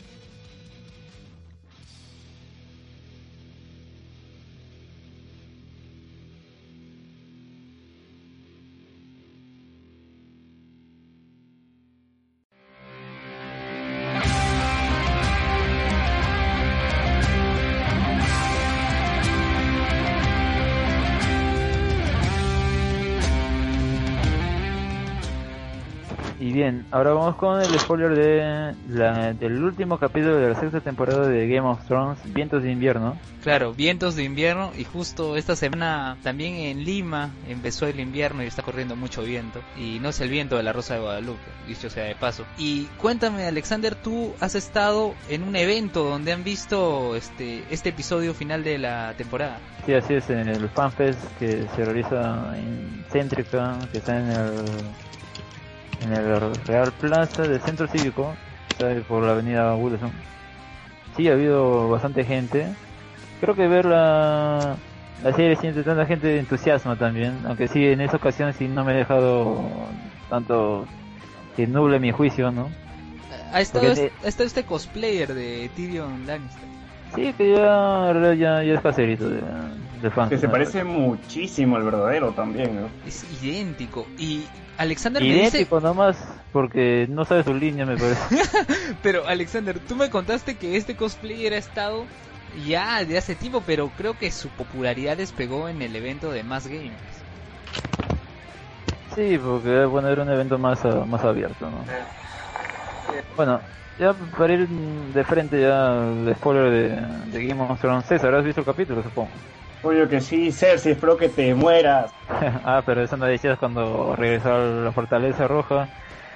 S1: Y bien, ahora vamos con el spoiler de la, del último capítulo de la sexta temporada de Game of Thrones, Vientos de Invierno.
S2: Claro, vientos de invierno y justo esta semana también en Lima empezó el invierno y está corriendo mucho viento. Y no es el viento de la Rosa de Guadalupe, dicho sea de paso. Y cuéntame, Alexander, tú has estado en un evento donde han visto este, este episodio final de la temporada.
S1: Sí, así es, en el FanFest que se realiza en Céntrica, que está en el, en el Real Plaza del Centro Cívico, está por la avenida Wilson. Sí, ha habido bastante gente. Creo que ver la, la serie siente tanta gente de entusiasmo también, aunque sí, en esa ocasión sí no me he dejado tanto que nuble mi juicio, ¿no?
S2: Ha estado,
S1: Porque
S2: este, ha estado este cosplayer de Tyrion Lannister.
S1: Sí, que ya, en realidad ya, ya es caserito de, de fan.
S4: Que se parece muchísimo al verdadero también, ¿no?
S2: Es idéntico. Y Alexander me dice...
S1: Idéntico nomás, porque no sabe su línea, me parece.
S2: Pero Alexander, tú me contaste que este cosplayer ha estado ya de hace tiempo, pero creo que su popularidad despegó en el evento de Mass Games.
S1: Sí, porque bueno, era un evento más, ah, más abierto, ¿no? Bueno, ya para ir de frente ya el spoiler de, de Game of Thrones. César, ¿has visto el capítulo, supongo?
S4: Obvio que sí, Cersei, espero que te mueras.
S1: Ah, pero eso no decías cuando regresó a la Fortaleza Roja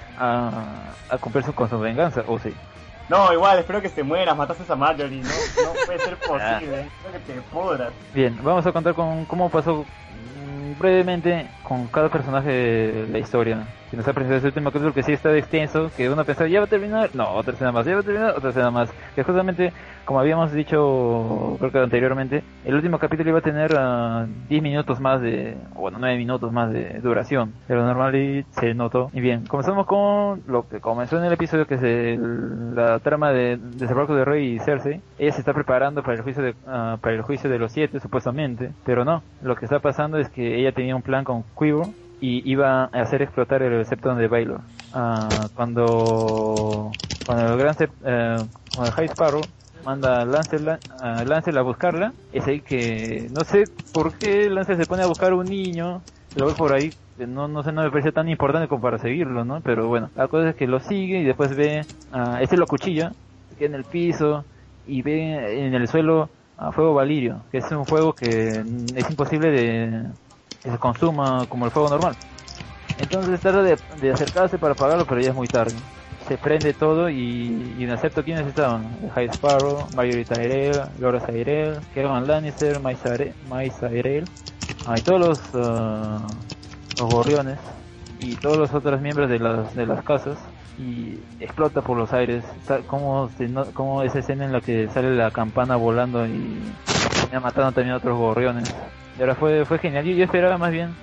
S1: a, a cumplir su, con su venganza, ¿o sí?
S4: No, igual, espero que te mueras, mataste a Marjorie, no, no puede ser posible, espero que te pudras.
S1: Bien, vamos a contar con cómo pasó mm, brevemente con cada personaje de la historia que nos ha presentado este último capítulo, que sí está extenso, que uno pensaba ya va a terminar, no, otra escena más, ya va a terminar, otra escena más, que justamente, como habíamos dicho creo que anteriormente, el último capítulo iba a tener uh, diez minutos más de, bueno, nueve minutos más de duración, pero normal y se notó. Y bien, comenzamos con lo que comenzó en el episodio, que es el, la trama de desembarco de Rey y Cersei. Ella se está preparando para el juicio de uh, para el juicio de los siete, supuestamente, pero no, lo que está pasando es que ella tenía un plan con Quiver y iba a hacer explotar el septo de Baelor. Uh, cuando cuando el gran sep, uh, cuando el High Sparrow manda a Lancel, a Lancel a buscarla, es ahí que no sé por qué Lancel se pone a buscar a un niño, lo ve por ahí, no no sé, no me parece tan importante como para seguirlo, ¿no? Pero bueno, la cosa es que lo sigue y después ve, uh, este lo cuchilla, se queda en el piso y ve en el suelo a fuego valirio, que es un fuego que es imposible de que se consuma como el fuego normal. Entonces trata de, de acercarse para apagarlo, pero ya es muy tarde. Se prende todo y, y en acepto quiénes estaban: High Sparrow, Marjorie Tyrell, Laura Tyrell, Kevan Lannister, Maisa Tyrell, ah, y todos los, uh, los gorriones y todos los otros miembros de las de las casas, y explota por los aires. Como, como esa escena en la que sale la campana volando y ya matando también a otros gorriones. Y ahora fue fue genial. Yo, yo esperaba más bien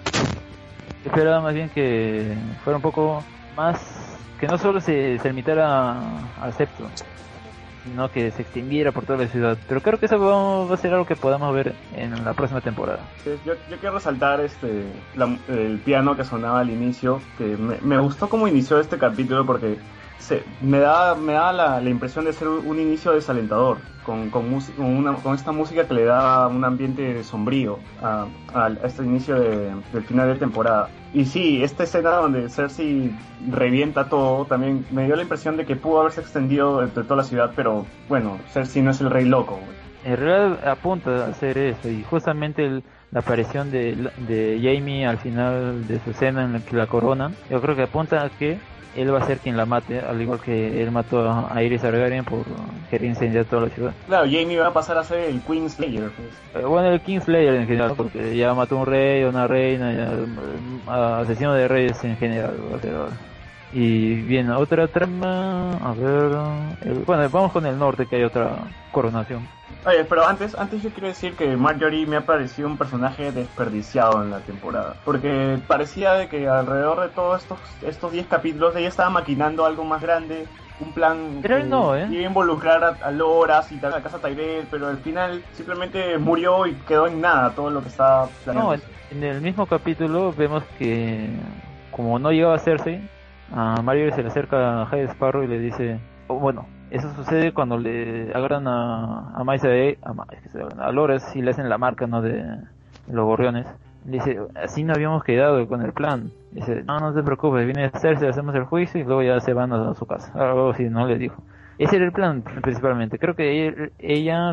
S1: esperaba más bien que fuera un poco más, que no solo se, se limitara al septo, sino que se extinguiera por toda la ciudad. Pero creo que eso va, va a ser algo que podamos ver en la próxima temporada.
S4: Yo, yo quiero resaltar este la, el piano que sonaba al inicio, que me, me gustó cómo inició este capítulo, porque se, me da me da la, la impresión de ser un, un inicio desalentador, con con, mus, con, una, con esta música que le da un ambiente sombrío a, a, a este inicio de, del final de temporada. Y sí, esta escena donde Cersei revienta todo también me dio la impresión de que pudo haberse extendido entre toda la ciudad, pero bueno, Cersei no es el rey loco, güey.
S1: En realidad apunta a hacer eso, y justamente el, la aparición de, de Jaime al final de su escena en la que la coronan, yo creo que apunta a que él va a ser quien la mate, al igual que él mató a Aerys Targaryen por querer incendiar toda la ciudad.
S4: Claro, Jaime va a pasar a ser el Queen Slayer, pues.
S1: Eh, bueno, el Kingslayer en general, porque ya mató a un rey, a una reina, ya, a asesino de reyes en general va a ser ahora. Y bien, otra trama, a ver, el- bueno, vamos con el norte, que hay otra coronación.
S4: Oye, pero antes, antes yo quiero decir que Marjorie me ha parecido un personaje desperdiciado en la temporada. Porque parecía de que alrededor de todos estos estos diez capítulos ella estaba maquinando algo más grande, un plan
S1: Pero él
S4: que
S1: no, ¿eh?
S4: iba a involucrar a, a Loras y tal, a la casa Tyrell, pero al final simplemente murió y quedó en nada todo lo que estaba planeando.
S1: No, en, en el mismo capítulo vemos que, como no llegaba a Cersei, a Marjorie se le acerca a Jay Sparrow y le dice, oh, bueno, eso sucede cuando le agarran a, a Maisa de, a, Ma- es que se llaman, a Loras y le hacen la marca, ¿no?, de, de los gorriones. Le dice, así no habíamos quedado con el plan. Dice, no, no te preocupes, viene Cersei, hacemos el juicio y luego ya se van a su casa. Algo así, no le dijo. Ese era el plan principalmente. Creo que ella, ella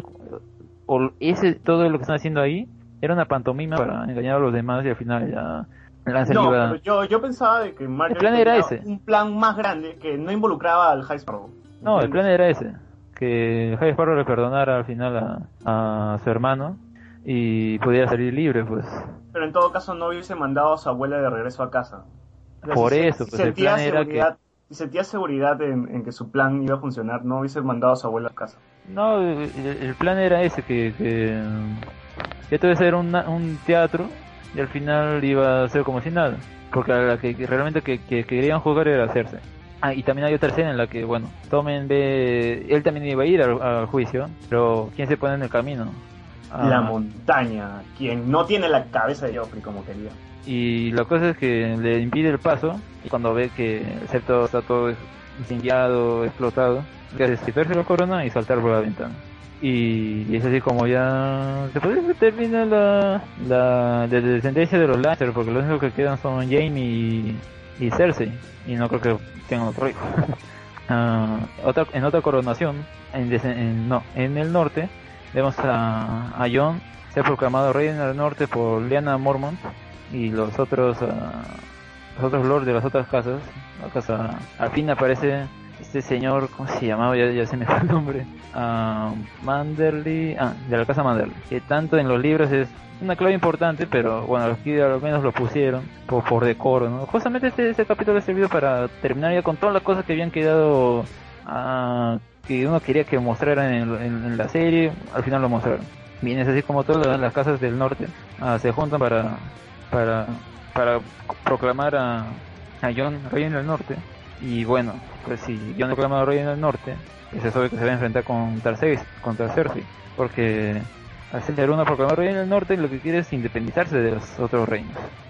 S1: o ese todo lo que están haciendo ahí era una pantomima para engañar a los demás y al final ya Lancer
S4: No,
S1: iba...
S4: pero yo, yo pensaba de que Marjorie
S1: El plan era
S4: tenía
S1: ese.
S4: un plan más grande que no involucraba al High Sparrow.
S1: No, el
S4: ¿Entiendes?
S1: plan era ese, que Jay Sparrow le perdonara al final a, a su hermano y pudiera salir libre, pues.
S4: Pero en todo caso no hubiese mandado a su abuela de regreso a casa. O sea,
S1: Por
S4: si-
S1: eso,
S4: si
S1: pues el
S4: sentía
S1: plan era que...
S4: seguridad, si sentía seguridad en, en que su plan iba a funcionar, no hubiese mandado a su abuela a casa.
S1: No, el, el plan era ese, que, que, que todo eso era una- un teatro y al final iba a ser como si nada. Porque a la que, que realmente que, que querían jugar era hacerse. Ah, y también hay otra escena en la que, bueno, Tommen ve... Él también iba a ir al, al juicio, pero ¿quién se pone en el camino? Ah,
S4: La montaña, quien no tiene la cabeza de Joffrey como quería.
S1: Y la cosa es que le impide el paso y cuando ve que el septo está todo incendiado, explotado, le hace quitarse la corona y saltar por la ventana. Y, y es así como ya se puede decir que termina la, la, la descendencia de los Lannister, porque los únicos que quedan son Jaime y, y Cersei, y no creo que tengan otro hijo. Ah, otra, en otra coronación, en, des- en- no, en el norte, vemos a, a Jon ser proclamado rey en el norte por Lyanna Mormont y los otros ah, los otros lords de las otras casas. La casa, al fin aparece este señor, ¿cómo se llamaba? Ya, ya se me fue el nombre. Ah, Manderly, ah, de la casa Manderly, que tanto en los libros es una clave importante, pero bueno, aquí al menos lo pusieron por, por decoro, ¿no? Justamente este, este capítulo ha servido para terminar ya con todas las cosas que habían quedado, ah, que uno quería que mostraran en, en- en la serie, al final lo mostraron. Bien, es así como todas las, las casas del norte ah, se juntan para para para proclamar a, a Jon rey en el norte. Y bueno, pues si Jon es proclamado rey en el norte, pues es obvio que se va a enfrentar contra Cersei, contra Cersei, porque al ser una proclamada rey en el norte lo que quiere es independizarse de los otros reinos.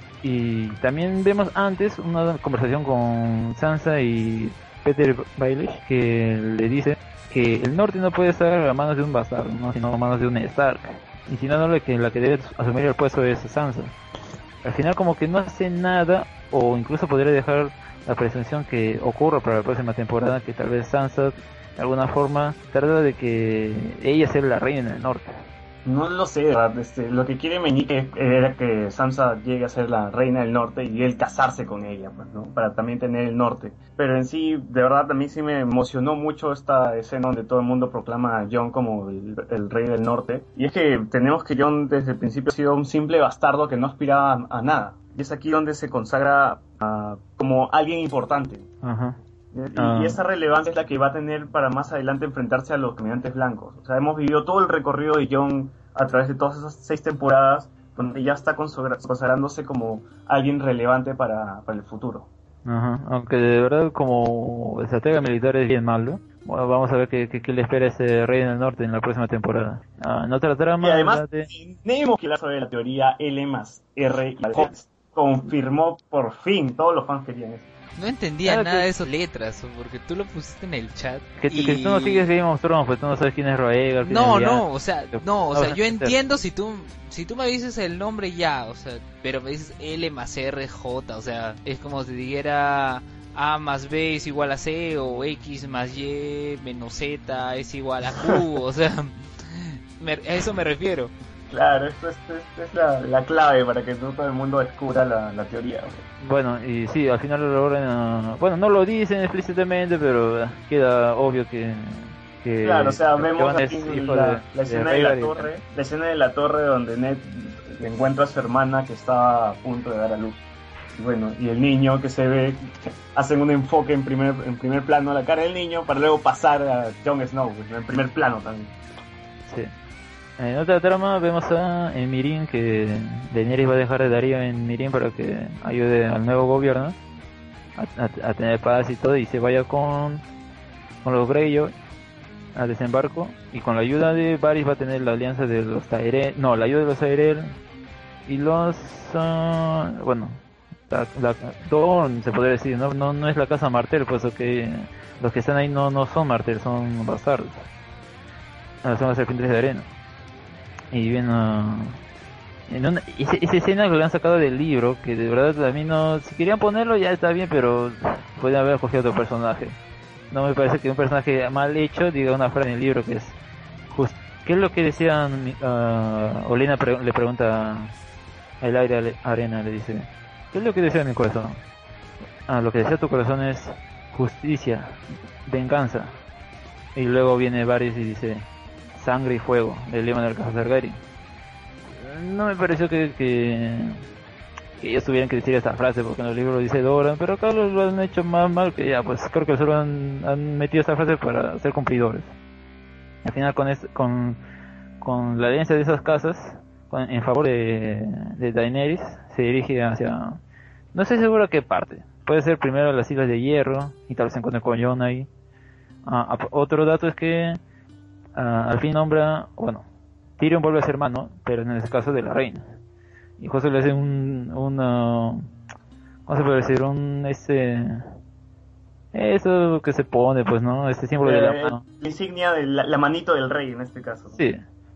S1: Y también vemos antes una conversación con Sansa y Peter Baelish, que le dice que el norte no puede estar a manos de un bastardo, ¿no?, sino a manos de un Stark. Y si no, no, la que, la que debe asumir el puesto es Sansa. Al final como que no hace nada, o incluso podría dejar la presunción que ocurra para la próxima temporada, que tal vez Sansa de alguna forma trata de que ella sea la reina en el norte.
S4: No lo sé, de verdad. Este, lo que quiere Meñique era que Sansa llegue a ser la reina del norte y él casarse con ella, pues, ¿no? Para también tener el norte. Pero en sí, de verdad, a mí sí me emocionó mucho esta escena donde todo el mundo proclama a Jon como el, el rey del norte. Y es que tenemos que Jon desde el principio ha sido un simple bastardo que no aspiraba a, a nada. Y es aquí donde se consagra a, como alguien importante.
S1: Ajá.
S4: Y,
S1: Ah.
S4: y esa relevancia es la que va a tener para más adelante enfrentarse a los caminantes blancos. O sea, hemos vivido todo el recorrido de Jon a través de todas esas seis temporadas donde ya está consagra- consagrándose como alguien relevante para, para el futuro.
S1: Ajá, aunque de verdad como estratega militar es bien malo. Bueno, vamos a ver qué, qué, qué le espera a ese rey en el norte en la próxima temporada. Ah, en otra trama...
S4: Y además,
S1: la de-
S4: tenemos que hablar sobre la teoría L más R y la de Hobbes. Confirmó por fin, todos los fans querían eso.
S2: No entendía
S1: Ah,
S2: nada
S1: que-
S2: de esas letras, porque tú lo pusiste en el chat.
S1: Que,
S2: y...
S1: que tú no sigues Game of Thrones, pues tú no sabes quién es Roegar, quién
S2: No,
S1: es Lyanna.
S2: no, o sea, no, o
S1: No
S2: sea,
S1: vas a
S2: yo
S1: entender.
S2: entiendo si tú si tú me dices el nombre ya, o sea, pero me dices L más R, J, o sea, es como si dijera A más B es igual a C, o X más Y menos Z es igual a Q, o sea, me- a eso me refiero.
S4: Claro, esto, es- esto es la, la clave para que no todo el mundo descubra la, la teoría. ¿No?
S1: Bueno, y sí, al final lo logran... ah, bueno, no lo dicen explícitamente, pero ah, queda obvio que... que
S4: Claro, o sea,
S1: que
S4: vemos
S1: Jon
S4: aquí
S1: es hijo
S4: la,
S1: de-
S4: la
S1: de
S4: escena de,
S1: Rhaegar
S4: la
S1: y-
S4: torre, la escena de la torre donde Ned encuentra a su hermana que está a punto de dar a luz. Y bueno, y el niño que se ve, hacen un enfoque en primer en primer plano a la cara del niño para luego pasar a Jon Snow, pues, en primer plano también.
S1: Sí. En otra trama vemos a Mirin que Daenerys va a dejar a Darío en Mirin para que ayude al nuevo gobierno a, a, a tener paz y todo, y se vaya con, con los Greyjoy al desembarco, y con la ayuda de Varys va a tener la alianza de los Tyrell, no, la ayuda de los Tyrell y los uh, bueno, la, la Dorne se podría decir, no, no, no es la casa Martell, puesto que los que están ahí no, no son Martell, son bastardos, son las serpientes de arena. Y bien, uh, en una, esa, esa escena que le han sacado del libro, que de verdad a mí no, si querían ponerlo ya está bien, pero podrían haber cogido otro personaje. No me parece que un personaje mal hecho diga una frase en el libro que es just, ¿qué es lo que decían? Uh, Olena pre- le pregunta al aire arena, le dice, ¿qué es lo que decía mi corazón? Ah, lo que decía tu corazón es justicia, venganza. Y luego viene Varys y dice sangre y fuego, el lema del caso Targaryen. No me pareció que, que, que ellos tuvieran que decir esta frase, porque en los libros lo dice Doran, pero acá lo, lo han hecho más mal que ya, pues creo que solo han, han metido esta frase para ser cumplidores. Al final con es, con, con la alianza de esas casas, con, en favor de, de Daenerys, se dirige hacia, no estoy seguro a qué parte, puede ser primero las Islas de Hierro, y tal vez se encuentre con Jon ahí. Ah, otro dato es que Uh, al fin nombra, bueno, Tyrion vuelve a ser hermano, pero en el caso de la reina. Y José le hace un, un uh, ¿cómo se puede decir? Un, este, eso que se pone, pues, ¿no? Este símbolo
S4: eh,
S1: de la mano.
S4: La insignia de la, la manito del rey, en este caso.
S1: Sí.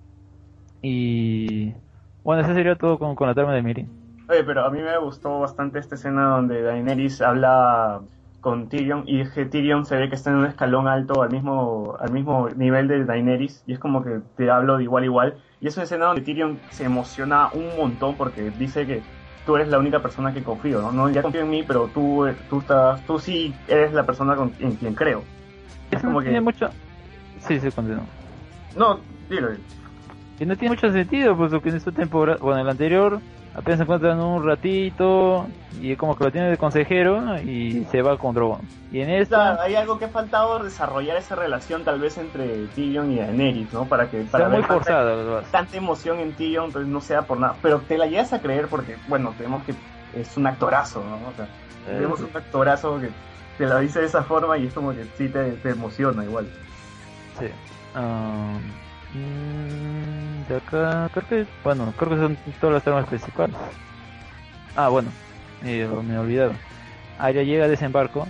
S1: Y, bueno, eso sería todo con, con la trama de Mirin.
S4: Oye, pero a mí me gustó bastante esta escena donde Daenerys habla con Tyrion, y es que Tyrion se ve que está en un escalón alto al mismo al mismo nivel de Daenerys, y es como que te hablo de igual a igual, y es una escena donde Tyrion se emociona un montón porque dice que tú eres la única persona que confío, ¿no? No, ya confío en mí, pero tú tú estás tú sí eres la persona con, en quien creo.
S1: Es como que tiene mucho. Sí, sí, continúo.
S4: No, dilo.
S1: Y no tiene mucho sentido, pues, porque en esta temporada, bueno, en el anterior apenas se encuentran un ratito y como que lo tiene de consejero y se va con Drogon. Y en esta
S4: claro, hay algo que ha faltado desarrollar esa relación tal vez entre Tyrion y Daenerys, ¿no? Para que para
S1: está muy forzada,
S4: tanta, tanta emoción en Tyrion, entonces no sea por nada, pero te la llegas a creer porque bueno, tenemos que es un actorazo, ¿no? O sea, eh, tenemos un actorazo que te lo dice de esa forma y es como que sí te, te emociona igual.
S1: Sí. Um... Mm, de acá, creo que, bueno, creo que son todas las tramas principales. Ah, bueno, eh, me he olvidado. Arya llega a desembarco,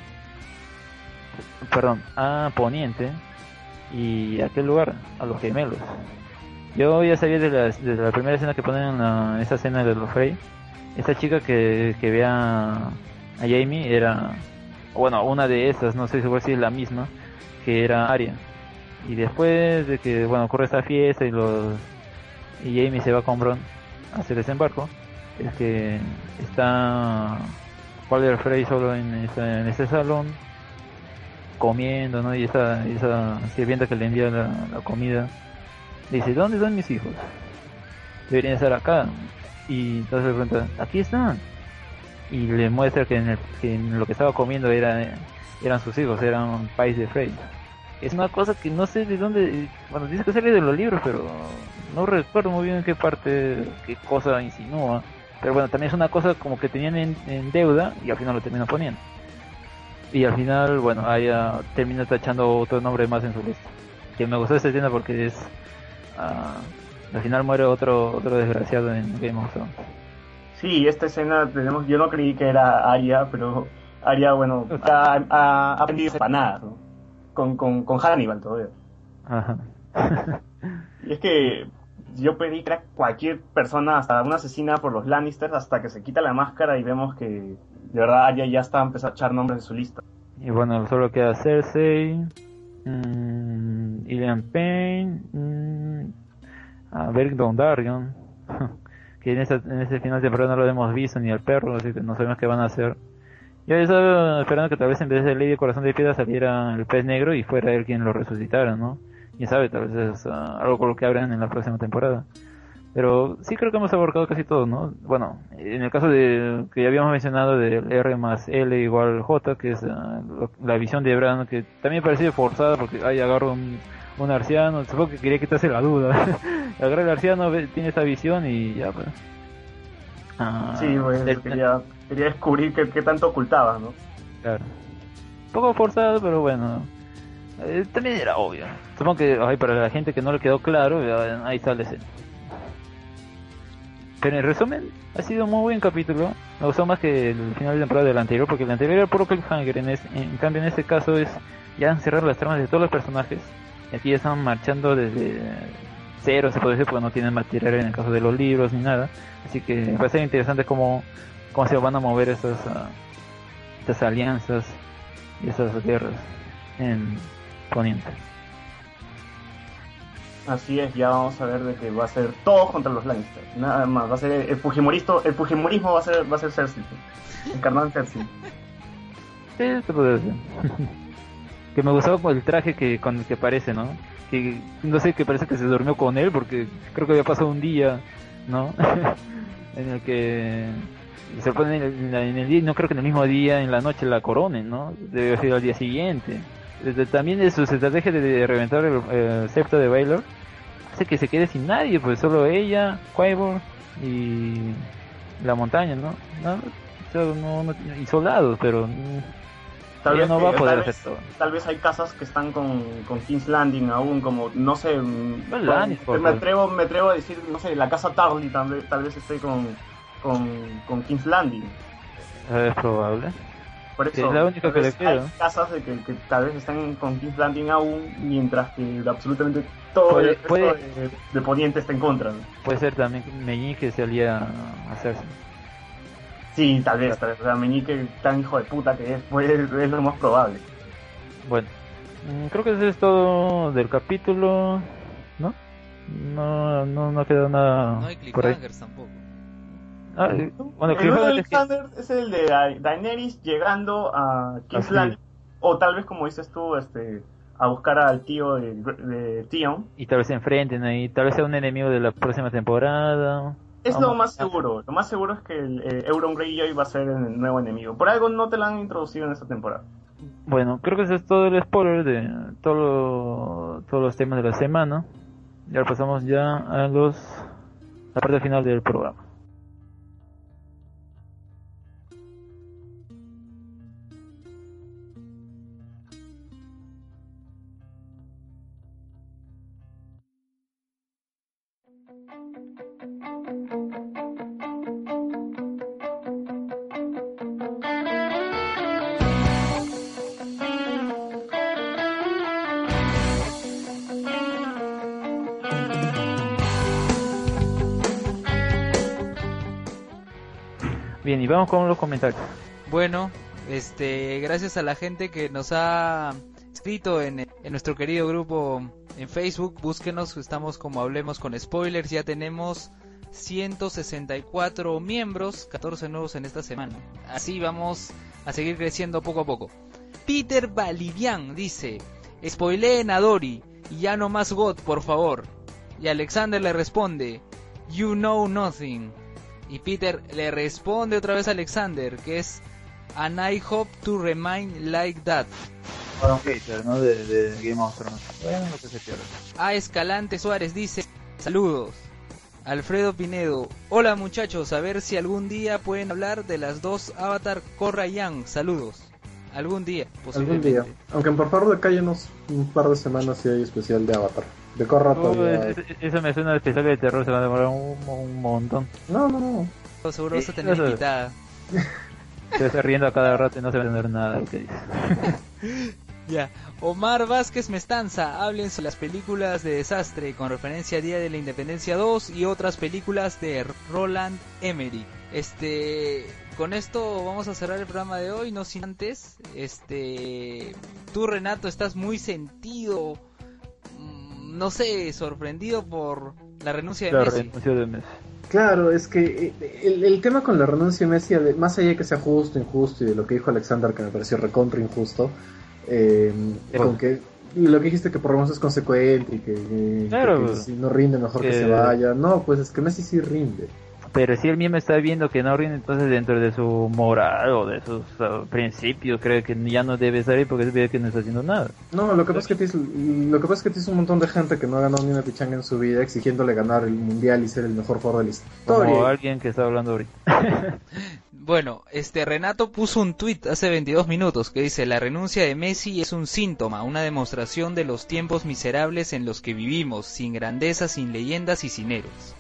S1: perdón, a Poniente, y a qué lugar, a los gemelos. Yo ya sabía desde la, desde la primera escena que ponen en la, esa escena de los Frey, esta chica que, que ve a, a Jaime era, bueno, una de esas, no sé si es la misma, que era Arya. Y después de que, bueno, ocurre esta fiesta y los y Jaime se va con Bronn a hacer desembarco, es que está Walder Frey solo en ese, en ese salón comiendo, ¿no? Y esa, esa sirvienta que le envía la, la comida dice, ¿dónde están mis hijos? Deberían estar acá. Y entonces le pregunta, aquí están. Y le muestra que en, el, que en lo que estaba comiendo era, eran sus hijos, eran pais de Frey. Es una cosa que no sé de dónde, bueno, dice que sale de los libros, pero no recuerdo muy bien en qué parte, qué cosa insinúa. Pero bueno, también es una cosa como que tenían en, en deuda y al final lo terminan poniendo. Y al final, bueno, ella termina tachando otro nombre más en su lista. Que me gustó esta escena porque es, uh, al final muere otro otro desgraciado en Game of Thrones.
S4: Sí, esta escena tenemos, yo no creí que era Arya, pero Arya, bueno, ha, ha, ha aprendido empanadas, ¿no? Con, con, con Hannibal todavía.
S1: Ajá.
S4: Y es que yo pedí que era cualquier persona, hasta una asesina por los Lannisters, hasta que se quita la máscara y vemos que de verdad Arya ya está empezando a echar nombres en su lista.
S1: Y bueno, solo queda Cersei, mmm, Illian Payne, mmm, a Beric Dondarrion, que en, esta, en este final de temporada no lo hemos visto, ni al perro, así que no sabemos qué van a hacer. Yo estaba esperando que tal vez en vez de Lady Corazón de Piedra saliera el pez negro y fuera él quien lo resucitara, ¿no? Quién sabe, tal vez es uh, algo con lo que abran en la próxima temporada. Pero sí creo que hemos abarcado casi todo, ¿no? Bueno, en el caso de que ya habíamos mencionado del R más L igual J, que es uh, lo, la visión de Bran, que también parecía forzada porque ahí agarro un, un arciano, supongo que quería quitarse la duda. Agarra el arciano, ve, tiene esa visión y ya pues. Ah,
S4: Sí, pues
S1: el-
S4: quería, quería descubrir qué, qué tanto ocultaba, ¿no?
S1: Claro. Un poco forzado, pero bueno. Eh, también era obvio. Supongo que ay, para la gente que no le quedó claro, ya, ahí sale ese. Pero en resumen, ha sido un muy buen capítulo. Me gustó más que el final de temporada del anterior, porque el anterior era puro cliffhanger. En, es- en cambio, en este caso es ya cerrar las tramas de todos los personajes. Y aquí ya están marchando desde cero, se puede decir, porque no tienen material en el caso de los libros ni nada. Así que va a ser interesante cómo, cómo se van a mover esas, ah, estas alianzas y esas guerras en Poniente.
S4: Así es, ya vamos a ver de que va a ser todos contra los Lannister. Nada más, va a ser el fujimorista, el fujimorismo va a ser, va a ser Cersei. Encarnado en Cersei.
S1: Sí, se puede decir. Que me gustaba con el traje que con el que aparece, ¿no? Que no sé, que parece que se durmió con él porque creo que había pasado un día, ¿no? En el que se pone en, la- en el día, no creo que en el mismo día, en la noche la coronen, ¿no? Debe ser al día siguiente. Desde, también de su estrategia de, de reventar el, el septo de Baylor hace que se quede sin nadie, pues solo ella, Quivor y la montaña, ¿no? No, o sea, no- no- y soldados, pero mm,
S4: Tal
S1: ella
S4: vez,
S1: no va a
S4: que-
S1: poder
S4: tal,
S1: hacer
S4: vez,
S1: todo.
S4: tal vez hay casas que están con, con King's Landing aún, como, no sé, mm,
S1: Well,
S4: con-
S1: Lannister,
S4: me
S1: pues.
S4: atrevo me atrevo a decir, no sé, la casa Tarly tal vez, tal vez esté con, con, con King's Landing.
S1: Es probable.
S4: Por
S1: Que
S4: eso,
S1: es la única
S4: tal
S1: que
S4: vez
S1: le queda.
S4: hay casas de que, que tal vez están con King's Landing aún, mientras que absolutamente todo
S1: Puede-
S4: el resto
S1: puede-
S4: de, de Poniente está en contra, ¿no?
S1: Puede ser también Meñique que se alía a hacerse.
S4: Sí, tal vez, tal vez. O sea, Meñique, tan hijo de puta que es, pues es lo más probable.
S1: Bueno, mm, creo que eso es todo del capítulo, ¿no? No, no, no queda nada
S2: No hay
S1: por ahí.
S2: cliffhangers tampoco.
S1: Ah, eh, bueno,
S4: el
S1: cliffhanger
S4: único
S1: es que-
S4: Alexander es el de Da- Daenerys llegando a King's
S1: Así
S4: Landing, o tal vez, como dices tú, este, a buscar al tío de, de Theon.
S1: y tal vez se enfrenten ahí, tal vez sea un enemigo de la próxima temporada.
S4: Es
S1: Vamos.
S4: lo más seguro. Lo más seguro es que el, eh, Euron Greyjoy va a ser el nuevo enemigo. Por algo no te lo han introducido en esta temporada.
S1: Bueno, creo que ese es todo el spoiler de todo lo- todos los temas de la semana. Y ahora pasamos ya a los la parte final del programa. Bien, y vamos con los comentarios.
S2: Bueno, este, gracias a la gente que nos ha escrito en, en nuestro querido grupo en Facebook, búsquenos, estamos como Hablemos con Spoilers, ya tenemos ciento sesenta y cuatro miembros, catorce nuevos en esta semana. Así vamos a seguir creciendo poco a poco. Peter Valivian dice, spoileen a Dory y ya no más God, por favor. Y Alexander le responde, you know nothing. Y Peter le responde otra vez a Alexander, que es, and I hope to remain like that.
S1: Para un hater, ¿no? De, de Game of Thrones. Bueno, lo que se pierde.
S2: A Escalante Suárez dice, saludos. Alfredo Pinedo, hola muchachos, a ver si algún día pueden hablar de las dos Avatar Korra y Aang, saludos. Algún día,
S3: Algún
S2: posiblemente.
S3: día. Aunque por favor de cállenos un par de semanas si hay especial de Avatar. De Korra
S1: Oh,
S3: todavía.
S1: es- es- eso me suena a especial de terror, se va a demorar un, un montón.
S3: No, no, no.
S2: Seguro vas a
S1: Sí,
S2: tener
S1: eso-
S2: invitada.
S1: Se está riendo a cada rato y no se va a entender nada de lo que dice.
S2: Ya. Omar Vázquez Mestanza, hablen sobre las películas de desastre con referencia a Día de la Independencia dos y otras películas de Roland Emmerich. Este, con esto vamos a cerrar el programa de hoy, no sin antes, este, tú Renato estás muy sentido, mm, no sé, sorprendido por la renuncia de
S1: La
S2: Messi.
S1: renuncia de Messi.
S3: Claro, es que eh, el, el tema con la renuncia de Messi, de- más allá de que sea justo, injusto y de lo que dijo Alexander que me pareció recontra injusto, eh,
S1: Bueno.
S3: con que Y lo que dijiste que por lo menos es consecuente y que, que-
S1: Claro,
S3: que si no rinde mejor que
S1: que-
S3: se vaya. No, pues es que Messi sí rinde.
S1: Pero si él mismo está viendo que no rinde, entonces dentro de su moral o de sus uh, principios, cree que ya no debe salir porque él ve que no está haciendo nada.
S3: No, lo que pasa es que tienes, lo que pasa es que tienes un montón de gente que no ha ganado ni una pichanga en su vida exigiéndole ganar el mundial y ser el mejor jugador de la
S1: Como
S3: historia.
S1: alguien que está hablando ahorita.
S2: Bueno, este Renato puso un tuit hace veintidós minutos que dice: la renuncia de Messi es un síntoma, una demostración de los tiempos miserables en los que vivimos, sin grandeza, sin leyendas y sin héroes.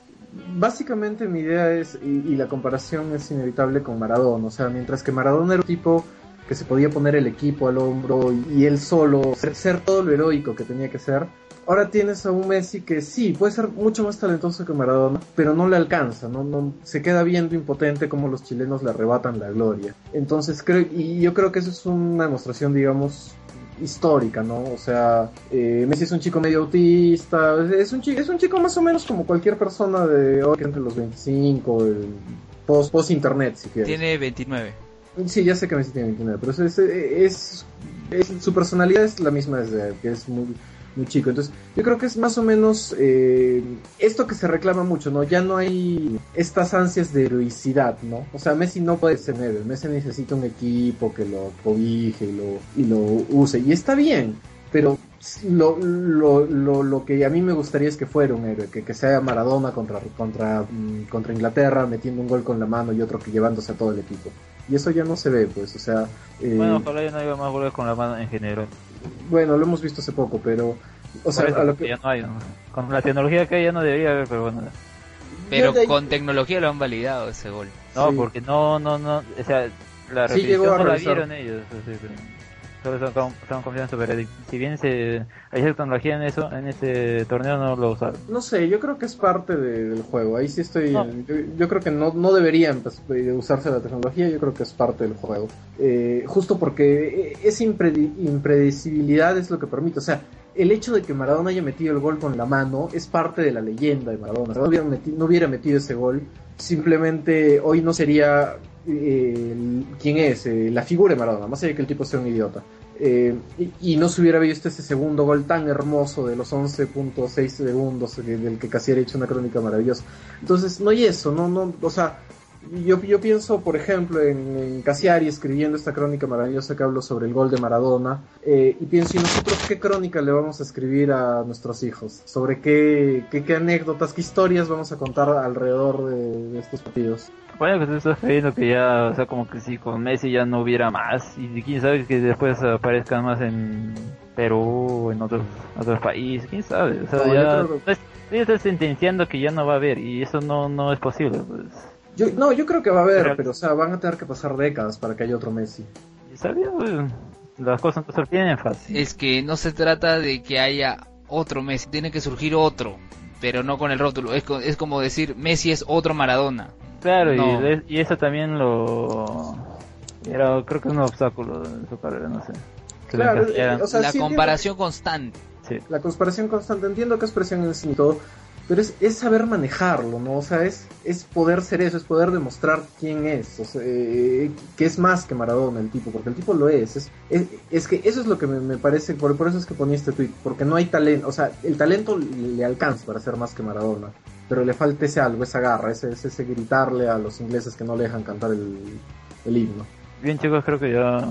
S3: Básicamente mi idea es, y, y la comparación es inevitable con Maradona, o sea, mientras que Maradona era un tipo que se podía poner el equipo al hombro y, y él solo ser, ser todo lo heroico que tenía que ser, ahora tienes a un Messi que sí, puede ser mucho más talentoso que Maradona, pero no le alcanza, no, no se queda viendo impotente como los chilenos le arrebatan la gloria. Entonces creo, y yo creo que eso es una demostración, digamos, histórica, ¿no? O sea, eh, Messi es un chico medio autista, es un chico, es un chico más o menos como cualquier persona de hoy, entre los veinticinco, el post, post internet, si quieres.
S2: Tiene veintinueve.
S3: Sí, ya sé que Messi tiene veintinueve, pero es, es, es, es- su personalidad es la misma desde que es muy, muy chico. Entonces, yo creo que es más o menos eh, esto que se reclama mucho, ¿no? Ya no hay estas ansias de heroicidad, ¿no? O sea, Messi no puede ser héroe. Messi necesita un equipo que lo cobije y lo, y lo use. Y está bien, pero lo, lo, lo, lo que a mí me gustaría es que fuera un héroe, que, que sea Maradona contra, contra, mm, contra Inglaterra, metiendo un gol con la mano y otro que llevándose a todo el equipo. Y eso ya no se ve, pues, o sea... eh,
S1: Bueno, ojalá ya no haya más goles con la mano en general.
S3: bueno, lo hemos visto hace poco, pero... O sea,
S1: Por eso,
S3: a lo
S1: porque
S3: que...
S1: ya no hay, ¿no? Con la tecnología que hay ya no debería haber, pero bueno.
S2: Pero
S3: Yo de ahí-
S2: con tecnología lo han validado ese gol.
S1: No,
S3: Sí.
S1: porque no, no, no, o sea, la
S3: Sí
S1: repetición
S3: llegó a
S1: no la
S3: revisar.
S1: vieron ellos, así, pero solo están, con- están confiando en su veredicto. Si bien se, hay tecnología en eso, en ese torneo no lo usaron.
S3: No sé, yo creo que es parte de- del juego. Ahí sí estoy...
S1: No.
S3: Yo, yo creo que no, no debería pues, de usarse la tecnología, yo creo que es parte del juego. Eh, justo porque esa impredi- impredecibilidad es lo que permite, o sea... El hecho de que Maradona haya metido el gol con la mano es parte de la leyenda de Maradona. Si no hubiera metido, no hubiera metido ese gol, simplemente hoy no sería eh, el- quién es, eh, la figura de Maradona, más allá de que el tipo sea un idiota. Eh, y, y no se hubiera visto ese segundo gol tan hermoso de los once punto seis segundos eh, del que casi ha hecho una crónica maravillosa. Entonces, no hay eso, no, no, o sea, yo, yo pienso, por ejemplo, en, en Cassiari escribiendo esta crónica maravillosa que hablo sobre el gol de Maradona, eh, y pienso, ¿y nosotros qué crónica le vamos a escribir a nuestros hijos? ¿Sobre qué, qué, qué anécdotas, qué historias vamos a contar alrededor de, de estos partidos?
S1: Bueno, que tú estás creyendo que ya, o sea, como que si con Messi ya no hubiera más, y quién sabe que después aparezcan más en Perú o en otros otros países, quién sabe, o sea,
S3: No, yo
S1: ya,
S3: creo-
S1: pues, ya estás sentenciando que ya no va a haber, y eso no, no es posible, pues.
S3: Yo, no, yo creo que va a haber,
S1: Pero-
S3: pero o sea, van a tener que pasar décadas para que haya otro Messi.
S1: Y está bien, pues, las cosas no se obtienen fácil.
S2: Es que no se trata de que haya otro Messi, tiene que surgir otro, pero no con el rótulo. Es, co- es como decir Messi es otro Maradona.
S1: Claro,
S2: No.
S1: y, de- y eso también lo... Era, creo que es un obstáculo en su carrera, no sé. Que le
S3: Claro,
S1: encasillaran.
S3: eh, o sea,
S2: La
S3: sí
S2: comparación constante.
S1: Sí.
S3: La comparación constante, entiendo que es presión en sí y todo, pero es, es saber manejarlo, ¿no? O sea, es, es poder ser eso, es poder demostrar quién es, o sea, eh, que es más que Maradona el tipo, porque el tipo lo es, es, es, es que eso es lo que me, me parece, por, por eso es que ponía este tweet, porque no hay talento, o sea, el talento le, le alcanza para ser más que Maradona, pero le falta ese algo, esa garra, ese, ese, ese gritarle a los ingleses que no le dejan cantar el, el himno.
S1: Bien, chicos, creo que ya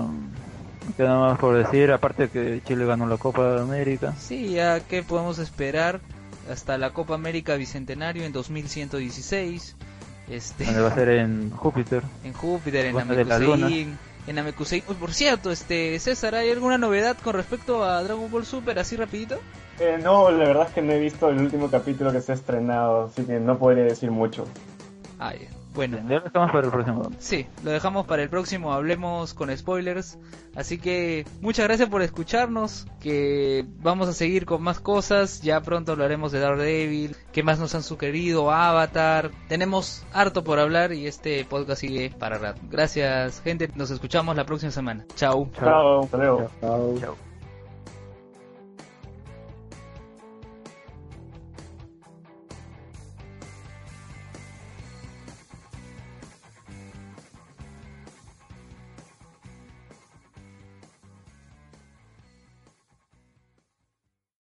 S1: no queda nada más por decir, aparte que Chile ganó la Copa de América.
S2: Sí, ya que podemos esperar hasta la Copa América Bicentenario en dos mil ciento dieciséis. Este,
S1: Donde va a ser en Júpiter.
S2: en Júpiter, en
S1: Bueno, de la luna.
S2: Namekusein, en Namekusein. Uy, por cierto, este César, ¿hay alguna novedad con respecto a Dragon Ball Super así rapidito?
S4: Eh, no, la verdad es que no he visto el último capítulo que se ha estrenado, así que no podría decir mucho.
S2: Ah, ya. Bueno,
S1: Ya lo dejamos para el próximo.
S2: sí, lo dejamos para el próximo, hablemos con spoilers. Así que muchas gracias por escucharnos, que vamos a seguir con más cosas. Ya pronto hablaremos de Daredevil, qué más nos han sugerido, Avatar. Tenemos harto por hablar y este podcast sigue para rato. Gracias, gente, nos escuchamos la próxima semana. Chau.
S1: Chao.
S4: Chao, hasta luego.
S3: Chao.
S1: Chao.